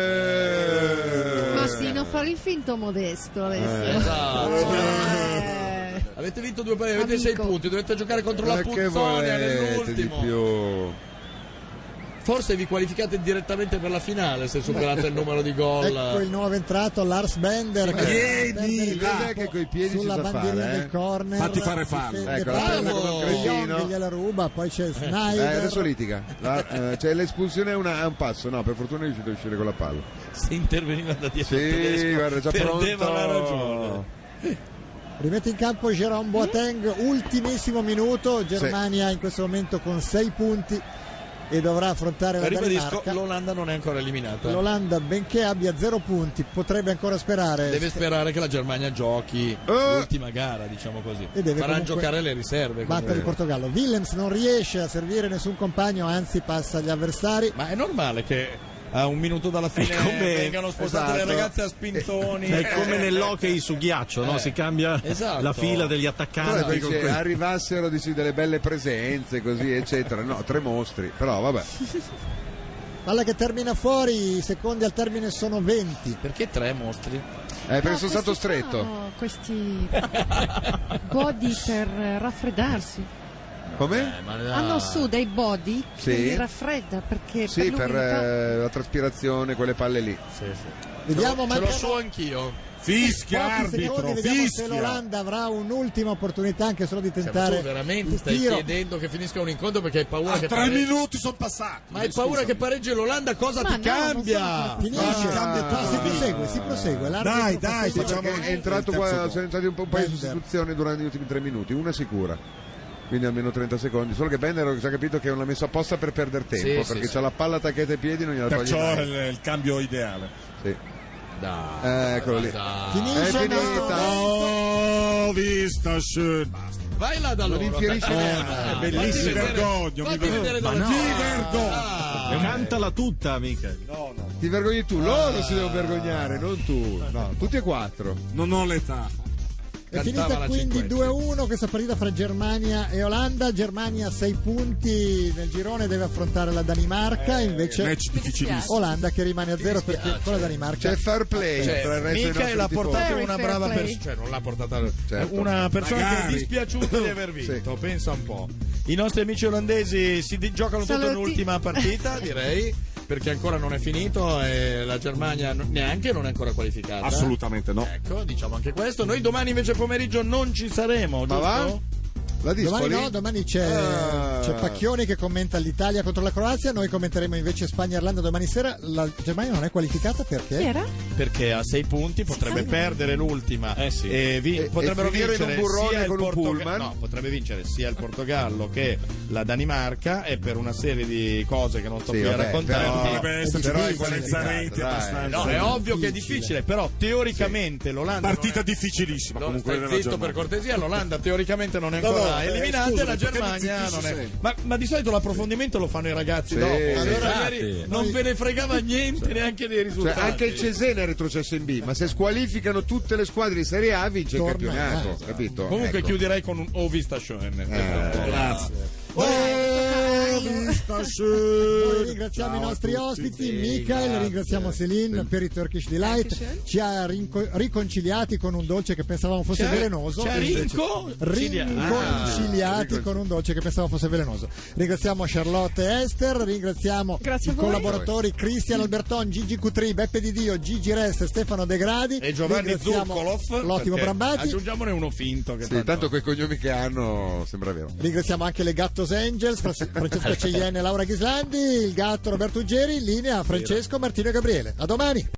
Eh. Ma sì, non fare il finto modesto adesso. Esatto. Eh. Avete vinto due partite, avete sei Amico. punti, dovete giocare contro la Eh, che Puzzonia volete di nell'ultimo. più? Forse vi qualificate direttamente per la finale se superate il numero di gol. Ecco il nuovo entrato Lars Bender Sì, che piedi, perde il là. campo Che coi piedi si sulla sa bandierina fare, eh. del corner. Fatti fare fallo. Difende Ecco, la bene, prende come un De Jong cretino. gliela ruba, poi c'è Eh, Snyder. adesso litiga. La- eh, cioè l'espulsione è, una- è un passo, no, per fortuna è riuscito a uscire con la palla. Se interveniva da dietro il Sì, tedesco, guarda, già perdeva pronto. la ragione. Rimette in campo Jérôme Boateng, ultimissimo minuto, Germania in questo momento con sei punti e dovrà affrontare la Ribadisco, Danimarca. l'Olanda non è ancora eliminata. L'Olanda, benché abbia zero punti, potrebbe ancora sperare. Deve sperare che la Germania giochi l'ultima gara, diciamo così. E deve Faranno comunque giocare le riserve. battere comunque. il Portogallo. Willems non riesce a servire nessun compagno, anzi passa agli avversari. Ma è normale che a un minuto dalla fine È come- vengano spostate esatto. le ragazze a spintoni. È come nell'hockey su ghiaccio, no? Eh, Si cambia esatto. la fila degli Però attaccanti. con dice, quel- arrivassero dici, delle belle presenze così eccetera, no, tre mostri, però vabbè. Palla che termina fuori, i secondi al termine sono venti. Perché tre mostri? Eh, perché No, sono stato questi stretto. fanno Questi body per eh, raffreddarsi. Come? Hanno su dei body Sì. che li raffredda perché Sì, per l'umidità- eh, la traspirazione, quelle palle lì. Sì, sì. Vediamo, Ce mancano lo so anch'io. Fischia, pochi arbitro, secondi, vediamo se fischia. l'Olanda avrà un'ultima opportunità anche solo di Cioè, ma tentare tu veramente il stai tiro. chiedendo che finisca un incontro perché hai paura Ah, che tre pareggi- minuti sono passati. Ma hai paura Scusami. che pareggi l'Olanda? Cosa Ma ti no, non cambia? sono Finisce, Ah, cambia Ah, si tutto. prosegue, si prosegue. L'arbitro Dai, fa dai, segno facciamo- perché- È entrato il qua, terzo gol. sono entrati un, po', un paio di Bender. sostituzioni durante gli ultimi tre minuti, una sicura. Quindi almeno trenta secondi. Solo che Bender ha già capito che non l'ha messo apposta per perdere tempo, Sì, perché sì, c'ha sì. la palla attaccata ai piedi e non gliela toglie Perciò è mai. il, il cambio ideale. Sì. Dai, Eccolo lì. dai. Finisce È il finita. nostro- Oh, vista schön. Basta. Vai là da Non loro. infierisce Eh, neanche. eh, Bellissimo. fatti Mi vedere- vergogno, mi fatti vergogno. vedere Ma dove no. gioca. Mi vergogno. Ah. Cantala tutta, amica. Ti vergogni tu, loro si devono vergognare, non tu. No, tutti e quattro. Non ho l'età. È Cantava finita la quindi cinquetta. due a uno questa partita fra Germania e Olanda. Germania a sei punti nel girone, deve affrontare la Danimarca, invece Match difficilissimo. Olanda che rimane a zero perché dispiace. con la Danimarca C'è fair play Cioè, tra il resto dei mica nostri l'ha tifosi. portata Very una fair brava play. persona, cioè non l'ha portata Certo. una persona che è Magari. dispiaciuta di aver vinto. Pensa un po'. I nostri amici olandesi si di- giocano tutta Saluti. un'ultima partita, direi, perché ancora non è finito e la Germania n- neanche non è ancora qualificata. Assolutamente no. Ecco, diciamo anche questo. Noi domani invece pomeriggio non ci saremo, Ma giusto? va? La domani Dispoli? no, domani c'è, Ah. c'è Pacchioni che commenta l'Italia contro la Croazia, noi commenteremo invece Spagna-Irlanda domani sera. La Germania non è qualificata perché? Chi era? Perché a sei punti potrebbe Sì. perdere l'ultima Eh sì. e, vi- E- potrebbero e finire in un vincere burrone sia il con un Portoga- pullman. no, potrebbe vincere sia il Portogallo che la Danimarca e per una serie di cose che non sto Sì, qui a vabbè, raccontarti. però- Potrebbe esserci però è differenza qualificata, reti dai. abbastanza. No, è ovvio che è difficile. difficile, però teoricamente l'Olanda Partita non è... difficilissima No, comunque stai della zitto per Germania. cortesia, l'Olanda teoricamente non è No, ancora no, eh, eliminata scusami, e la perché mi Germania zittisci non è. sempre? Ma, ma di solito l'approfondimento lo fanno i ragazzi Sì, dopo. sì, Allora infatti. magari non ve ne fregava niente neanche dei Cioè, risultati. anche il Cesena è retrocesso in B, ma se squalificano tutte le squadre di Serie A vince Torna, il campionato, eh. capito? Comunque Ecco. chiuderei con un Ovista Schön. Eh, Grazie. Oh, Noi ringraziamo i nostri ospiti, Michael, ringraziamo Céline per i Turkish Delight, ci ha rinco- riconciliati con un dolce che pensavamo fosse Ci ha- velenoso, ci ha invece- rinconciliati. rinconciliati con un dolce che pensavamo fosse velenoso. Ringraziamo Charlotte e Esther, ringraziamo Grazie i a voi. collaboratori Cristian Alberton, Gigi Cutri, Beppe Di Dio, Gigi Rest, Stefano De Gradi E Giovanni Ringraziamo Zurkolov, l'ottimo perché Brambati. aggiungiamone uno finto che Sì, tanto- tanto quei cognomi che hanno sembra vero. Ringraziamo anche le Gattos Angels, Fra- Francesca Ceienne e Laura Ghislandi, il gatto Roberto Uggeri, in linea Francesco, Martino e Gabriele. A domani!